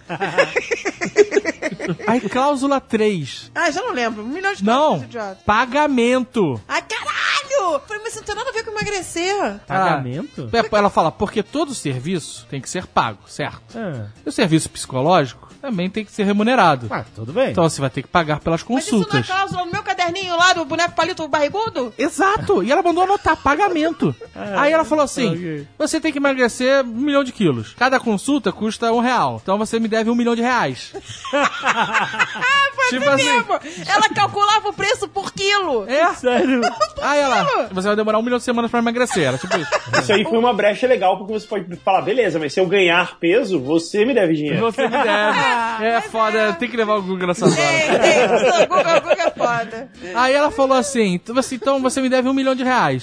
Aí, cláusula 3. Ah, já não lembro. 1 milhão de Não, coisas, idiota. pagamento. Ai, caralho! Falei, mas isso não tem nada a ver com emagrecer. Pagamento? Ela fala, porque todo serviço tem que ser pago, certo? E o serviço psicológico também tem que ser remunerado. Ah, tudo bem. Então você vai ter que pagar pelas Mas isso não é consultas. cláusula no meu caderninho lá do boneco palito barrigudo? Exato! E ela mandou anotar pagamento. Aí ela falou assim: ok. você tem que emagrecer 1 milhão de quilos. Cada consulta custa R$1. Então você me deve R$1 milhão. Tipo assim. Mesmo. Ela calculava o preço por quilo. É? Sério? Aí ela, você vai demorar 1 milhão de semanas pra emagrecer. Era tipo isso. Isso aí foi uma brecha legal, porque você pode falar, beleza, mas se eu ganhar peso, você me deve dinheiro. Você me deve. É foda, tem que levar o Google nessa hora. Tem. Google é foda. Aí ela falou assim, então você me deve R$1 milhão.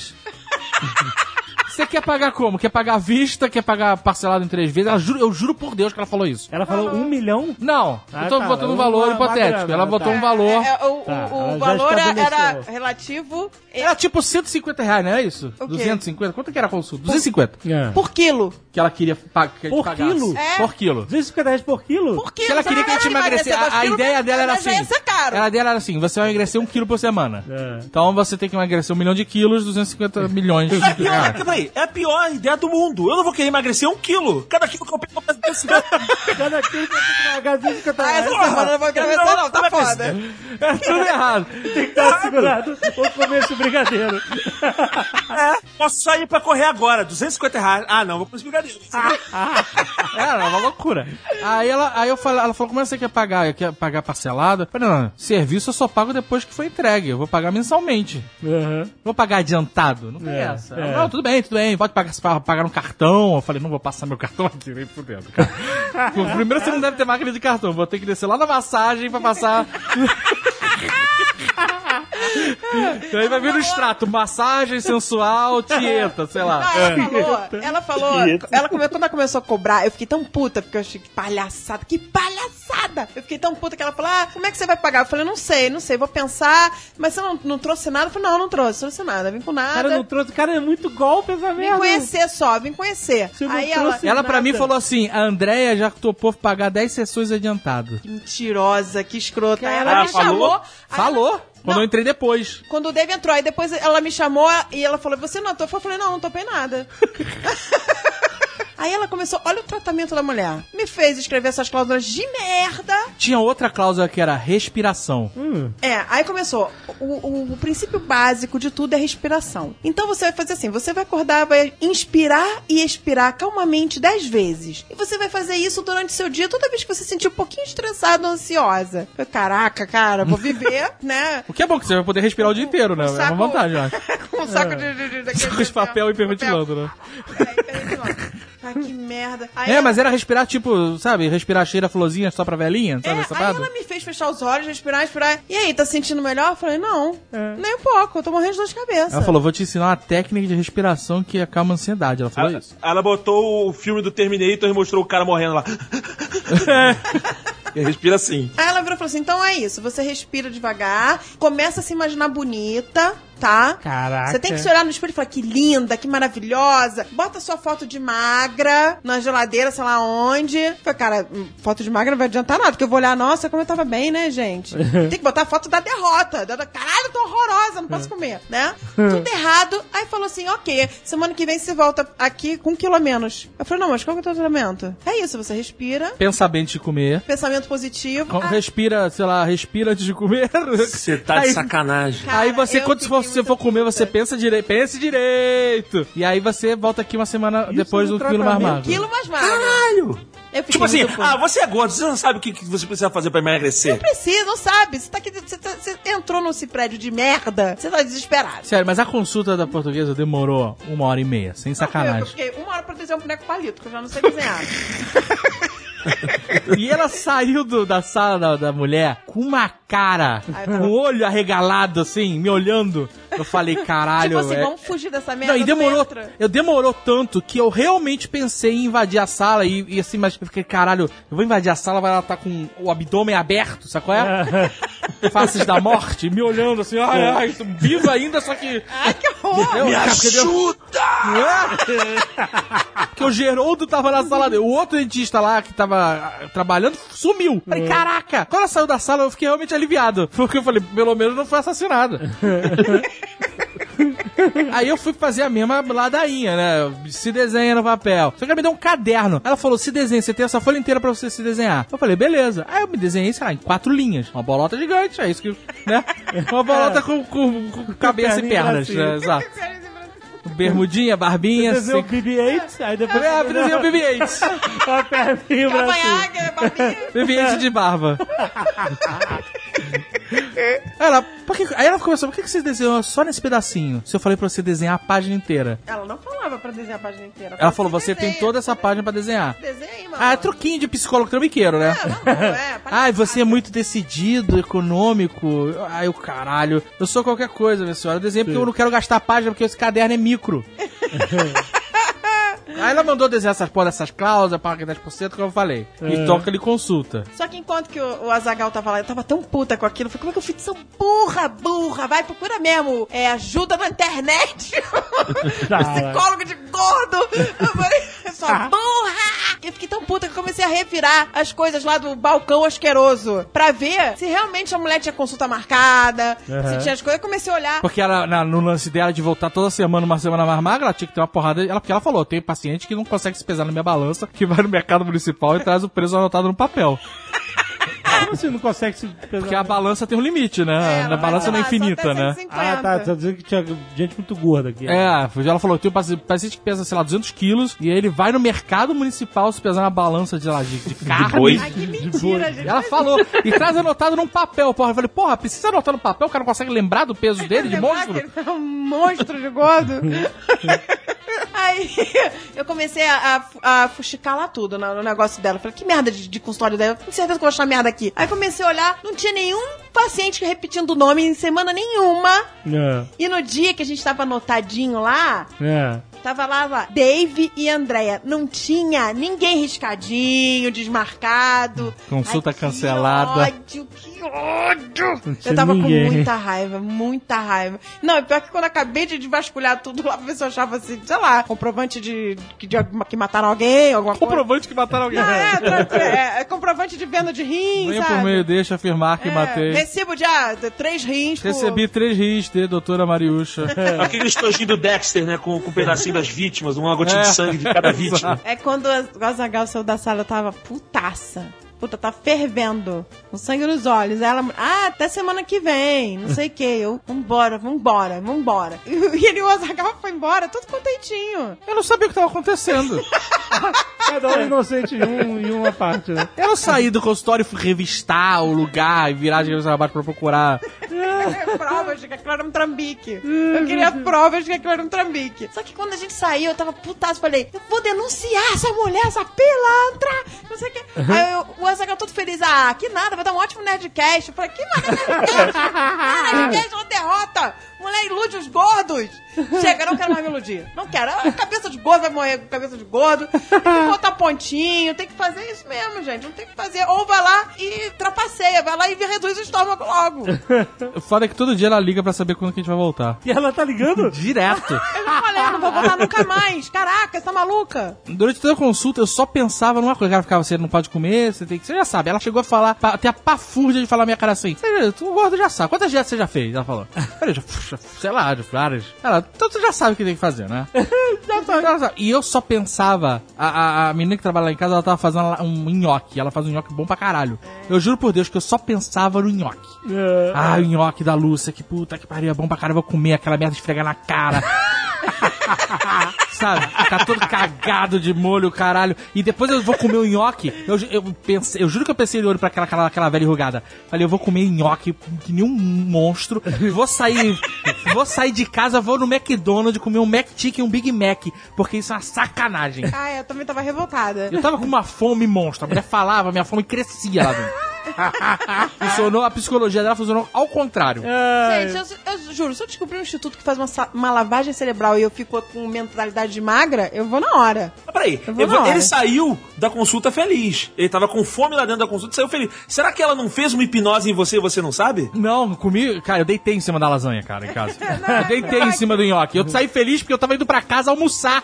Você quer pagar como? Quer pagar à vista? Quer pagar parcelado em 3 vezes? Eu juro por Deus que ela falou isso. Ela falou 1 milhão? Não, eu tô tá, botando um valor hipotético. Ela botou um valor... O ela já valor era estabeleceu. relativo Era tipo R$150, não é isso? O quê? 250? Quanto que era a consulta? 250. por quilo. Que ela queria que a gente Por pagasse. quilo? É. Por quilo. 250 reais por quilo? Por quilo. Que ela Você queria que a não gente vai emagrecesse. emagrecer 2 A quilos, ideia dela era mas já assim. ia ser caro. A ideia era assim, você vai emagrecer 1 quilo por semana. É. Então você tem que emagrecer 1 milhão de quilos, 250 milhões de reais. É a pior ideia do mundo. Eu não vou querer emagrecer 1 quilo. Cada quilo que eu pego, eu peço Cada quilo que eu tenho que pagar 250 Ah, essa reais. semana eu não vou emagrecer não, tá foda. É tudo errado. Tem que estar segurado ou comer esse brigadeiro. Posso sair pra correr agora, R$250. Ah, não, vou com esse brigadeiro. Era uma loucura. Aí ela falou, como é que você quer pagar? Quer pagar parcelado? Eu falei, não, serviço eu só pago depois que foi entregue. Eu vou pagar mensalmente. Uhum. Vou pagar adiantado. Não tem essa. Ela, não, tudo bem. Pode pagar no cartão. Eu falei, não vou passar meu cartão aqui, nem fudendo, cara. Primeiro você não deve ter máquina de cartão. Vou ter que descer lá na massagem pra passar. Então aí vai vir no extrato, massagem sensual, tieta, sei lá. Não, ela falou, quando ela começou a cobrar, eu fiquei tão puta, porque eu achei que palhaçada. Eu fiquei tão puta que ela falou, como é que você vai pagar? Eu falei, não sei, vou pensar, mas você não trouxe nada? Eu falei, não trouxe nada, vim com nada. Cara, não trouxe. Cara, é muito golpe essa Vim merda. conhecer só, vim conhecer. Você não Aí trouxe Ela pra nada. mim falou assim, a Andréia já topou pagar 10 sessões adiantado. Que mentirosa, que escrota. Cara, Ela me falou? chamou. Falou? Quando Não. eu entrei depois. Quando o Dave entrou, aí depois ela me chamou e ela falou, você não topou? Eu falei, não topei nada. Aí ela começou, olha o tratamento da mulher. Me fez escrever essas cláusulas de merda. Tinha outra cláusula que era respiração. Aí começou. O princípio básico de tudo é respiração. Então você vai fazer assim, você vai acordar, vai inspirar e expirar calmamente 10 vezes. E você vai fazer isso durante o seu dia, toda vez que você se sentir um pouquinho estressada ou ansiosa. Caraca, cara, vou viver, né? O que é bom que você vai poder respirar o dia inteiro, né? É uma vantagem, eu acho. Com um saco de Com os papel hiperventilando, né? hiperventilando. Ai, que merda. Aí Mas era respirar, tipo, sabe? Respirar cheira florzinha só pra velhinha, sabe? essa aí parada? ela me fez fechar os olhos, respirar. E aí, tá se sentindo melhor? Eu falei, não, nem um pouco, eu tô morrendo de dor de cabeça. Ela falou, vou te ensinar uma técnica de respiração que acalma a ansiedade. Ela falou isso. Ela botou o filme do Terminator e mostrou o cara morrendo lá. E respira assim. Aí ela virou e falou assim, então é isso, você respira devagar, começa a se imaginar bonita, tá? Caraca. Você tem que se olhar no espelho e falar, que linda, que maravilhosa. Bota sua foto de magra na geladeira, sei lá onde. Falei, cara, foto de magra não vai adiantar nada, porque eu vou olhar, nossa, como eu tava bem, né, gente? Tem que botar a foto da derrota. Caralho, eu tô horrorosa, não posso comer, né? Tudo errado. Aí falou assim, ok, semana que vem você volta aqui com 1 quilo a menos. Eu falei, não, mas qual que é o teu tratamento? É isso, você respira. Pensa bem de comer. Pensamento positivo. Respira, sei lá, respira antes de comer. Você tá de sacanagem. Cara, Aí você, eu quando fiquei você for muito comer, puta. você pense direito. E aí você volta aqui uma semana depois do quilo mais magro. 1 quilo mais magro. Caralho! Eu fiquei Tipo assim, muito puta. você é gordo, você não sabe o que você precisa fazer pra emagrecer. Não precisa, não sabe. Você tá aqui, você entrou nesse prédio de merda, você tá desesperado. Sério, mas a consulta da portuguesa demorou 1h30, sem sacanagem. Eu fiquei 1 hora pra desenhar um boneco palito, que eu já não sei desenhar. E ela saiu da sala da mulher com uma cara, com o olho arregalado, assim, me olhando. Eu falei, caralho, Tipo assim, vamos fugir dessa merda. Não, e entra. demorou tanto que eu realmente pensei em invadir a sala e assim, mas eu fiquei, caralho, eu vou invadir a sala, vai ela tá com o abdômen aberto, sabe qual é? Faces da morte, me olhando assim, ai, tô vivo ainda, só que... Ai, que horror! Me ajuda! Porque o Geraldo tava na sala dele. O outro dentista lá que tava trabalhando sumiu. Falei, caraca! Quando ela saiu da sala, eu fiquei realmente aliviado. Porque eu falei, pelo menos não foi assassinado. Aí eu fui fazer a mesma ladainha, né? Se desenha no papel. Só que ela me deu um caderno. Ela falou, se desenha, você tem essa folha inteira pra você se desenhar. Eu falei, beleza. Aí eu me desenhei, sei lá, em 4 linhas. Uma bolota gigante, é isso que... né? Uma bolota com cabeça e pernas, né? Exato. Bermudinha, barbinha... Desenhou o BB-8, aí depois... desenhou o BB-8. Uma perninha pra cima. Cavanhaque, babinha. BB-8 de barba. Aí ela começou, por que você desenhou só nesse pedacinho? Se eu falei pra você desenhar a página inteira. Ela não falava pra desenhar a página inteira. Ela falou, você tem toda essa página pra desenhar. Desenha, mano. Ah, é truquinho de psicólogo trambiqueiro, né? Ai, você é muito decidido, econômico. Ai, o caralho. Eu sou qualquer coisa, minha senhora. Eu desenho porque eu não quero gastar página, porque esse caderno é micro. Aí ela mandou desenhar essas porra dessas cláusulas, paga 10%, como eu falei. E toca ele consulta. Só que enquanto que o Azaghal tava lá, eu tava tão puta com aquilo. Eu falei, como é que eu fiz isso? Burra. Vai, procura mesmo. Ajuda na internet. Psicólogo de gordo. Eu falei, sua burra. Eu fiquei tão puta que eu comecei a revirar as coisas lá do balcão asqueroso. Pra ver se realmente a mulher tinha consulta marcada, se tinha as coisas. Eu comecei a olhar. Porque ela, no lance dela de voltar toda semana, uma semana mais magra, ela tinha que ter uma porrada. Porque ela falou, tem paciente que não consegue se pesar na minha balança, que vai no mercado municipal e traz o preço anotado no papel. Como você não consegue se pesar? Porque a balança tem um limite, né? A balança não é infinita, né? 150. Ah, tá dizendo que tinha gente muito gorda aqui. Ela falou, tem um paciente que pesa, sei lá, 200 quilos, e aí ele vai no mercado municipal se pesar na balança de carne. boi. Ai, que mentira, gente. Ela falou, e traz anotado num papel, porra. Eu falei, porra, precisa anotar no papel, o cara não consegue lembrar do peso dele, de monstro? Que ele é um monstro de gordo. Aí eu comecei a fuxicar lá tudo no negócio dela. Falei, que merda de consultório dela? Com certeza que eu vou achar merda aqui. Aí comecei a olhar, não tinha nenhum paciente repetindo o nome em semana nenhuma. E no dia que a gente tava anotadinho lá, tava lá, Dave e Andréia. Não tinha ninguém riscadinho, desmarcado. Consulta Ai, cancelada. Que ódio! Não tinha Eu tava ninguém. com muita raiva. Não, pior que quando eu acabei de vasculhar tudo lá pra ver se eu achava assim, sei lá, comprovante que mataram alguém, alguma coisa. Comprovante que mataram alguém. Não, é comprovante de venda de rins, Venha por sabe? meio, deixa afirmar que matei. Recibo de 3 rins. Recebi 3 rins de doutora Mariucha. Aquele estojinho do Dexter, né? Com um pedacinho das vítimas, uma gotinha de sangue de cada vítima. É quando o Azaghal saiu da sala, eu tava putaça. Puta, tá fervendo. Com sangue nos olhos. Aí ela, até semana que vem. Não sei o que. Eu, vambora. E ele, o Azaghal foi embora, todo contentinho. Eu não sabia o que tava acontecendo. Cada um inocente em uma parte, né? Eu não saí do consultório e fui revistar o lugar e virar de cabeça pra baixo pra procurar. Provas de que aquilo era um trambique. Eu queria provas de que aquilo era um trambique. Só que quando a gente saiu, eu tava putaço. Falei, eu vou denunciar essa mulher, essa pilantra. Não sei o que. Aí o Azaghal todo feliz. Que nada, vai dar um ótimo Nerdcast. Eu falei, que nada Nerdcast? Nerdcast é uma derrota. Mulher ilude os gordos. Chega, não quero mais me iludir. Não quero. A cabeça de gordo vai morrer com cabeça de gordo. Tem que botar pontinho, tem que fazer isso mesmo, gente. Não tem que fazer. Ou vai lá e trapaceia, vai lá e reduz o estômago logo. O foda é que todo dia ela liga pra saber quando que a gente vai voltar. E ela tá ligando? Direto. Eu já falei, não vou voltar nunca mais. Caraca, essa maluca. Durante toda a consulta, eu só pensava numa coisa. Ela ficava, você não pode comer, você tem que... Você já sabe. Ela chegou a falar, ter a pafúrdia de falar na minha cara assim, o gordo já sabe. Quantas dietas você já fez? Ela falou. Falei, sei lá, de várias. Ela, então tu já sabe o que tem que fazer, né? já sabe. E eu só pensava, a menina que trabalha lá em casa, ela tava fazendo um nhoque. Ela faz um nhoque bom pra caralho. Eu juro por Deus que eu só pensava no nhoque. O nhoque da Lúcia, que puta que pariu, é bom pra caralho, eu vou comer aquela merda, esfregar na cara. Sabe? Ficar todo cagado de molho, caralho. E depois eu vou comer o nhoque. Eu juro que eu pensei no olho pra aquela velha enrugada. Falei, eu vou comer nhoque que nem um monstro. Vou sair de casa, vou no McDonald's comer um McChicken e um Big Mac. Porque isso é uma sacanagem. Eu também tava revoltada. Eu tava com uma fome monstro. A mulher falava, minha fome crescia lá dentro. Funcionou, a psicologia dela funcionou ao contrário. Gente, eu juro, se eu descobrir um instituto que faz uma lavagem cerebral e eu fico com mentalidade magra, eu vou na hora. Peraí, ele saiu da consulta feliz. Ele tava com fome lá dentro da consulta e saiu feliz. Será que ela não fez uma hipnose em você e você não sabe? Não, comi... Cara, eu deitei em cima da lasanha, cara, em casa. Eu deitei em cima do nhoque. Eu saí feliz porque eu tava indo pra casa almoçar.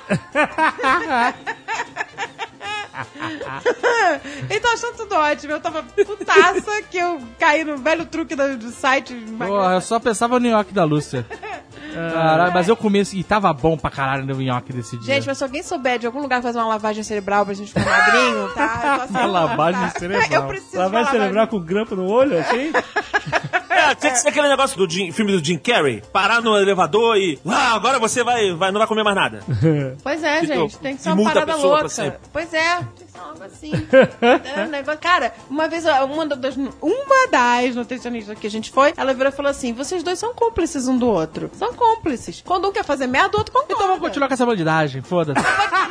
Então achando tudo ótimo. Eu tava putaça que eu caí no velho truque do site. Porra, eu só pensava no nhoque da Lúcia. Caralho, mas eu comi e tava bom pra caralho no nhoque desse dia. Gente, mas se alguém souber de algum lugar fazer uma lavagem cerebral pra gente ficar magrinho, tá? Eu tô uma lavagem cerebral. Eu preciso lavagem cerebral com grampo no olho, assim? Tinha que ser aquele negócio do filme do Jim Carrey. Parar no elevador e... agora você não vai comer mais nada. Pois é, gente. Tem que ser uma parada louca. Pois é. Tem que ser algo assim. Cara, uma vez, uma das nutricionistas que a gente foi, ela virou e falou assim, vocês dois são cúmplices um do outro. São cúmplices. Quando um quer fazer merda, o outro concorda. Então vamos continuar com essa bandidagem, foda-se.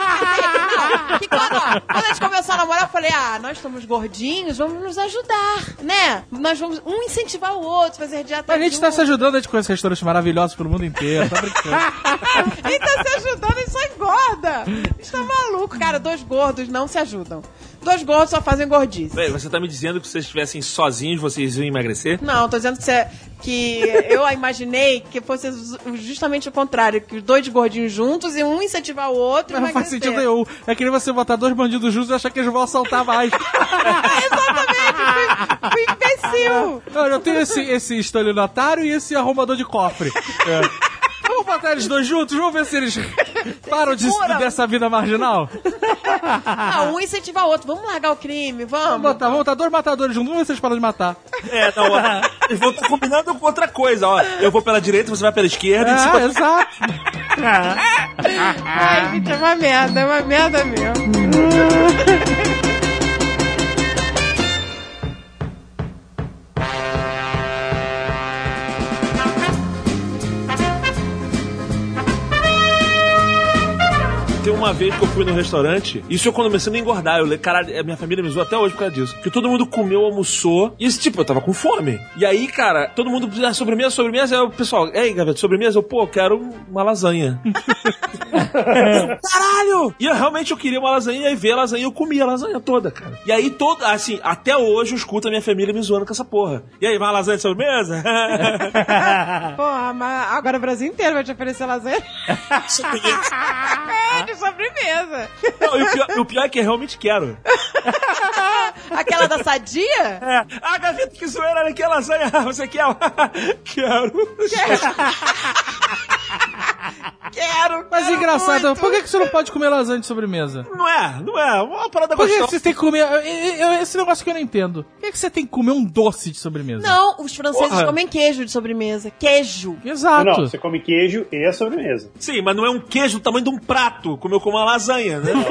Quando a gente começou a namorar, eu falei, nós estamos gordinhos, vamos nos ajudar, né? Nós vamos um incentivar o outro, fazer dieta. A gente tá se ajudando, a gente conhece restaurantes maravilhosos pelo mundo inteiro, tá brincando. A gente tá se ajudando, a gente só engorda. A gente tá maluco, cara, 2 gordos não se ajudam. 2 gordos só fazem gordice. Peraí, você tá me dizendo que se vocês estivessem sozinhos, vocês iam emagrecer? Não, tô dizendo que eu imaginei que fosse justamente o contrário, que os 2 gordinhos juntos e um incentivar o outro. Mas não faz sentido nenhum. É que nem você botar 2 bandidos juntos e achar que eles vão assaltar mais. Exatamente, fui imbecil. Eu tenho esse estelionatário e esse arrombador de cofre. Vamos botar eles 2 juntos, vamos ver se eles param dessa vida marginal. Um incentivar o outro, vamos largar o crime, vamos. Vamos botar 2 matadores juntos, vamos ver se eles param de matar. Eles vão estar combinando com outra coisa, ó. Eu vou pela direita, você vai pela esquerda. Exato. Ai, gente, é uma merda mesmo. Tem uma vez que eu fui no restaurante, isso eu quando comecei a engordar, caralho, a minha família me zoou até hoje por causa disso. Porque todo mundo comeu, almoçou, e eu tava com fome. E aí, cara, todo mundo, sobremesa, aí o pessoal, ei, Gaveta, sobremesa? Eu quero uma lasanha. Caralho! E eu queria uma lasanha, e aí veio a lasanha, eu comi a lasanha toda, cara. E aí, até hoje eu escuto a minha família me zoando com essa porra. E aí, vai lasanha de sobremesa? Porra, mas agora o Brasil inteiro vai te oferecer lasanha. De sobremesa. Não, e o pior é que eu realmente quero. Aquela da Sadia? Gaveta, que zoeira, olha aqui a lasanha. Você quer? Quero. Quero. Mas engraçado, muito. Por que você não pode comer lasanha de sobremesa? Não é uma parada gostosa. gostosa. Por que você tem que comer... Esse negócio que eu não entendo. Por que você tem que comer um doce de sobremesa? Não, os franceses comem queijo de sobremesa. Queijo. Exato. Não, você come queijo e a sobremesa. Sim, mas não é um queijo do tamanho de um prato, como eu como uma lasanha, né?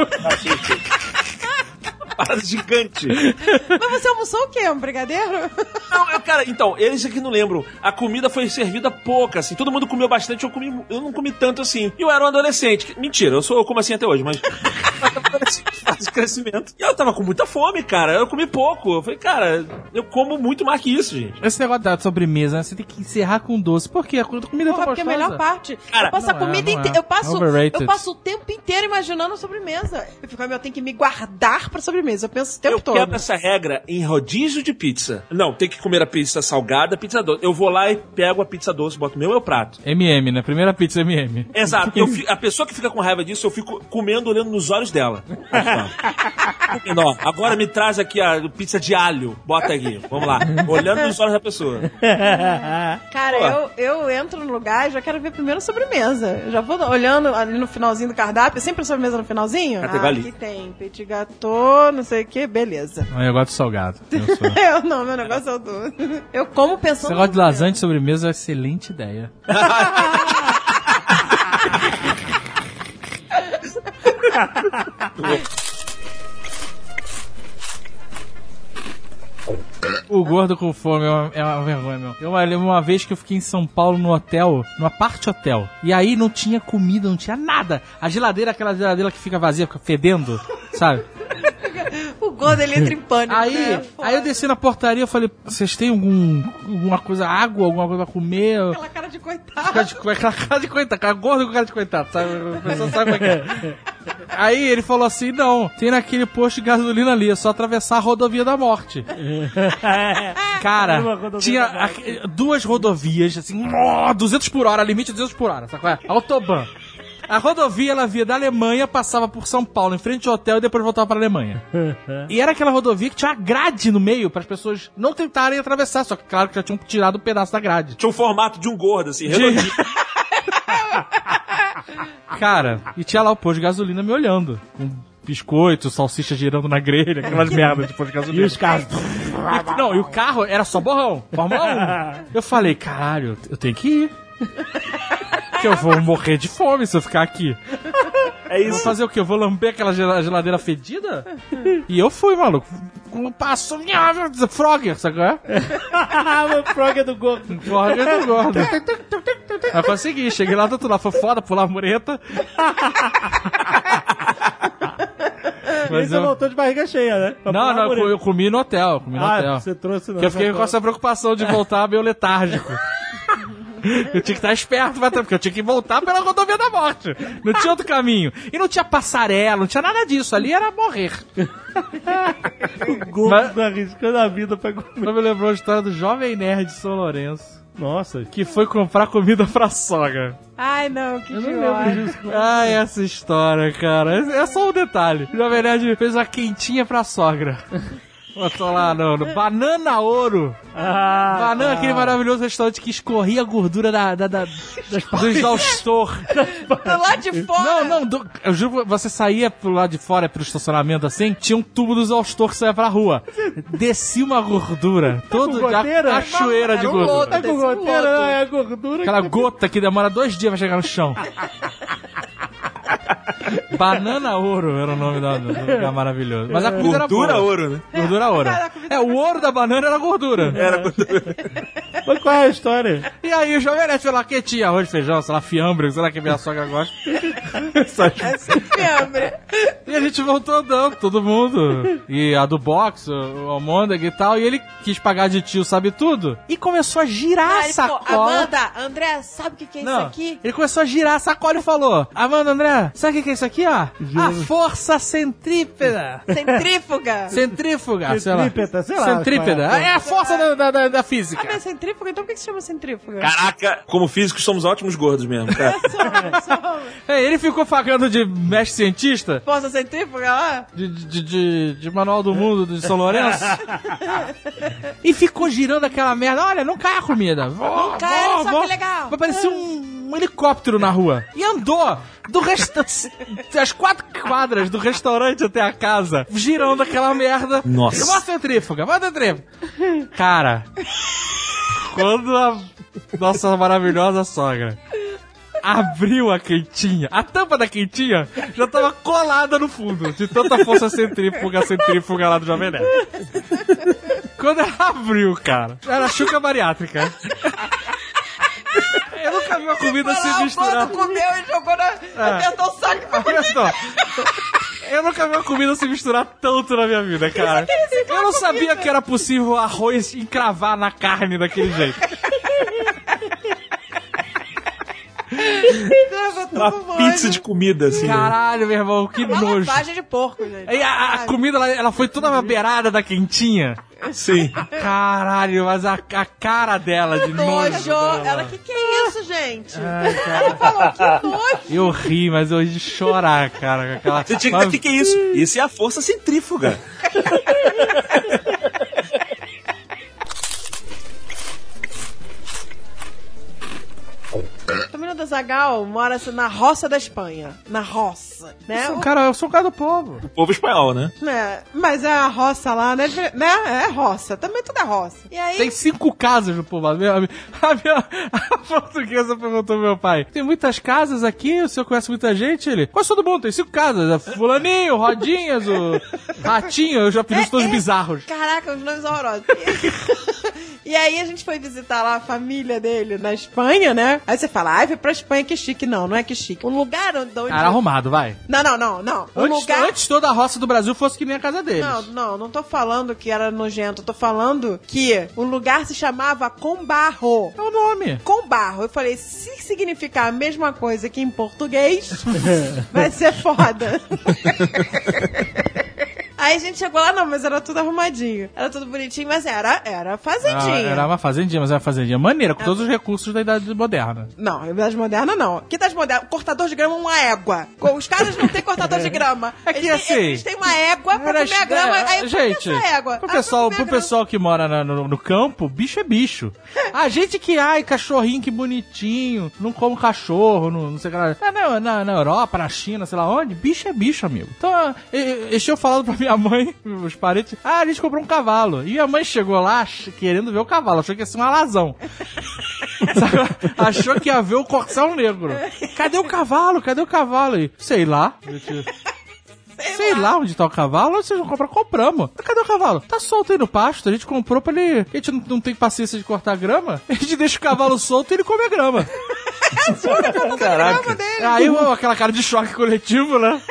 Parada gigante. Mas você almoçou o quê? Um brigadeiro? Não, cara, então, eles aqui não lembram. A comida foi servida pouca, assim. Todo mundo comeu bastante, eu não comi tanto assim. E eu era um adolescente. Mentira, eu como assim até hoje, mas... fase de crescimento. E eu tava com muita fome, cara. Eu comi pouco. Eu falei, cara, eu como muito mais que isso, gente. Esse negócio da sobremesa, né? Você tem que encerrar com doce. Por quê? A comida tá Porra, porque é a melhor parte. Cara, eu passo a comida inteira. Eu passo o tempo inteiro imaginando a sobremesa. Eu fico, eu tenho que me guardar pra sobremesa. Eu penso o tempo todo. Eu quebro essa regra em rodízio de pizza. Não, tem que comer a pizza salgada, a pizza doce. Eu vou lá e pego a pizza doce, boto no meu prato. M&M, né? Primeira pizza M&M. Exato. A pessoa que fica com raiva disso, eu fico comendo, olhando nos olhos dela. Não, agora me traz aqui a pizza de alho. Bota aqui. Vamos lá. Olhando nos olhos da pessoa. Cara, eu entro no lugar e já quero ver primeiro a sobremesa. Eu já vou olhando ali no finalzinho do cardápio. Sempre a sobremesa no finalzinho. Aqui tem petit gâteau, não sei o que, beleza. Eu gosto de salgado. Eu não, meu negócio é o doce. Eu como pensando... Você gosta de lasanha de sobremesa, é uma excelente ideia. O gordo com fome é uma vergonha, meu. Eu lembro uma vez que eu fiquei em São Paulo no hotel, numa parte hotel. E aí não tinha comida, não tinha nada. A geladeira, aquela geladeira que fica vazia, fica fedendo, sabe? O gordo, ele entra em pânico. Aí eu desci na portaria e falei, vocês têm alguma coisa, água, alguma coisa pra comer? Aquela cara de coitado. Aquela cara de coitado, cara gordo com cara de coitado, sabe? A pessoa sabe como é que é. Aí ele falou assim, não, tem naquele posto de gasolina ali, é só atravessar a rodovia da morte. Cara, tinha duas rodovias, assim, 200 por hora, limite 200 por hora, sabe qual é? Autobahn. A rodovia, ela via da Alemanha, passava por São Paulo, em frente ao hotel, e depois voltava pra Alemanha. E era aquela rodovia que tinha uma grade no meio, para as pessoas não tentarem atravessar, só que claro que já tinham tirado um pedaço da grade. Tinha um formato de um gordo, assim, redondinho. Cara, e tinha lá o posto de gasolina me olhando, com biscoito, salsicha girando na grelha, aquelas merdas de posto de gasolina. E os carros... Não, e o carro era só borrão, Fórmula 1. Eu falei, caralho, eu tenho que ir. Que eu vou morrer de fome se eu ficar aqui. É isso. Vou fazer o quê? Eu vou lamber aquela geladeira fedida? E eu fui, maluco. Com um passo... Frogger, sabe qual é? O Frogger do gordo. Frogger do gordo. Eu consegui, cheguei lá do outro lado. Foi foda, pular a mureta. Mas você voltou de barriga cheia, né? Não, eu comi no hotel. Você trouxe no Porque eu fiquei com essa preocupação de voltar meio letárgico. Eu tinha que estar esperto, porque eu tinha que voltar pela rodovia da morte. Não tinha outro caminho. E não tinha passarela, não tinha nada disso. Ali era morrer. O gordo arriscando a vida pra comer. Só me lembrou a história do jovem nerd de São Lourenço. Nossa. Que foi comprar comida pra sogra. Ai, não, que idiota. Essa história, cara. É só um detalhe. O jovem nerd fez uma quentinha pra sogra. Botou lá no Banana Ouro. Banana, aquele maravilhoso restaurante que escorria a gordura do exaustor. Do lado de fora? Não, eu juro, você saía pro lado de fora, pro estacionamento assim, tinha um tubo do exaustor que saia pra rua. Descia uma gordura. Toda a cachoeira de gordura. É com goteira, não, é a gordura. Aquela gota que demora 2 dias pra chegar no chão. Banana Ouro era o nome do lugar maravilhoso. Mas a comida era boa. Gordura ouro, né? Gordura ouro. O ouro da banana era gordura. Era gordura. Mas qual é a história? E aí o jovem nerd falou que tinha arroz, feijão, sei lá, fiambre, sei lá que minha sogra gosta. Essa fiambre. E a gente voltou andando, todo mundo. E a do box, o Almôndega e tal. E ele quis pagar de tio, sabe tudo. E começou a girar a sacola. Amanda, André, sabe o que é isso aqui? Ele começou a girar a sacola e falou: Amanda, André, sabe o que é isso aqui, ó? A força centrípeda. Centrífuga. Centrífuga, sei lá. Centrípeta, sei lá. Centrípeda. É a força da física. Ah, mas é centrífuga? Então por que se chama centrífuga? Caraca, como físicos somos ótimos gordos mesmo, cara. Ele ficou pagando de mestre cientista. Força centrífuga, ó. De Manual do Mundo de São Lourenço. E ficou girando aquela merda. Olha, não cai a comida. Não cai, só que legal. Vai parecer um helicóptero na rua. E andou as 4 quadras do restaurante até a casa, girando aquela merda. Nossa. Bota centrífuga. Cara, quando a nossa maravilhosa sogra abriu a quentinha, a tampa da quentinha já tava colada no fundo, de tanta força centrífuga lá do Jovem Nerd. Quando ela abriu, cara, era chuca bariátrica. Eu nunca vi uma comida se misturar. O comeu e jogou apertou o saco. Eu nunca vi uma comida se misturar tanto na minha vida, cara. Eu não sabia que era possível arroz encravar na carne daquele jeito. Uma pizza de comida, assim. Caralho, meu irmão, que Uma nojo. lavagem de porco, gente. E a comida, ela foi toda beirada da quentinha. Sim. Caralho, mas a cara dela de nojo. Nojo. Ela, que é isso, gente? Ela falou, que nojo. Eu ri, mas eu ri de chorar, cara. Com aquela... Você tinha que... O que é isso? Isso é a força centrífuga. A menina da Zagal mora assim, na roça da Espanha. Na roça, né? Eu sou um cara do povo. O povo espanhol, né? Mas é a roça lá, né? É roça. Também tudo é roça. E aí... Tem 5 casas no povo. A portuguesa perguntou ao meu pai: tem muitas casas aqui? O senhor conhece muita gente? Ele: quase todo mundo, tem 5 casas. Fulaninho, Rodinhas, o Ratinho. Eu já pedi todos bizarros. Caraca, os nomes horrorosos. E aí a gente foi visitar lá a família dele na Espanha, né? Aí você fala, foi pra Espanha, que chique. Não é que chique. Um lugar onde... Cara arrumado, vai. Não. Antes toda a roça do Brasil fosse que nem a casa deles. Não tô falando que era nojento. Tô falando que o lugar se chamava Combarro. É o nome. Combarro. Eu falei, se significar a mesma coisa que em português, vai ser foda. Aí a gente chegou lá, mas era tudo arrumadinho. Era tudo bonitinho, mas era fazendinha. Era uma fazendinha, mas era uma fazendinha maneira, com todos os recursos da Idade Moderna. Não, Idade Moderna não. Que Idade Moderna? Cortador de grama é uma égua. Os caras não têm cortador de grama. É que eles têm uma égua pra comer a grama, aí gente, essa égua. Pro pessoal que mora no campo, bicho é bicho. A gente que, cachorrinho, que bonitinho, não come cachorro, não sei o que lá. Na Europa, na China, sei lá onde, bicho é bicho, amigo. Então, eles tinham falado pra minha mãe, meus parentes, a gente comprou um cavalo. E a mãe chegou lá querendo ver o cavalo, achou que ia ser um alazão. Achou que ia ver o corcel negro. Cadê o cavalo? E, sei lá. Sei lá onde tá o cavalo, vocês não compram, compramos. Mas cadê o cavalo? Tá solto aí no pasto, a gente comprou pra ele... A gente não tem paciência de cortar grama, a gente deixa o cavalo solto e ele come a grama. Caraca. Aí aquela cara de choque coletivo, né?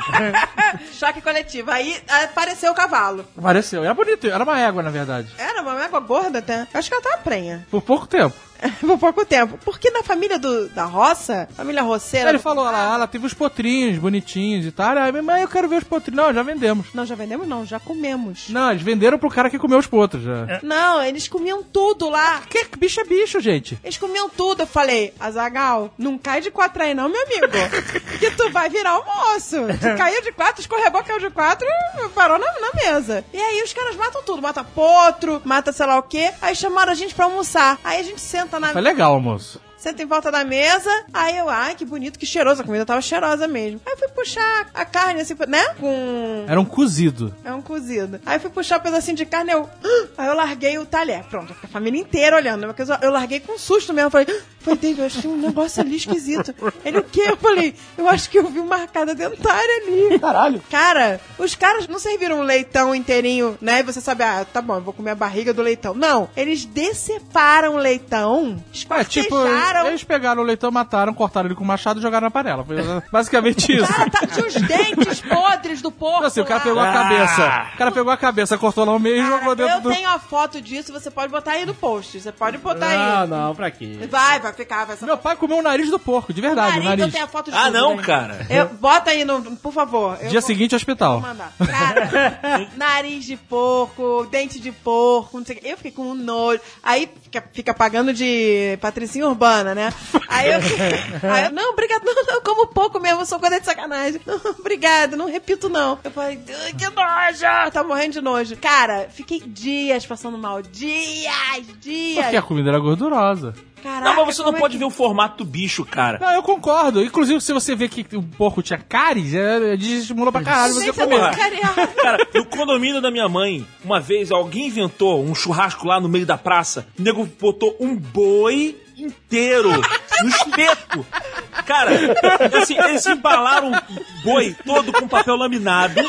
Choque coletivo. Aí apareceu o cavalo. Apareceu. Era bonito, era uma égua, na verdade. Era uma égua gorda até. Acho que ela tava prenha. Por pouco tempo. Por pouco tempo. Porque na família da roça, família roceira... Ele falou, ela teve os potrinhos bonitinhos e tal. Aí, mãe, eu quero ver os potrinhos. Não, já vendemos. Não, já vendemos não, já comemos. Não, eles venderam pro cara que comeu os potros já. Não, eles comiam tudo lá. Que bicho é bicho, gente? Eles comiam tudo. Eu falei, Azaghal, não cai de 4 aí não, meu amigo. Que tu vai virar almoço. Tu caiu de 4, escorregou, caiu de 4, parou na mesa. E aí os caras matam tudo. Mata potro, mata sei lá o quê. Aí chamaram a gente pra almoçar. Aí a gente senta na... Foi legal, almoço. Senta em volta da mesa, aí eu, que bonito, que cheiroso, a comida tava cheirosa mesmo. Aí eu fui puxar a carne, assim, né, Era um cozido. É um cozido. Aí eu fui puxar um pedacinho de carne, aí eu larguei o talher. Pronto, a família inteira olhando, né, porque eu larguei com susto mesmo, falei, David, eu acho que tem um negócio ali esquisito. Ele, o quê? Eu falei, eu acho que eu vi uma arcada dentária ali. Caralho. Cara, os caras não serviram um leitão inteirinho, né, e você sabe, tá bom, eu vou comer a barriga do leitão. Não, eles deceparam o leitão, esquartejaram. Eles pegaram o leitão, mataram, cortaram ele com o machado e jogaram na panela. Foi basicamente isso. Cara, tinha os dentes podres do porco. Assim, o cara pegou a cabeça. O cara pegou a cabeça, cortou lá no meio e jogou dentro do... Eu tenho a foto disso, você pode botar aí no post. Você pode botar aí. Não, pra quê? Vai ficar. Meu pai comeu o nariz do porco, de verdade. O nariz. Eu tenho a foto de Cara. Bota aí, por favor. Dia seguinte, hospital. Vou mandar. Cara, nariz de porco, dente de porco, não sei o que. Eu fiquei com um nojo. Aí fica pagando de patricinha urbana, né? Aí eu não, obrigado, não, eu como pouco mesmo, eu sou coisa de sacanagem. Não, obrigado, não repito não. Eu falei, que nojo! Tá morrendo de nojo. Cara, fiquei dias passando mal. Dias! Porque a comida era gordurosa. Caraca, não, mas você não pode ver o formato do bicho, cara. Não, eu concordo. Inclusive, se você vê que o porco tinha cáries, desestimula pra caralho você comer. Cara, no condomínio da minha mãe, uma vez alguém inventou um churrasco lá no meio da praça. O nego botou um boi inteiro no espeto. Cara, assim, eles embalaram o boi todo com papel laminado.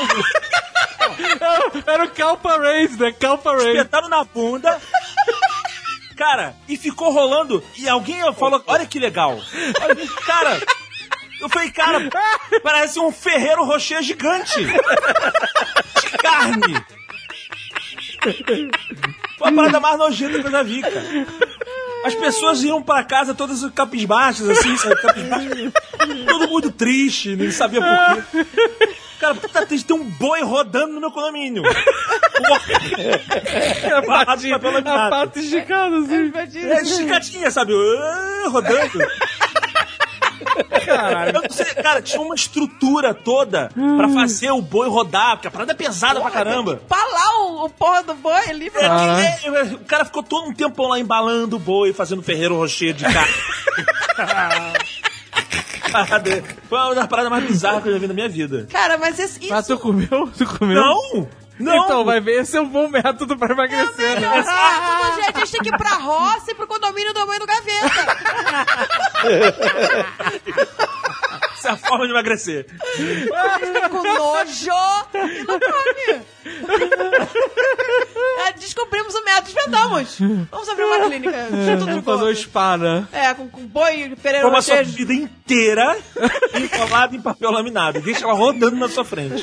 Era o Cow Parade, né? Cow Parade. Espetaram na bunda. Cara, e ficou rolando. E alguém falou, olha que legal. Cara, Eu falei, cara, parece um Ferrero Rocher gigante. De carne. Foi a parada mais nojenta que eu já vi, cara. As pessoas iam pra casa todas capisbaixas, assim, sabe? Capisbaixas. Todo mundo triste, nem sabia por quê. Cara, por que tá triste? Tem um boi rodando no meu condomínio. A pata esticada, assim. É esticadinha, sabe? Rodando. Caralho. Eu não sei, cara, tinha uma estrutura toda pra fazer o boi rodar, porque a parada é pesada pra caramba. Falar o porra do boi ali, O cara ficou todo um tempão lá embalando o boi, fazendo Ferrero Rocher de carne. Foi uma das paradas mais bizarras que eu já vi na minha vida. Cara, mas isso... Mas tu comeu? Tu comeu? Não! Então, vai ver, esse é um bom método pra emagrecer, né? Gente, a gente tem que ir pra roça e pro condomínio da mãe do Gaveta. Essa é a forma de emagrecer. Com nojo e não come. Descobrimos o método, inventamos. Vamos abrir uma clínica. Vamos fazer um spa, né? Com boi, Ferrero Toma a sua Rocher. vida inteira enrolada em papel laminado. Deixa ela rodando na sua frente.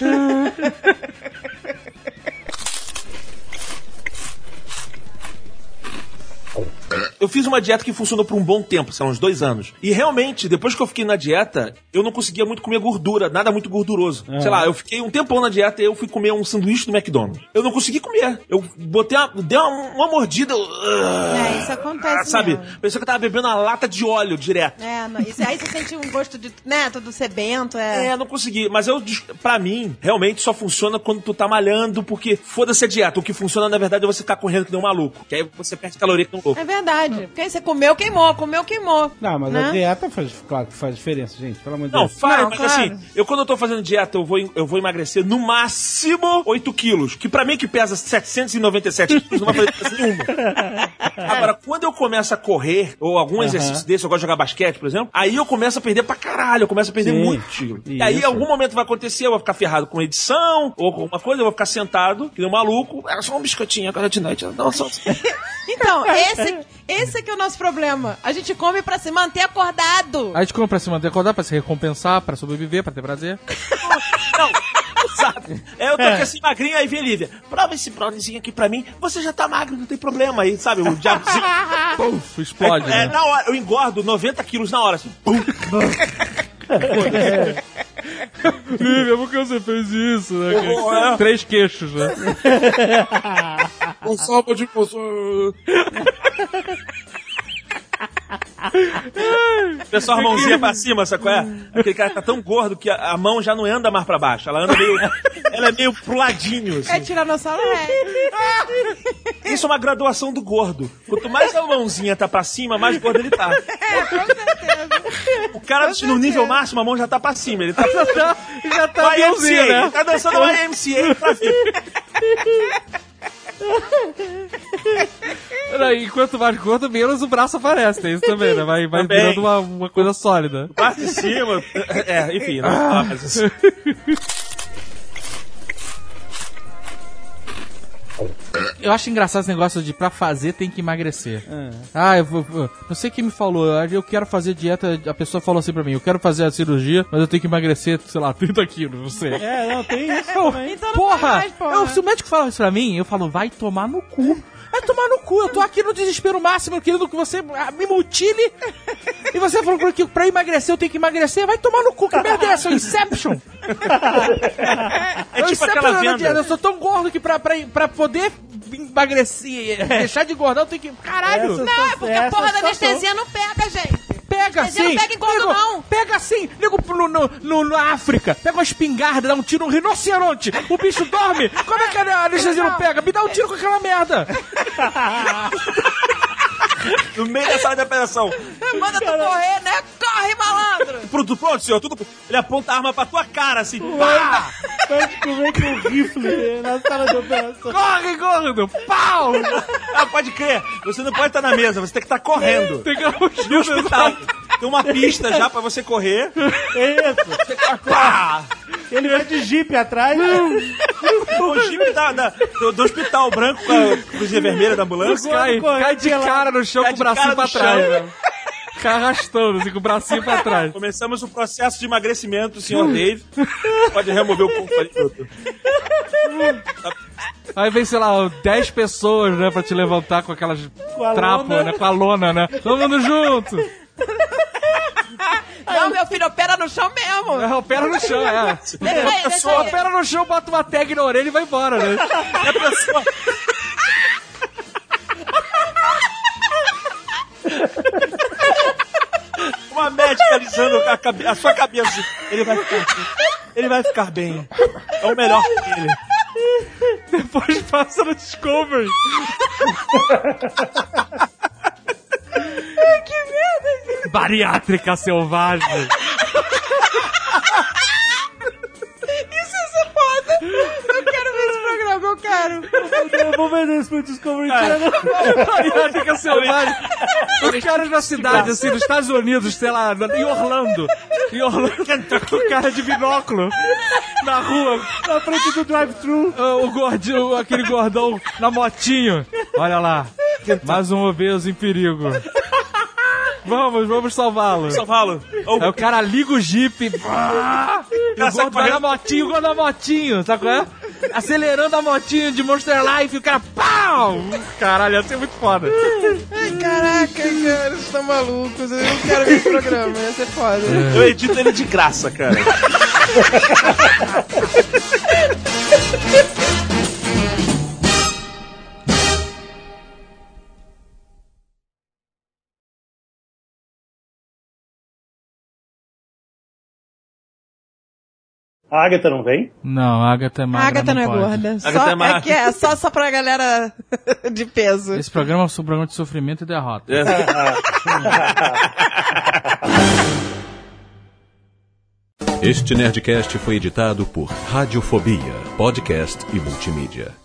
Eu fiz uma dieta que funcionou por um bom tempo, sei lá, uns 2 anos. E realmente, depois que eu fiquei na dieta, eu não conseguia muito comer gordura, nada muito gorduroso. Sei lá, eu fiquei um tempão na dieta e eu fui comer um sanduíche do McDonald's. Eu não consegui comer. Eu dei uma mordida. Isso acontece sabe? mesmo. Pensei que eu tava bebendo uma lata de óleo direto. Isso aí você sente um gosto de, todo sebento. Não consegui. Mas pra mim, realmente só funciona quando tu tá malhando, porque foda-se a dieta. O que funciona, na verdade, é você ficar correndo que nem um maluco. Que aí você perde caloria que nem um louco. É verdade. Porque aí você comeu, queimou. Não, mas né? a dieta claro que faz diferença, gente. Pelo amor de Não, Deus. faz, Não, mas claro. assim, quando eu tô fazendo dieta, eu vou emagrecer no máximo 8 quilos. Que pra mim que pesa 797 quilos, não vai fazer diferença nenhuma. Agora, quando eu começo a correr, ou algum exercício desse, eu gosto de jogar basquete, por exemplo, aí eu começo a perder pra caralho, eu começo a perder muito quilo. E aí, em algum momento vai acontecer, eu vou ficar ferrado com edição, ou com alguma coisa, eu vou ficar sentado, que nem um maluco, era só um biscoitinho agora de noite. Não, só... Então, esse que é o nosso problema. A gente come pra se manter acordado. A gente come pra se manter acordado, pra se recompensar, pra sobreviver, pra ter prazer. Não, sabe? Eu tô aqui assim magrinho, aí vem a Lívia. Prova esse browniezinho aqui pra mim. Você já tá magro, não tem problema. Aí, sabe, o diabozinho. Puf, explode, né? Na hora, eu engordo 90 quilos na hora, assim. Pum. Lívia, por que você fez isso, né? 3 queixos, né? Com salva de pessoal, a mãozinha pra cima, sabe qual é? Aquele cara tá tão gordo que a mão já não anda mais pra baixo. Ela é meio pro ladinho, assim. É tiranossauro Isso é uma graduação do gordo. Quanto mais a mãozinha tá pra cima, mais gordo ele tá. com certeza. O cara no nível máximo, a mão já tá pra cima. Ele tá Já tá bonzinho, YMCA, né? ele tá dançando o YMCA pra ver. E quanto mais gordo, menos o braço aparece. Tem isso também, né? Vai Também. virando uma coisa sólida. Parte de cima. Enfim, não fala mais isso. Eu acho engraçado esse negócio de pra fazer tem que emagrecer. Não sei quem me falou, eu quero fazer dieta, a pessoa falou assim pra mim, eu quero fazer a cirurgia, mas eu tenho que emagrecer, sei lá, 30 quilos, não sei. Não, tem isso também. Então não Porra! faz, porra. Se o médico fala isso pra mim, eu falo, vai tomar no cu. Vai tomar no cu, eu tô aqui no desespero máximo, querendo que você me mutile. E você falou que pra emagrecer eu tenho que emagrecer, vai tomar no cu, que merda é essa? É o Inception? É tipo aquela venda. Eu sou tão gordo que pra poder emagrecer, deixar de engordar, eu tenho que... Caralho! Não, é porque a porra da anestesia não pega, gente. Pega Anestesia sim! não pega em gordo, não. Pega sim! Ligo na África, pega uma espingarda, dá um tiro no rinoceronte, o bicho dorme! Como é que a anestesia não pega? Me dá um tiro com aquela merda! No meio da sala de operação. Manda tu correr, né? Corre, malandro! Pronto, senhor. Ele aponta a arma pra tua cara, assim. Pá! Vai descobrir com o rifle na sala de operação. Corre, gordo! Pau! Pode crer. Você não pode estar na mesa, você tem que estar correndo. Tem que dar um No hospital. Tem uma pista já pra você correr. Isso. Pá! Ele vai de jipe atrás. O jipe do hospital branco com a cruzinha vermelha da ambulância. Cai de cara no chão Cai com o de bracinho cara pra no trás. chão. Né? Ficar arrastando, assim, com o bracinho pra trás. Começamos o processo de emagrecimento, senhor Dave. Pode remover o corpo ali, doutor. Aí vem, sei lá, 10 pessoas, né, pra te levantar com aquelas trapos, né, com a lona, né? Todo mundo junto. Não, meu filho, opera no chão mesmo. Opera no chão, é. Deixa aí. Opera no chão, bota uma tag na orelha e vai embora, né? E a pessoa... Uma médica alisando a sua cabeça. Ele vai ficar bem. É o melhor dele. Depois passa no Discovery. Ai, que merda. Bariátrica selvagem. Isso é foda. Eu quero ver esse programa, eu quero. Vamos vender isso pro Discovery Bariátrica selvagem. Os caras na cidade, assim, dos Estados Unidos, sei lá, em Orlando, o cara de binóculo na rua, na frente do drive-thru. O gordinho, aquele gordão na motinho. Olha lá, mais um obeso em perigo. Vamos salvá-lo. Aí o cara liga o Jeep. E o gordo vai na motinho, sabe qual é? Acelerando a motinha de Monster Life e o cara, pau! Caralho, ia ser muito foda. Ai, caraca, cara, vocês estão malucos. Eu não quero ver esse programa, ia ser foda. Eu edito ele de graça, cara. A Agatha não vem? Não, a Agatha é magra. A Agatha não é pode. gorda. Agatha é magra. É só pra galera de peso. Esse programa é um programa de sofrimento e derrota. Este Nerdcast foi editado por Radiofobia, podcast e multimídia.